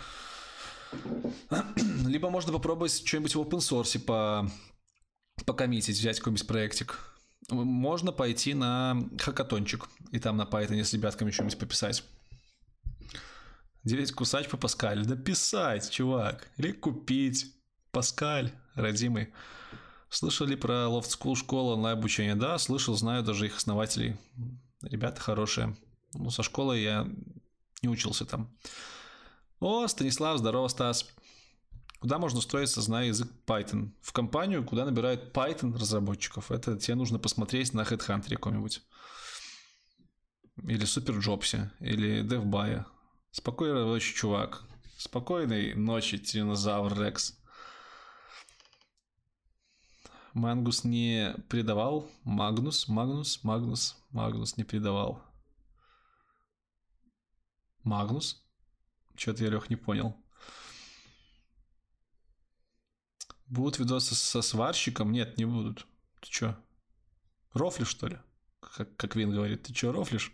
Либо можно попробовать что-нибудь в open source по, покоммитить, взять какой-нибудь проектик. Можно пойти на хакатончик и там на Python с ребятками что-нибудь пописать. Делить кусач по Паскаль. Да писать, чувак. Или купить. Паскаль, родимый. Слышал ли про Loft School школу онлайн-обучения? Да, слышал, знаю даже их основателей. Ребята хорошие. Ну, со школой я не учился там. О, Станислав, здорово, Стас. Куда можно устроиться, зная язык Python? В компанию, куда набирают Python разработчиков. Это тебе нужно посмотреть на HeadHunter каком-нибудь. Или Суперджобсе, или DevBuy. Спокойной ночи, чувак. Спокойной ночи, Тиринозавр Рекс. Мангус не предавал. Магнус, Магнус, Магнус, Магнус не предавал. Магнус? Что-то я, Лех, не понял. Будут видосы со сварщиком? Нет, не будут. Ты чё? Рофлишь, что ли? Как, как Вин говорит. Ты чё, рофлишь?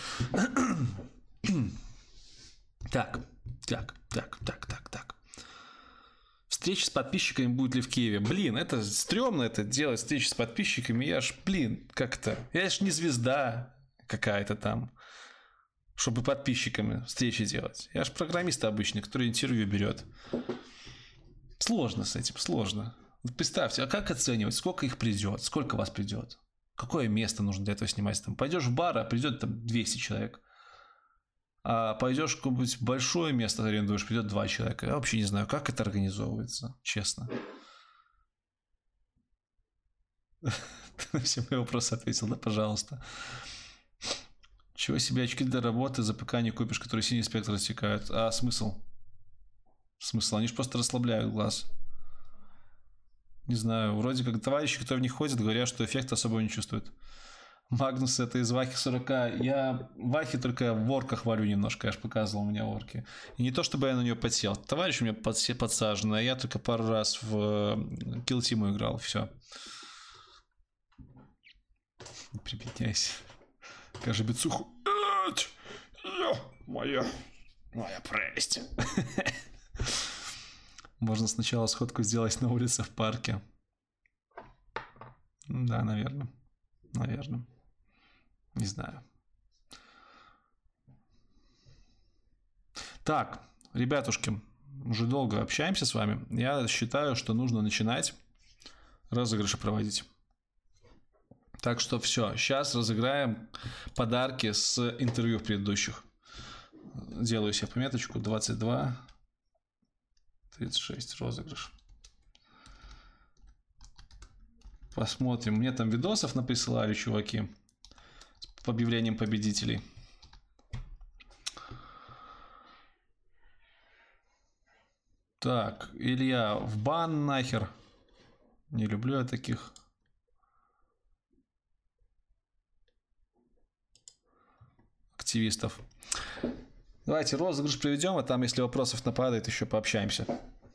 Так, так, так, так, так, так. Встреча с подписчиками будет ли в Киеве? Блин, это стрёмно это делать, встречи с подписчиками. Я ж, блин, как-то... Я ж не звезда какая-то там, чтобы подписчиками встречи делать. Я ж программист обычный, который интервью берет. Сложно с этим, сложно. Вот представьте, а как оценивать, сколько их придет, сколько вас придет? Какое место нужно для этого снимать? Там пойдешь в бар, а придет там двести человек. А пойдешь в какое-нибудь большое место арендуешь, придет два человека. Я вообще не знаю, как это организовывается, честно. Ты на все мои вопросы ответил, да, пожалуйста. Чего себе очки для работы за ПК не купишь, которые синий спектр рассекают? А смысл? Смысл? Они же просто расслабляют глаз. Не знаю, вроде как товарищи, которые в них ходят, говорят, что эффекта особо не чувствуют. Магнус это из Вахи сорок. Я Вахи только в ворках варю немножко, я же показывал у меня ворки. И не то, чтобы я на нее подсел. Товарищ у меня подсе- подсажен, а я только пару раз в Kill Team играл, все. Не прибедняйся. Скажи бицуху. Моя, моя прелесть. Можно сначала сходку сделать на улице в парке. Да, наверное. Наверное. Не знаю. Так, ребятушки, уже долго общаемся с вами. Я считаю, что нужно начинать розыгрыши проводить. Так что все, сейчас разыграем подарки с интервью предыдущих. Делаю себе пометочку двадцать два тридцать шесть розыгрыш. Посмотрим. Мне там видосов наприсылали, чуваки, с объявлением победителей. Так, Илья, в бан нахер. Не люблю я таких. Активистов. Давайте розыгрыш проведем, а там, если вопросов нападает, еще пообщаемся.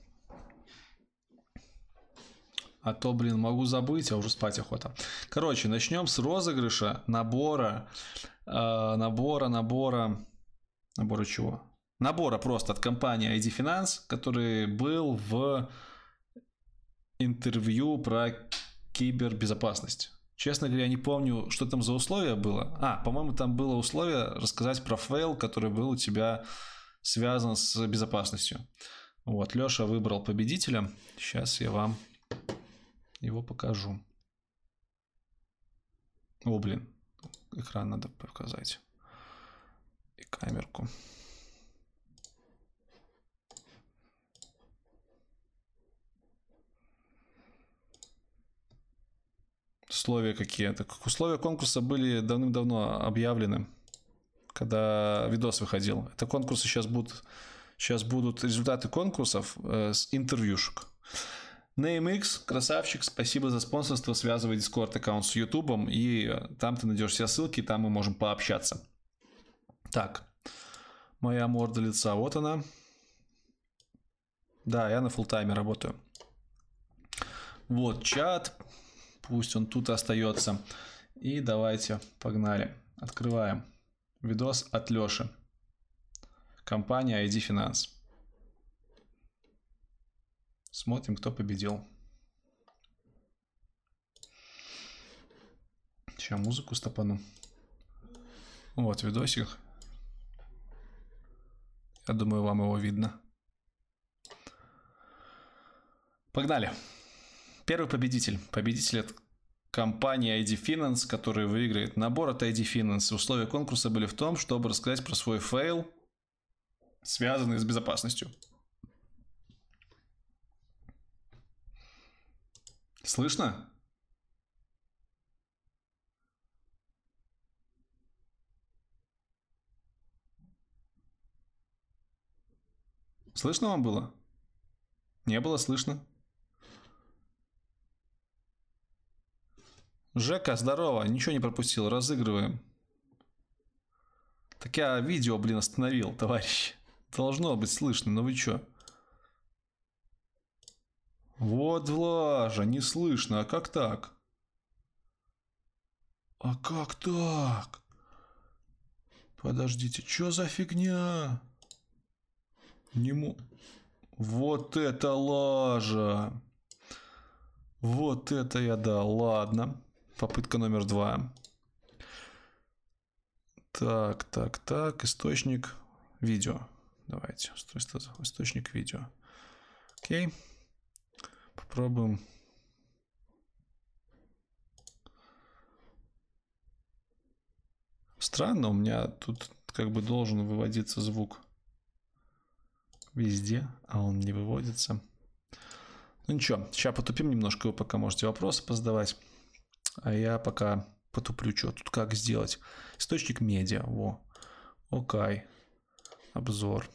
А то, блин, могу забыть, а уже спать охота. Короче, начнем с розыгрыша набора, э, набора, набора, набора чего? Набора просто от компании ай ди Finance, который был в интервью про кибербезопасность. Честно говоря, не помню, что там за условие было. А, по-моему, там было условие рассказать про фейл, который был у тебя связан с безопасностью. Вот, Леша выбрал победителя. Сейчас я вам его покажу. О, блин, экран надо показать. И камерку. Условия какие? Так, условия конкурса были давным-давно объявлены, когда видос выходил. Это конкурсы сейчас будут, сейчас будут результаты конкурсов э, с интервьюшек. NameX, красавчик, спасибо за спонсорство. Связывай Discord аккаунт с YouTube, и там ты найдешь все ссылки, там мы можем пообщаться. Так, моя морда лица, вот она. Да, я на фуллтайме работаю. Вот чат. Пусть он тут остается. И давайте, погнали. Открываем. Видос от Лёши. Компания ай ди Finance. Смотрим, кто победил. Сейчас музыку стопану. Вот видосик. Я думаю, вам его видно. Погнали. Первый победитель. Победитель от компании ай ди Finance, который выиграет набор от ай ди Finance. Условия конкурса были в том, чтобы рассказать про свой фейл, связанный с безопасностью. Слышно? Слышно вам было? Не было слышно. Жека, здорово, ничего не пропустил, разыгрываем. Так я видео, блин, остановил, товарищ. Должно быть слышно, но вы чё? Вот влажа, не слышно, а как так? А как так? Подождите, чё за фигня? Не мо... Вот это лажа. Вот это я дал, ладно. Попытка номер два. Так, так, так. Источник видео. Давайте. Источник видео. Окей. Попробуем. Странно, у меня тут как бы должен выводиться звук везде, а он не выводится. Ну ничего, сейчас потупим немножко, вы пока можете вопросы позадавать. А я пока потуплю, что тут как сделать. Источник медиа, во. Окей. Обзор.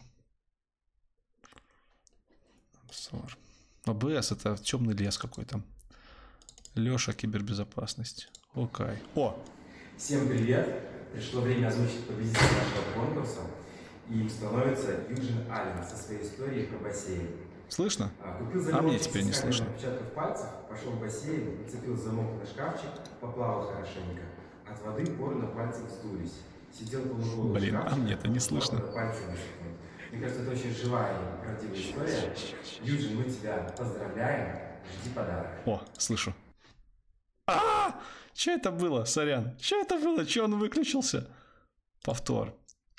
Обзор. о бэ эс это темный лес какой-то. Леша, кибербезопасность. Окей. О! Всем привет! Пришло время озвучить победителя нашего конкурса. И становится Юджин Аллен со своей историей про бассейн. Слышно? А, купил а мне теперь не слышно. Отпечатков пальцев, пошел в бассейн, нацепил замок на шкафчик, поплавал хорошенько. От воды поры на пальцах вздулись. Сидел полуголый. Блин, а мне-то не слышно. Мне кажется, это очень живая и правдивая история. Юджин, мы тебя поздравляем. Жди подарок. О, слышу. А-а-а! Что это было, сорян? Что это было? Что он выключился? Повтор.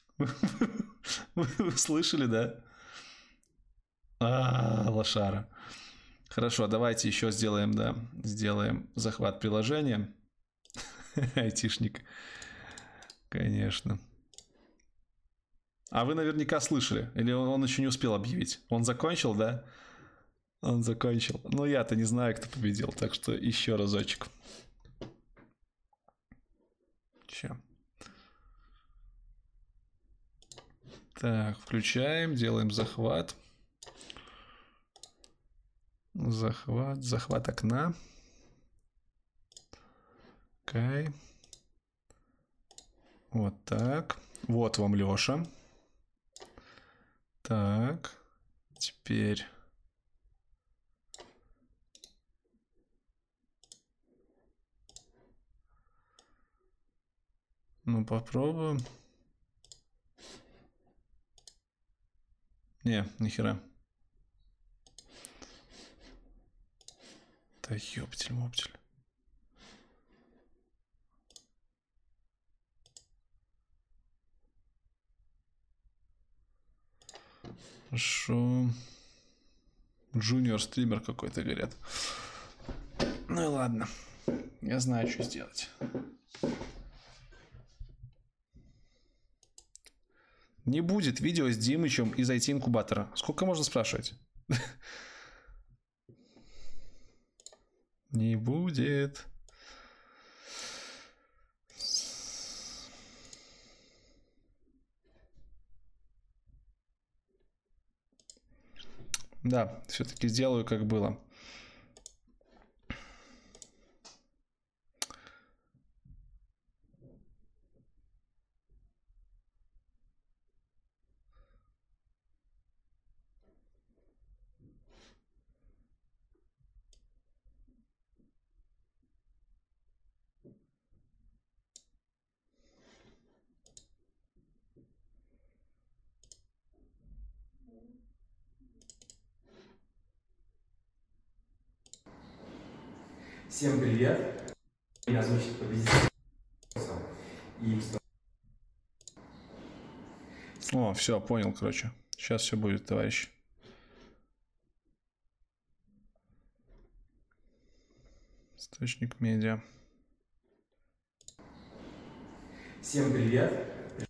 Вы слышали, да? А, лошара. Хорошо, давайте еще сделаем, да, сделаем захват приложения. Айтишник. Конечно. А вы наверняка слышали. Или он, он еще не успел объявить? Он закончил, да? Он закончил. Ну, я-то не знаю, кто победил. Так что еще разочек. Че? Так, включаем. Делаем захват. Захват. Захват окна. Окей. Вот так. Вот вам Леша. Так. Теперь... Ну, попробуем. Не, нихера. Да ёптель-моптель. Хорошо. Джуниор стример какой-то, говорят. Ну и ладно. Я знаю, что сделать. Не будет видео с Димычем из ай ти-инкубатора. Сколько можно спрашивать? Не будет. Да, все-таки сделаю, как было. Всем привет! Меня озвучит победитель. И... О, все, понял, короче. Сейчас все будет, товарищ. Источник медиа. Всем привет!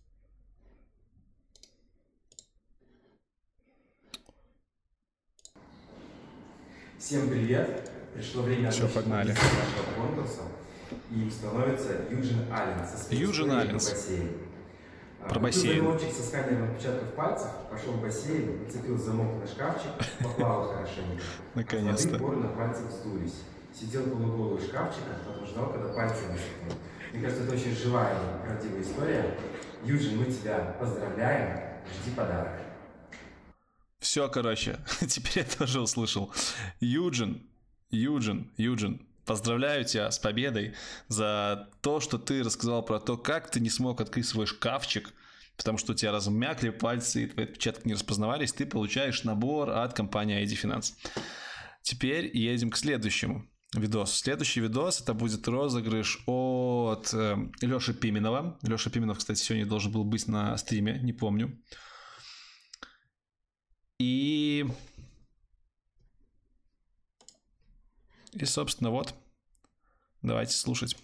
Всем привет! Пришло время Все, погнали. нашего конкурса. И становится Юджин Аллен со своей Юджин Аллен. Про бассейн. Замочек со сканером отпечатков пальцев, пошел в бассейн, нацепил замок на шкафчик, поплавал хорошенько. Наконец-то. Поры на пальцах вздулись. Сидел полуголый в шкафчиках, потом ждал, когда пальцы высохнут. Мне кажется, это очень живая и правдивая история. Юджин, мы тебя поздравляем. Жди подарок. Все, короче, теперь я тоже услышал. Юджин, Юджин, Юджин, поздравляю тебя с победой за то, что ты рассказал про то, как ты не смог открыть свой шкафчик, потому что у тебя размякли пальцы и твои отпечатки не распознавались. Ты получаешь набор от компании ай ди Finance. Теперь едем к следующему видосу. Следующий видос — это будет розыгрыш от э, Леши Пименова. Леша Пименов, кстати, сегодня должен был быть на стриме, не помню. И... И, собственно, вот. Давайте слушать.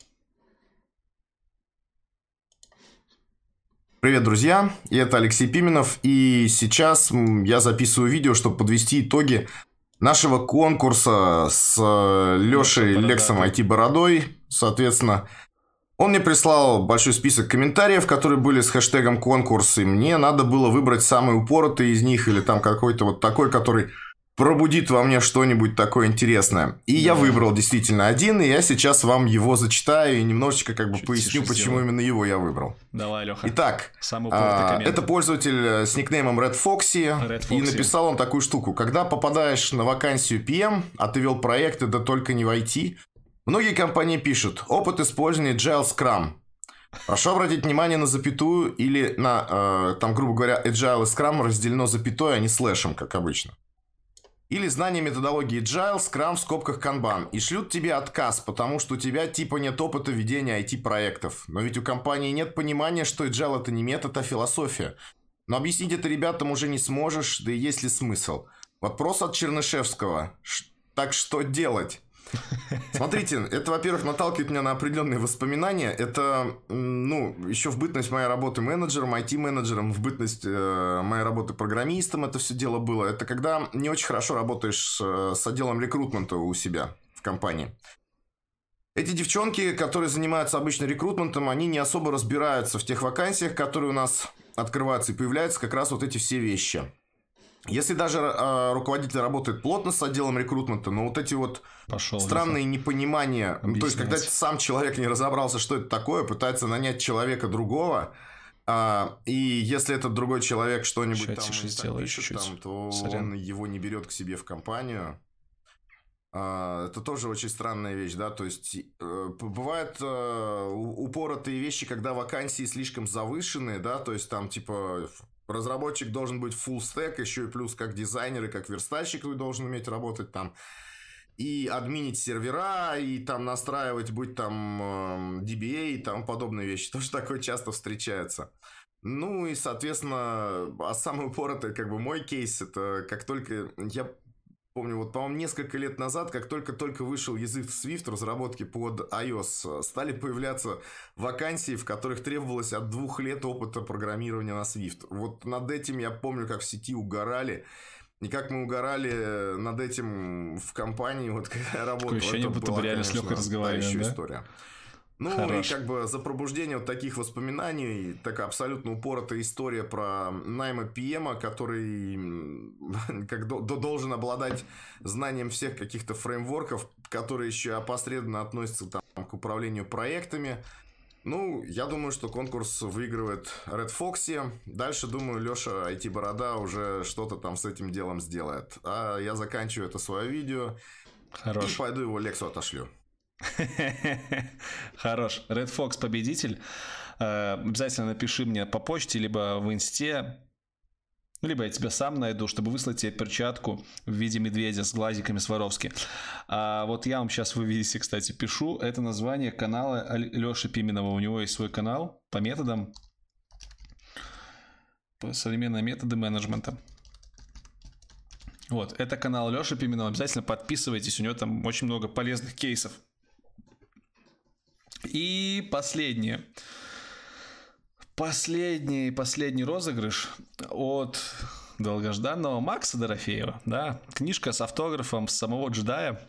Привет, друзья! И это Алексей Пименов. И сейчас я записываю видео, чтобы подвести итоги нашего конкурса с Лешей Лексом ай ти Бородой. Соответственно, он мне прислал большой список комментариев, которые были с хэштегом конкурс. И мне надо было выбрать самый упоротый из них, или там какой-то вот такой, который пробудит во мне что-нибудь такое интересное. И да. Я выбрал действительно один, и я сейчас вам его зачитаю и немножечко как бы чуть поясню, почему сделаю. Именно его я выбрал. Давай, Леха. Итак, а, это пользователь с никнеймом Red Foxy, Red Foxy, и написал он такую штуку. Когда попадаешь на вакансию пи эм, а ты вел проекты, да только не в ай ти, многие компании пишут «Опыт использования Agile Scrum». Прошу обратить внимание на запятую или на, э, там, грубо говоря, Agile и Scrum разделено запятой, а не слэшем, как обычно. Или знание методологии Agile, Scrum в скобках Kanban. И шлют тебе отказ, потому что у тебя типа нет опыта ведения ай ти-проектов. Но ведь у компании нет понимания, что Agile это не метод, а философия. Но объяснить это ребятам уже не сможешь, да и есть ли смысл. Вопрос от Чернышевского. Так что делать? Смотрите, это, во-первых, наталкивает меня на определенные воспоминания. Это, ну, еще в бытность моей работы менеджером, ай ти-менеджером, в бытность э, моей работы программистом это все дело было. Это когда не очень хорошо работаешь э, с отделом рекрутмента у себя в компании. Эти девчонки, которые занимаются обычно рекрутментом, они не особо разбираются в тех вакансиях, которые у нас открываются, и появляются как раз вот эти все вещи. Если даже э, руководитель работает плотно с отделом рекрутмента, но вот эти вот Пошел странные лиза. непонимания, Объяснять. То есть когда сам человек не разобрался, что это такое, пытается нанять человека другого, э, и если этот другой человек что-нибудь там, там пишет, там, то Сорян. он его не берет к себе в компанию. Э, это тоже очень странная вещь, да, то есть э, бывают э, упоротые вещи, когда вакансии слишком завышенные, да, то есть там типа... Разработчик должен быть full stack, еще и плюс как дизайнер и как верстальщик вы должен уметь работать там. И админить сервера, и там настраивать, будь там ди би эй и тому подобные вещи. Тоже такое часто встречается. Ну и, соответственно, а самый упоротый, как бы, мой кейс, это как только я... Помню, вот, по-моему, несколько лет назад, как только-только вышел язык Swift разработки под iOS, стали появляться вакансии, в которых требовалось от двух лет опыта программирования на Swift. Вот над этим я помню, как в сети угорали. И как мы угорали над этим в компании, вот когда я работал. Такое ощущение, будто бы реально с Лёхой разговариваем, да? История. Ну, Хорош. И как бы за пробуждение вот таких воспоминаний, такая абсолютно упоротая история про найма пи эм, который как до, должен обладать знанием всех каких-то фреймворков, которые еще опосредованно относятся там, к управлению проектами. Ну, я думаю, что конкурс выигрывает Red Fox. Дальше, думаю, Леша ай ти-борода уже что-то там с этим делом сделает. А я заканчиваю это свое видео. Хорош. И пойду его Лексу отошлю. Хорош. Red Fox победитель. Обязательно напиши мне по почте, либо в инсте, либо я тебя сам найду, чтобы выслать тебе перчатку в виде медведя с глазиками Сваровски. А вот я вам сейчас в видите, кстати, пишу. Это название канала Лёши Пименова. У него есть свой канал по методам, по современные методы менеджмента. Вот, это канал Лёши Пименова. Обязательно подписывайтесь, у него там очень много полезных кейсов. И последнее. Последний, последний розыгрыш от долгожданного Макса Дорофеева. Да? Книжка с автографом самого джедая.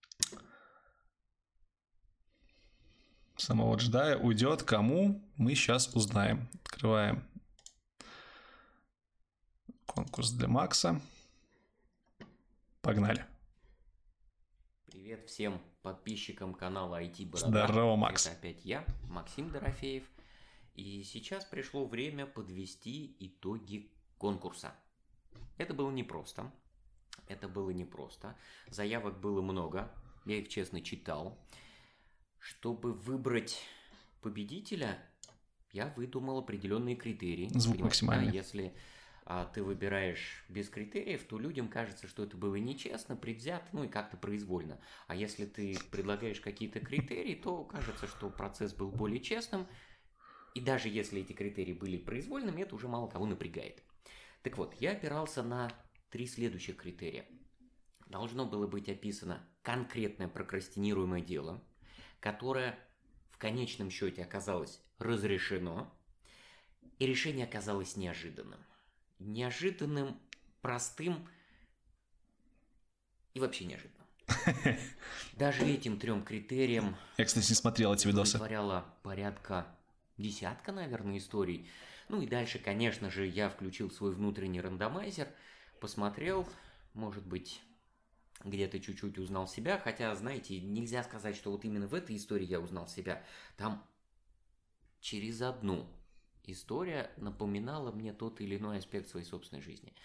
Самого джедая уйдет кому? Мы сейчас узнаем. Открываем конкурс для Макса. Погнали. Привет всем подписчикам канала ай ти-борода. Здорово, Макс. Это опять я, Максим Дорофеев. И сейчас пришло время подвести итоги конкурса. Это было непросто. Это было непросто. Заявок было много. Я их честно читал. Чтобы выбрать победителя, я выдумал определенные критерии. Звук максимальный. Да, если а, ты выбираешь без критериев, то людям кажется, что это было нечестно, предвзято, ну и как-то произвольно. А если ты предлагаешь какие-то критерии, то кажется, что процесс был более честным. И даже если эти критерии были произвольными, это уже мало кого напрягает. Так вот, я опирался на три следующих критерия. Должно было быть описано конкретное прокрастинируемое дело, которое в конечном счете оказалось разрешено, и решение оказалось неожиданным. Неожиданным, простым и вообще неожиданным. Даже этим трем критериям я, кстати, не смотрел эти видосы. Удовлетворяло порядка десятка, наверное, историй. Ну и дальше, конечно же, я включил свой внутренний рандомайзер, посмотрел, может быть, где-то чуть-чуть узнал себя, хотя, знаете, нельзя сказать, что вот именно в этой истории я узнал себя. Там через одну история напоминала мне тот или иной аспект своей собственной жизни.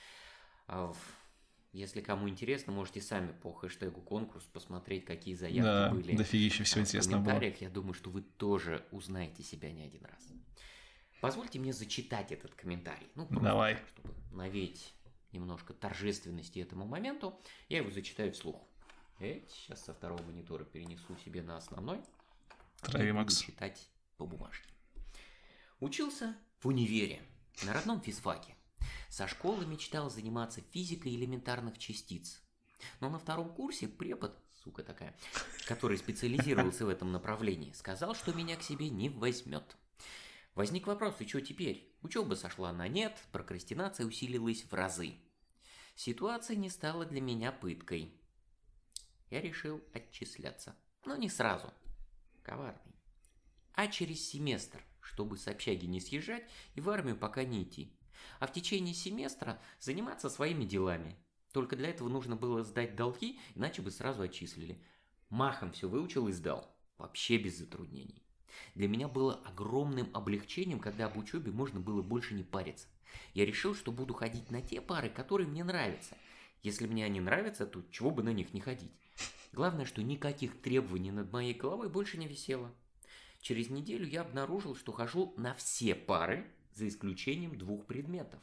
Если кому интересно, можете сами по хэштегу конкурс посмотреть, какие заявки да, были дофигища всего в комментариях. Было. Я думаю, что вы тоже узнаете себя не один раз. Позвольте мне зачитать этот комментарий. Ну, просто, давай. чтобы навеять немножко торжественности этому моменту, я его зачитаю вслух. Эй, сейчас со второго монитора перенесу себе на основной. Трави, Макс. Буду читать по бумажке. Учился в универе, на родном физфаке. Со школы мечтал заниматься физикой элементарных частиц. Но на втором курсе препод, сука такая, который специализировался в этом направлении, сказал, что меня к себе не возьмет. Возник вопрос, и что теперь? Учеба сошла на нет, прокрастинация усилилась в разы. Ситуация не стала для меня пыткой. Я решил отчисляться. Но не сразу. Коварный. А через семестр, чтобы с общаги не съезжать и в армию пока не идти. А в течение семестра заниматься своими делами. Только для этого нужно было сдать долги, иначе бы сразу отчислили. Махом все выучил и сдал. Вообще без затруднений. Для меня было огромным облегчением, когда об учебе можно было больше не париться. Я решил, что буду ходить на те пары, которые мне нравятся. Если мне они нравятся, то чего бы на них не ходить. Главное, что никаких требований над моей головой больше не висело. Через неделю я обнаружил, что хожу на все пары, за исключением двух предметов.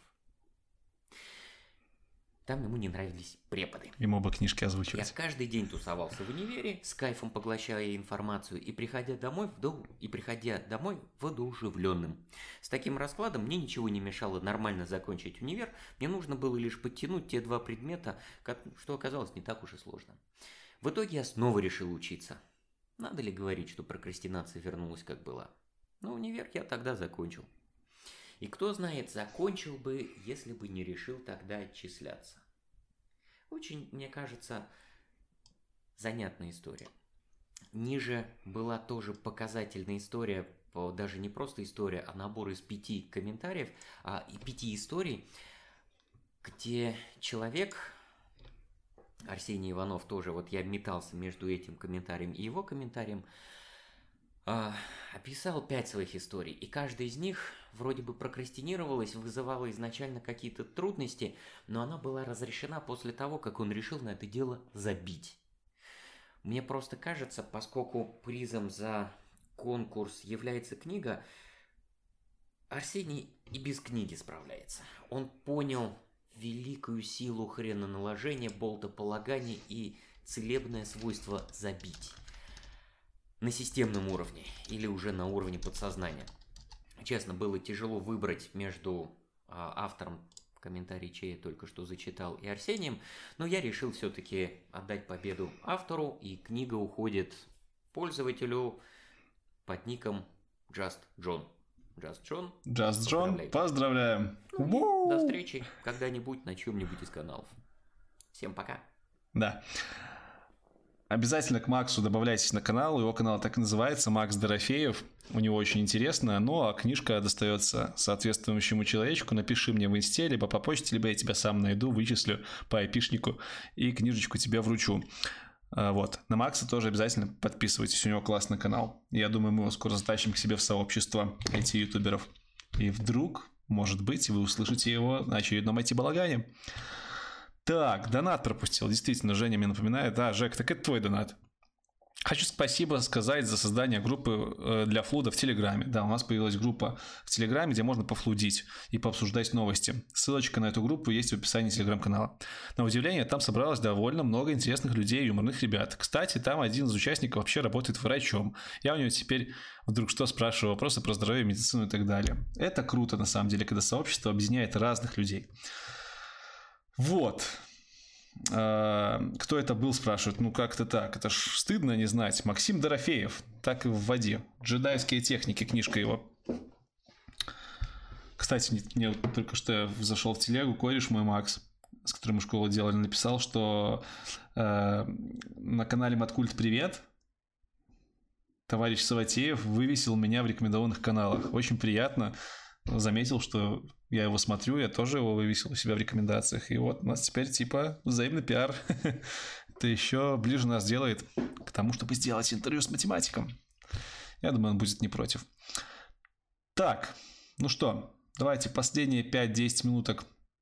Там ему не нравились преподы. Ему бы книжки озвучивать. Я каждый день тусовался в универе, с кайфом поглощая информацию и приходя домой, вдов... и приходя домой воодушевленным. С таким раскладом мне ничего не мешало нормально закончить универ, мне нужно было лишь подтянуть те два предмета, что оказалось не так уж и сложно. В итоге я снова решил учиться. Надо ли говорить, что прокрастинация вернулась как была? Но универ я тогда закончил. И кто знает, закончил бы, если бы не решил тогда отчисляться. Очень, мне кажется, занятная история. Ниже была тоже показательная история, даже не просто история, а набор из пяти комментариев, а и пяти историй, где человек, Арсений Иванов тоже, вот я метался между этим комментарием и его комментарием, описал пять своих историй, и каждая из них вроде бы прокрастинировалась, вызывала изначально какие-то трудности, но она была разрешена после того, как он решил на это дело забить. Мне просто кажется, поскольку призом за конкурс является книга, Арсений и без книги справляется. Он понял великую силу хреноналожения, болтополагания и целебное свойство забить. На системном уровне или уже на уровне подсознания. Честно, было тяжело выбрать между а, автором, комментарий чей я только что зачитал, и Арсением, но я решил все-таки отдать победу автору, и книга уходит пользователю под ником Just John. Just John. Just John, поздравляем. Ну, до встречи когда-нибудь на чем-нибудь из каналов. Всем пока. Да. Обязательно к Максу добавляйтесь на канал. Его канал так и называется, Макс Дорофеев. У него очень интересно. Ну, а книжка достается соответствующему человечку. Напиши мне в инсте, либо по почте, либо я тебя сам найду, вычислю по айпишнику и книжечку тебе вручу. Вот. На Макса тоже обязательно подписывайтесь. У него классный канал. Я думаю, мы его скоро затащим к себе в сообщество ай ти-ютуберов. И вдруг, может быть, вы услышите его на очередном ай ти-балагане. Так, донат пропустил. Действительно, Женя мне напоминает. Да, Жек, так это твой донат. Хочу спасибо сказать за создание группы для флуда в Телеграме. Да, у нас появилась группа в Телеграме, где можно пофлудить и пообсуждать новости. Ссылочка на эту группу есть в описании Телеграм-канала. На удивление, там собралось довольно много интересных людей и юморных ребят. Кстати, там один из участников вообще работает врачом. Я у него теперь вдруг что спрашиваю, вопросы про здоровье, медицину и так далее. Это круто, на самом деле, когда сообщество объединяет разных людей. Вот. Кто это был, спрашивают. Ну как-то так, это ж стыдно не знать. Максим Дорофеев, так и в воде. Джедайские техники, книжка его. Кстати, мне вот только что зашел в телегу кореш мой Макс, с которым мы школу делали, написал, что э, на канале Маткульт Привет товарищ Саватеев вывесил меня в рекомендованных каналах. Очень приятно. Заметил, что я его смотрю, я тоже его вывесил у себя в рекомендациях. И вот у нас теперь типа взаимный пиар. Это еще ближе нас делает к тому, чтобы сделать интервью с математиком. Я думаю, он будет не против. Так, ну что, давайте последние пять-десять минуток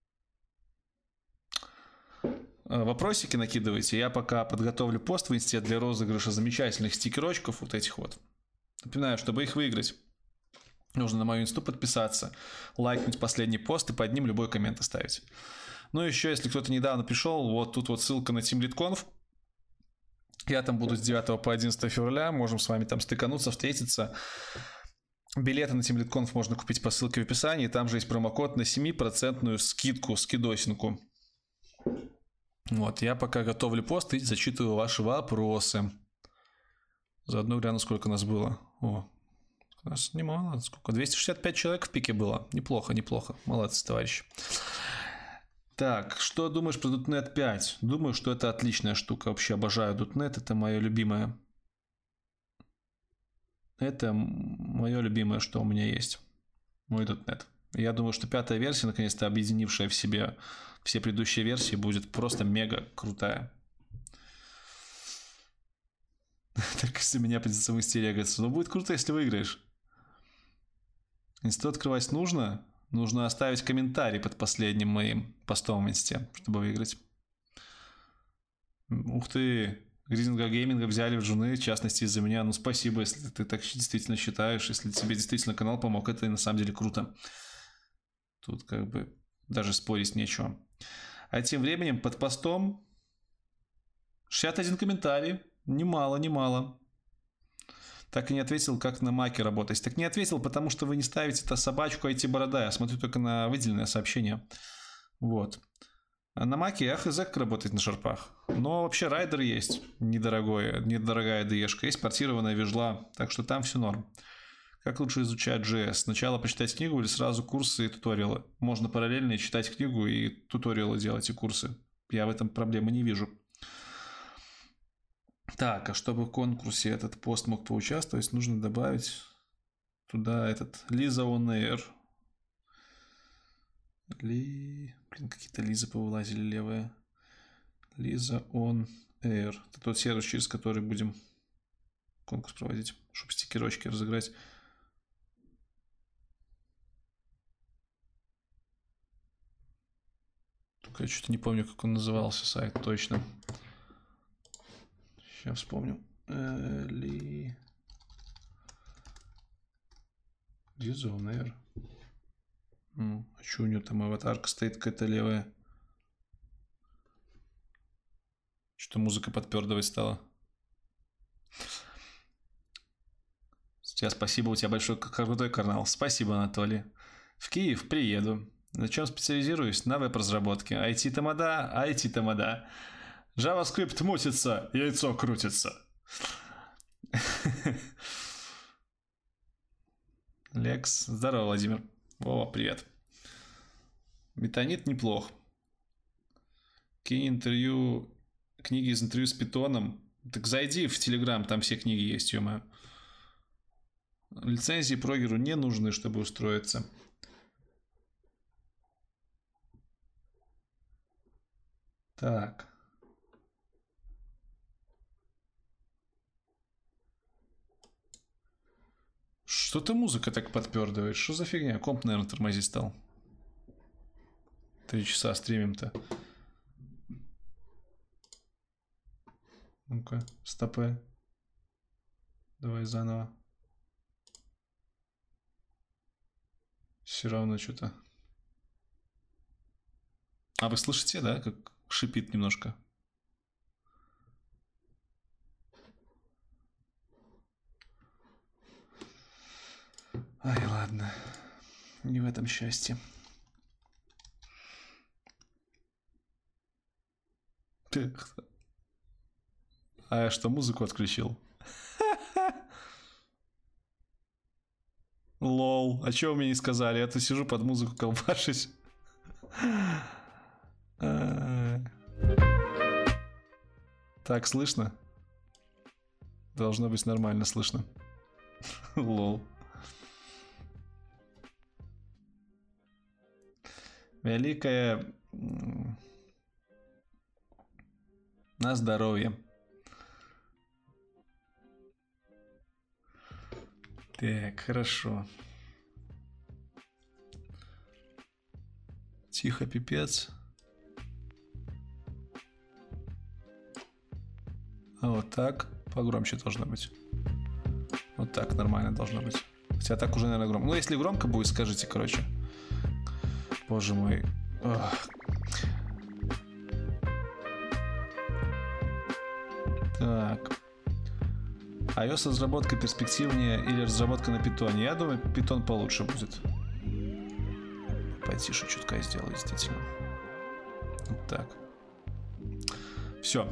вопросики накидывайте. Я пока подготовлю пост в инсте для розыгрыша замечательных стикерочков вот этих вот. Напоминаю, чтобы их выиграть, нужно на мою инсту подписаться, лайкнуть последний пост и под ним любой коммент оставить. Ну, еще, если кто-то недавно пришел, вот тут вот ссылка на TeamLead.conf. Я там буду с девятого по одиннадцатое февраля. Можем с вами там стыкануться, встретиться. Билеты на TeamLead.conf можно купить по ссылке в описании. Там же есть промокод на семь процентов скидку, скидосинку. Вот, я пока готовлю пост и зачитываю ваши вопросы. Заодно гляну, сколько нас было. О, у нас немало. Сколько? двести шестьдесят пять человек в пике было. Неплохо, неплохо. Молодцы, товарищи. Так, что думаешь про .дот нет пять? Думаю, что это отличная штука. Вообще обожаю .дот нет. Это мое любимое. Это мое любимое, что у меня есть. Мой .дот нет. Я думаю, что пятая версия, наконец-то объединившая в себе все предыдущие версии, будет просто мега крутая. Так, если меня придется вывести регаться. Но будет круто, если выиграешь. Институт открывать нужно. Нужно оставить комментарий под последним моим постом в инсте, чтобы выиграть. Ух ты. Гризинга Гейминга взяли в джуны, в частности из-за меня. Ну, спасибо, если ты так действительно считаешь. Если тебе действительно канал помог, это на самом деле круто. Тут как бы даже спорить нечего. А тем временем под постом шестьдесят один комментарий. Немало, немало. Так и не ответил, как на маке работать. Так не ответил, потому что вы не ставите это собачку ай ти-борода. Я смотрю только на выделенное сообщение. Вот. А на маке я хз как работать на шарпах. Но вообще райдер есть. Недорогой, недорогая ди-шка. Есть портированная вижла. Так что там все норм. Как лучше изучать джей эс? Сначала почитать книгу или сразу курсы и туториалы? Можно параллельно читать книгу и туториалы делать, и курсы. Я в этом проблемы не вижу. Так, а чтобы в конкурсе этот пост мог поучаствовать, нужно добавить туда этот Лиза on Air. Ли... Блин, какие-то Лизы повылазили левые. Лиза on Air. Это тот сервис, через который будем конкурс проводить, чтобы стикерочки разыграть. Только я что-то не помню, как он назывался, сайт, точно. Сейчас вспомню. Ли... Лиза on Air. Ну, а что у нее там аватарка стоит какая-то левая? Что-то музыка подпердывать стала. Сейчас спасибо, у тебя большой крутой канал. Спасибо, Анатолий. В Киев приеду. На чем специализируюсь? На веб-разработке. ай ти-тамада, ай ти-тамада. JavaScript мутится, яйцо крутится. Лекс. Здорово, Владимир. О, привет. Метанит неплох. Кинь интервью, книги из интервью с Питоном. Так зайди в Телеграм, там все книги есть, ё-моё. Лицензии прогеру не нужны, чтобы устроиться. Так. Что-то музыка так подпердывает. Что за фигня? Комп, наверное, тормозить стал. Три часа стримим-то. Ну-ка, стопэ. Давай заново. Все равно что-то. А вы слышите, да, как шипит немножко? Ай, ладно. Не в этом счастье. А я что, музыку отключил? Лол. А чего вы мне не сказали? Я тут сижу под музыку колбашусь. Так, слышно? Должно быть нормально слышно. Лол. Великое... На здоровье. Так, хорошо. Тихо, пипец. А вот так. Погромче должно быть. Вот так нормально должно быть. Хотя так уже, наверное, громко. Ну, если громко будет, скажите, короче. Боже мой. Ох. Так. iOS разработка перспективнее или разработка на питоне? Я думаю, питон получше будет. Потише чутка сделаю, действительно. Вот так. Все.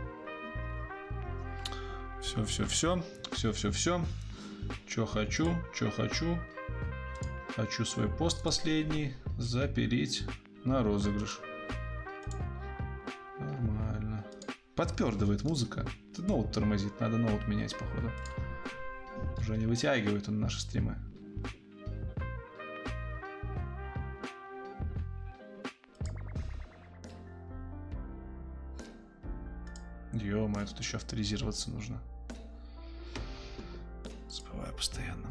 Все, все, все. Все, все, все. Че хочу, че хочу. Хочу свой пост последний запереть на розыгрыш. Нормально. Подпердывает музыка. Тут ноут тормозит. Надо ноут менять, походу. Уже не вытягивает он наши стримы. Ё-моё, тут еще авторизироваться нужно. Забываю постоянно.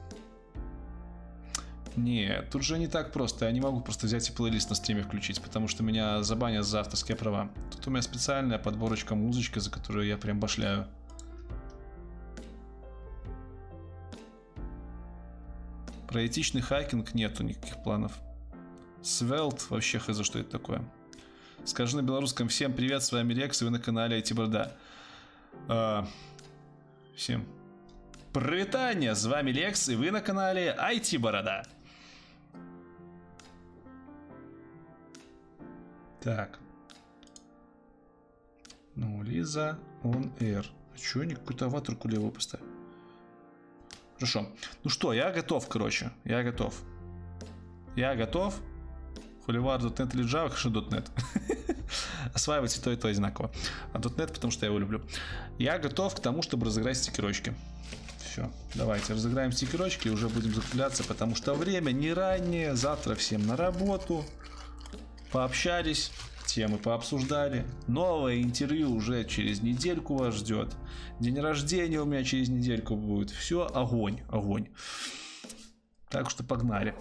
Нет, тут же не так просто. Я не могу просто взять и плейлист на стриме включить, потому что меня забанят за авторские права. Тут у меня специальная подборочка музычка, за которую я прям башляю. Про этичный хайкинг нету никаких планов. Свелт, вообще хз, что это такое. Скажи на белорусском: всем привет, с вами Лекс, и вы на канале ай ти Борода. А, всем привитание, с вами Лекс, и вы на канале ай ти Борода. Так. Ну, Лиза, он Air. А чё они какую-то аватарку левую поставили? Хорошо. Ну что, я готов, короче. Я готов. Я готов. Холивар точка нет или Java, хорошо точка нет. Осваивать и то, и то одинаково. А .точка нет, потому что я его люблю. Я готов к тому, чтобы разыграть стикерочки. Все, давайте разыграем стикерочки и уже будем закругляться, потому что время не раннее. Завтра всем на работу. Пообщались, темы пообсуждали. Новое интервью уже через недельку вас ждет. День рождения у меня через недельку будет. Все, огонь, огонь. Так что погнали.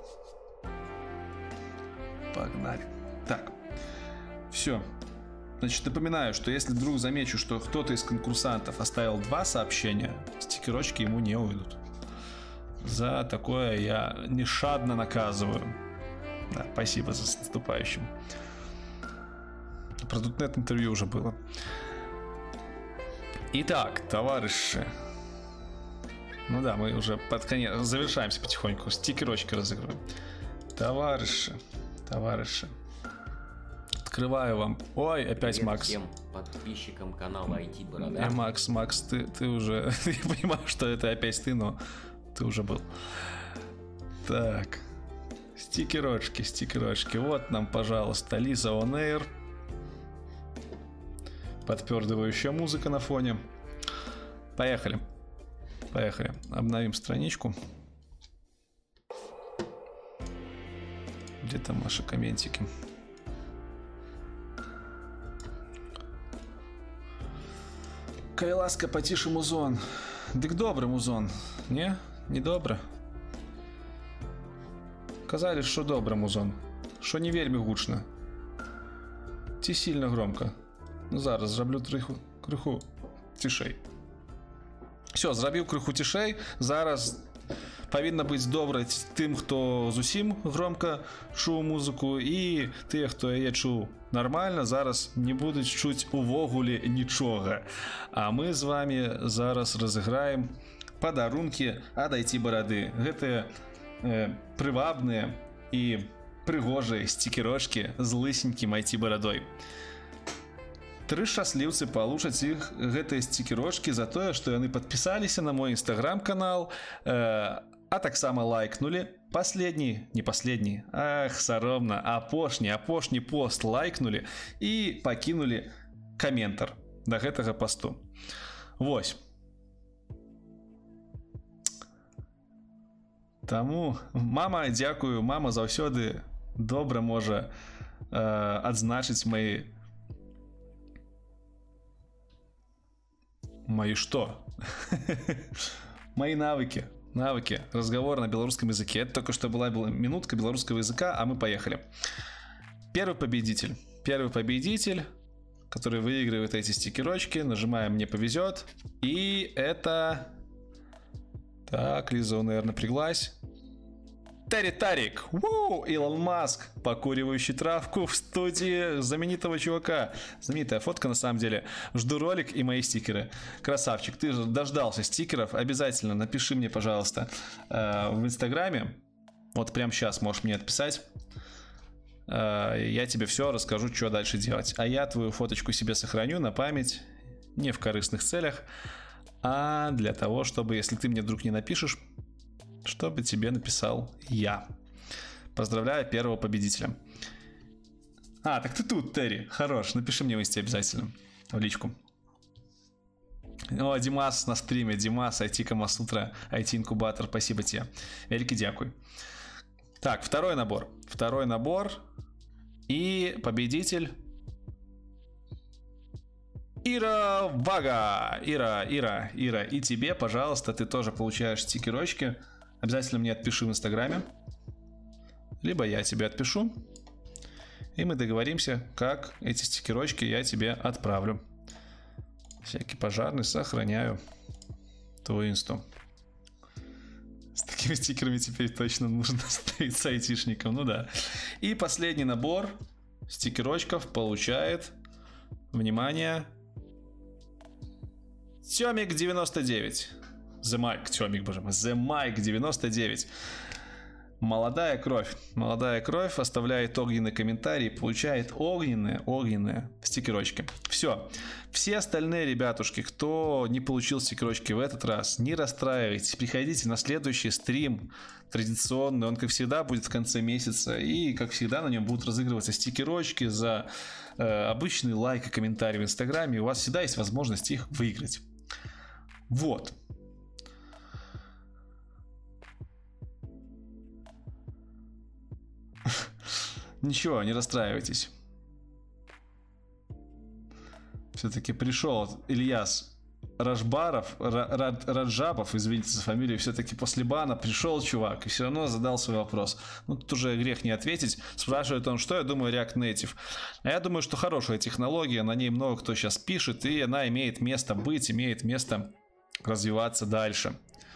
Погнали. Так. Все. Значит, напоминаю, что если вдруг замечу, что кто-то из конкурсантов оставил два сообщения, стикерочки ему не уйдут. За такое я нещадно наказываю. Да, спасибо за наступающим. Про точка нет интервью уже было. Итак, товарищи. Ну да, мы уже под конец завершаемся потихоньку. Стикерочки разыгрываем. Товарищи. Товарищи. Открываю вам. Ой, опять Привет Макс. Всем подписчикам канала ай ти Борода. Э, Макс, Макс, ты, ты уже... Я понимаю, что это опять ты, но ты уже был. Так. Стикерочки, стикерочки. Вот нам, пожалуйста, Лиза on Air. Подпердывающая музыка на фоне. Поехали. Поехали. Обновим страничку. Где там наши комментики? Кай ласка, потише музон. Дык добрый музон. Не? Не добре? Казали, що добре музон. Що не вельми гучно. Ці сильно громко. Ну зараз зроблю триху, криху тишей. Все, зробив криху тишей. Зараз повинно бути добре тим, хто зусім громко чув музику, і тих, хто її чув нормально, зараз не будуть чути увогуле нічого. А ми з вами зараз розіграємо подарунки ад ай ті Бороды. Гэта э, прывабныя і прыгожыя стикерочки з лысенькім ай ті Бородой. Тры шчасліўцы палучаць іх гэтыя стикерочки за тое, што яны падпісаліся на мой інстаграм-канал, э, а таксама лайкнули последний, не последний, ах, саромна, апошні, апошні пост лайкнули і пакінули каментар да гэтага посту. Вось. Таму, мама, дзякую, мама заўсёды добра можа э, адзначыць мои мои что? Мои навыки. Навыки. Разговор на белорусском языке. Это только что была минутка белорусского языка, а мы поехали. Первый победитель. Первый победитель, который выигрывает эти стикерочки. Нажимаем «Мне повезет». И это... Так, Лиза, наверное, напряглась. Терри Тарик, уу, Илон Маск, покуривающий травку в студии знаменитого чувака. Знаменитая фотка на самом деле. Жду ролик и мои стикеры. Красавчик, ты же дождался стикеров. Обязательно напиши мне, пожалуйста, э, в Инстаграме. Вот прямо сейчас можешь мне отписать. Э, я тебе все расскажу, что дальше делать. А я твою фоточку себе сохраню на память. Не в корыстных целях, а для того, чтобы, если ты мне вдруг не напишешь, чтобы тебе написал я. Поздравляю первого победителя. А, так ты тут, Терри. Хорош, напиши мне в инсте обязательно. В личку. О, Димас на стриме. Димас, ай ти Камасутра, ай ти-инкубатор. Спасибо тебе. Великий дякуй. Так, второй набор. Второй набор. И победитель... Ира Вага. Ира, Ира, Ира. И тебе, пожалуйста, ты тоже получаешь стикерочки. Обязательно мне отпиши в Инстаграме. Либо я тебе отпишу. И мы договоримся, как эти стикерочки я тебе отправлю. Всякий пожарный, сохраняю твою инсту. С такими стикерами теперь точно нужно становиться айтишником. Ну да. И последний набор стикерочков получает, внимание, Тёмик девяносто девять. The Mike, Тёмик, боже мой. The Mike девяносто девять. Молодая кровь. Молодая кровь оставляет огненный комментарий и получает огненные, огненные стикерочки. Все. Все остальные ребятушки, кто не получил стикерочки в этот раз, не расстраивайтесь. Приходите на следующий стрим традиционный. Он, как всегда, будет в конце месяца. И, как всегда, на нем будут разыгрываться стикерочки за э, обычный лайк и комментарий в Инстаграме. И у вас всегда есть возможность их выиграть. Вот. Ничего, не расстраивайтесь. Все-таки пришел Ильяс Рашбаров, Раджабов, извините за фамилию, все-таки после бана пришел чувак и все равно задал свой вопрос. Ну, тут уже грех не ответить. Спрашивает он, что я думаю React Native. А я думаю, что хорошая технология, на ней много кто сейчас пишет, и она имеет место быть, имеет место развиваться дальше.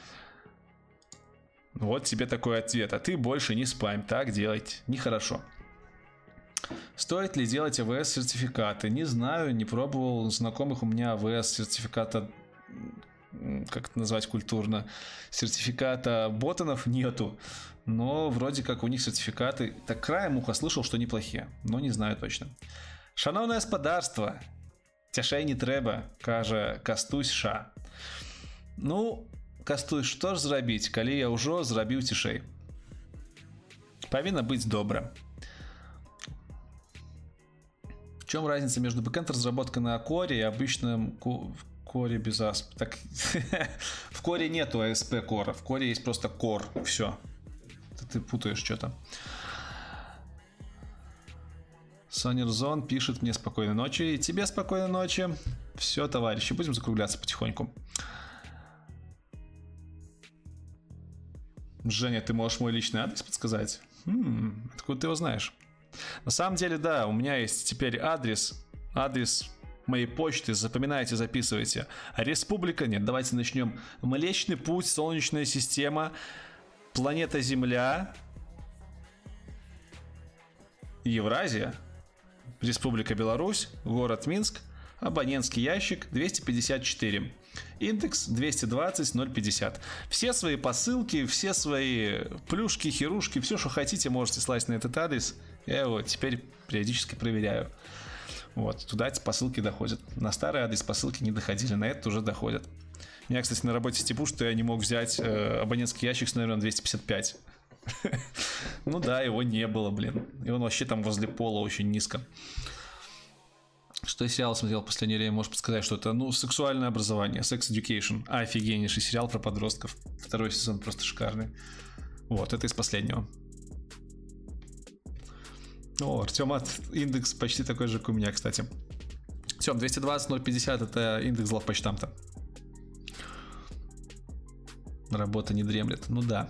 Вот тебе такой ответ. А ты больше не спам. Так делать нехорошо. Стоит ли делать эй ви эс сертификаты? Не знаю, не пробовал. Знакомых у меня эй ви эс сертификата, как это назвать культурно, сертификата ботанов нету. Но вроде как у них сертификаты, так краем уха слышал, что неплохие. Но не знаю точно. Шановне господарство, тяшей не треба, каже Кастусь Ша. Ну, Кастусь, что ж зрабіць, калі я ўжо зрабіў цішэй? Павінна быць добра. В чем разница между бэкэнд разработкой на Core и обычным Core без эй эс пи? Так, в Core нету эй эс пи Core, в Core есть просто Core, все. Ты, ты путаешь что-то. Сонерзон пишет мне спокойной ночи, и тебе спокойной ночи. Все, товарищи, будем закругляться потихоньку. Женя, ты можешь мой личный адрес подсказать? М-м, откуда ты его знаешь? На самом деле, да, у меня есть теперь адрес, адрес моей почты, запоминайте, записывайте. Республика, нет, давайте начнем. Млечный Путь, Солнечная система, планета Земля, Евразия, Республика Беларусь, город Минск, абонентский ящик двести пятьдесят четыре. Индекс двести двадцать ноль пятьдесят. Все свои посылки, все свои плюшки, херушки, все, что хотите, можете слать на этот адрес. Я его теперь периодически проверяю. Вот, туда эти посылки доходят. На старый адрес посылки не доходили, на этот уже доходят. Меня, кстати, на работе стебут, что я не мог взять э, абонентский ящик с номером двести пятьдесят пять. Ну да, его не было, блин. И он вообще там возле пола очень низко. Что я сериал смотрел в последнее время, можешь подсказать что-то? Ну, сексуальное образование, Sex Education. Офигеннейший сериал про подростков. Второй сезон просто шикарный. Вот, это из последнего. О, Артема индекс почти такой же, как у меня, кстати. Тем, двести двадцать ноль пятьдесят это индекс главпочтамта. Работа не дремлет. Ну да.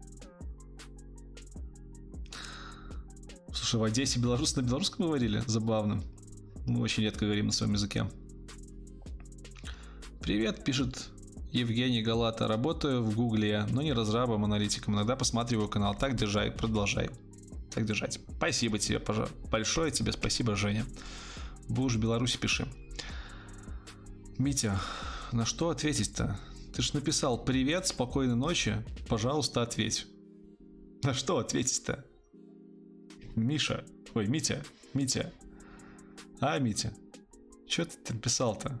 Слушай, в Одессе белорусы на белорусском говорили? Забавно. Мы очень редко говорим на своем языке. Привет, пишет Евгений Галата. Работаю в Гугле, но не разрабом, аналитиком. Иногда посматриваю канал. Так держай, продолжай. Так держать. Спасибо тебе, пожалуйста. Большое тебе спасибо, Женя. Будешь в Беларуси, пиши. Митя, на что ответить-то? Ты ж написал «Привет, спокойной ночи, пожалуйста, ответь». На что ответить-то? Миша, ой, Митя, Митя. А, Митя, что ты написал-то?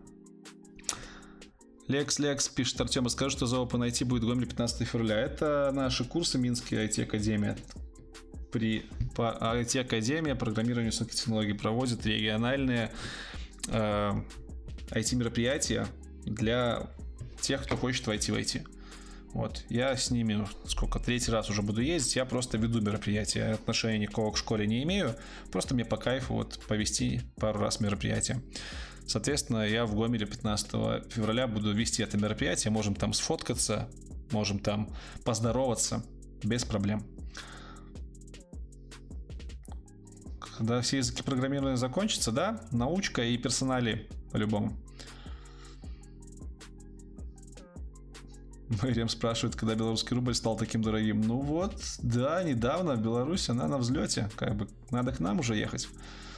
Лекс, Лекс, пишет Артем, скажи, что за Open ай ти будет в Гомеле пятнадцатого февраля. Это наши курсы Минская ай ти-академия. При по ай ти-академия программирование высоких технологий проводит региональные э, ай ти-мероприятия для тех, кто хочет войти в ай ти. Вот. Я с ними, сколько, третий раз уже буду ездить, я просто веду мероприятия. Отношения никакого к школе не имею, просто мне по кайфу вот повести пару раз мероприятия. Соответственно, я в Гомеле пятнадцатого февраля буду вести это мероприятие. Можем там сфоткаться, можем там поздороваться без проблем. Когда все языки программирования закончатся, да, научка и персонали по-любому. Мэриам спрашивает, когда белорусский рубль стал таким дорогим. Ну вот, да, недавно Беларусь, она на взлете. Как бы надо к нам уже ехать.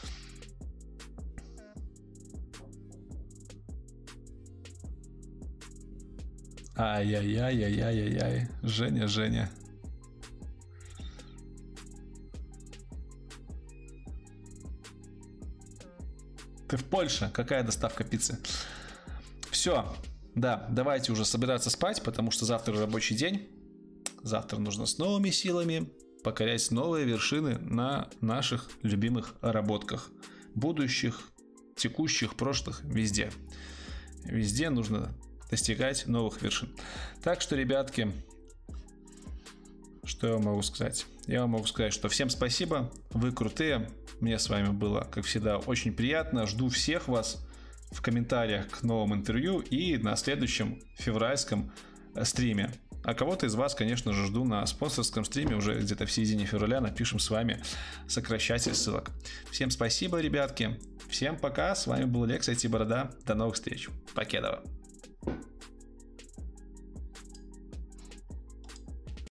Ай-яй-яй-яй-яй-яй. Женя, Женя. Ты в Польше? Какая доставка пиццы? Все. Да, давайте уже собираться спать, потому что завтра рабочий день. Завтра нужно с новыми силами покорять новые вершины на наших любимых работках. Будущих, текущих, прошлых, везде. Везде нужно достигать новых вершин. Так что, ребятки, что я вам могу сказать? Я вам могу сказать, что всем спасибо, вы крутые. Мне с вами было, как всегда, очень приятно. Жду всех вас в комментариях к новым интервью и на следующем февральском стриме. А кого-то из вас, конечно же, жду на спонсорском стриме уже где-то в середине февраля. Напишем с вами сокращатель ссылок. Всем спасибо, ребятки. Всем пока. С вами был Лекс ай ти Борода. До новых встреч. Покедова.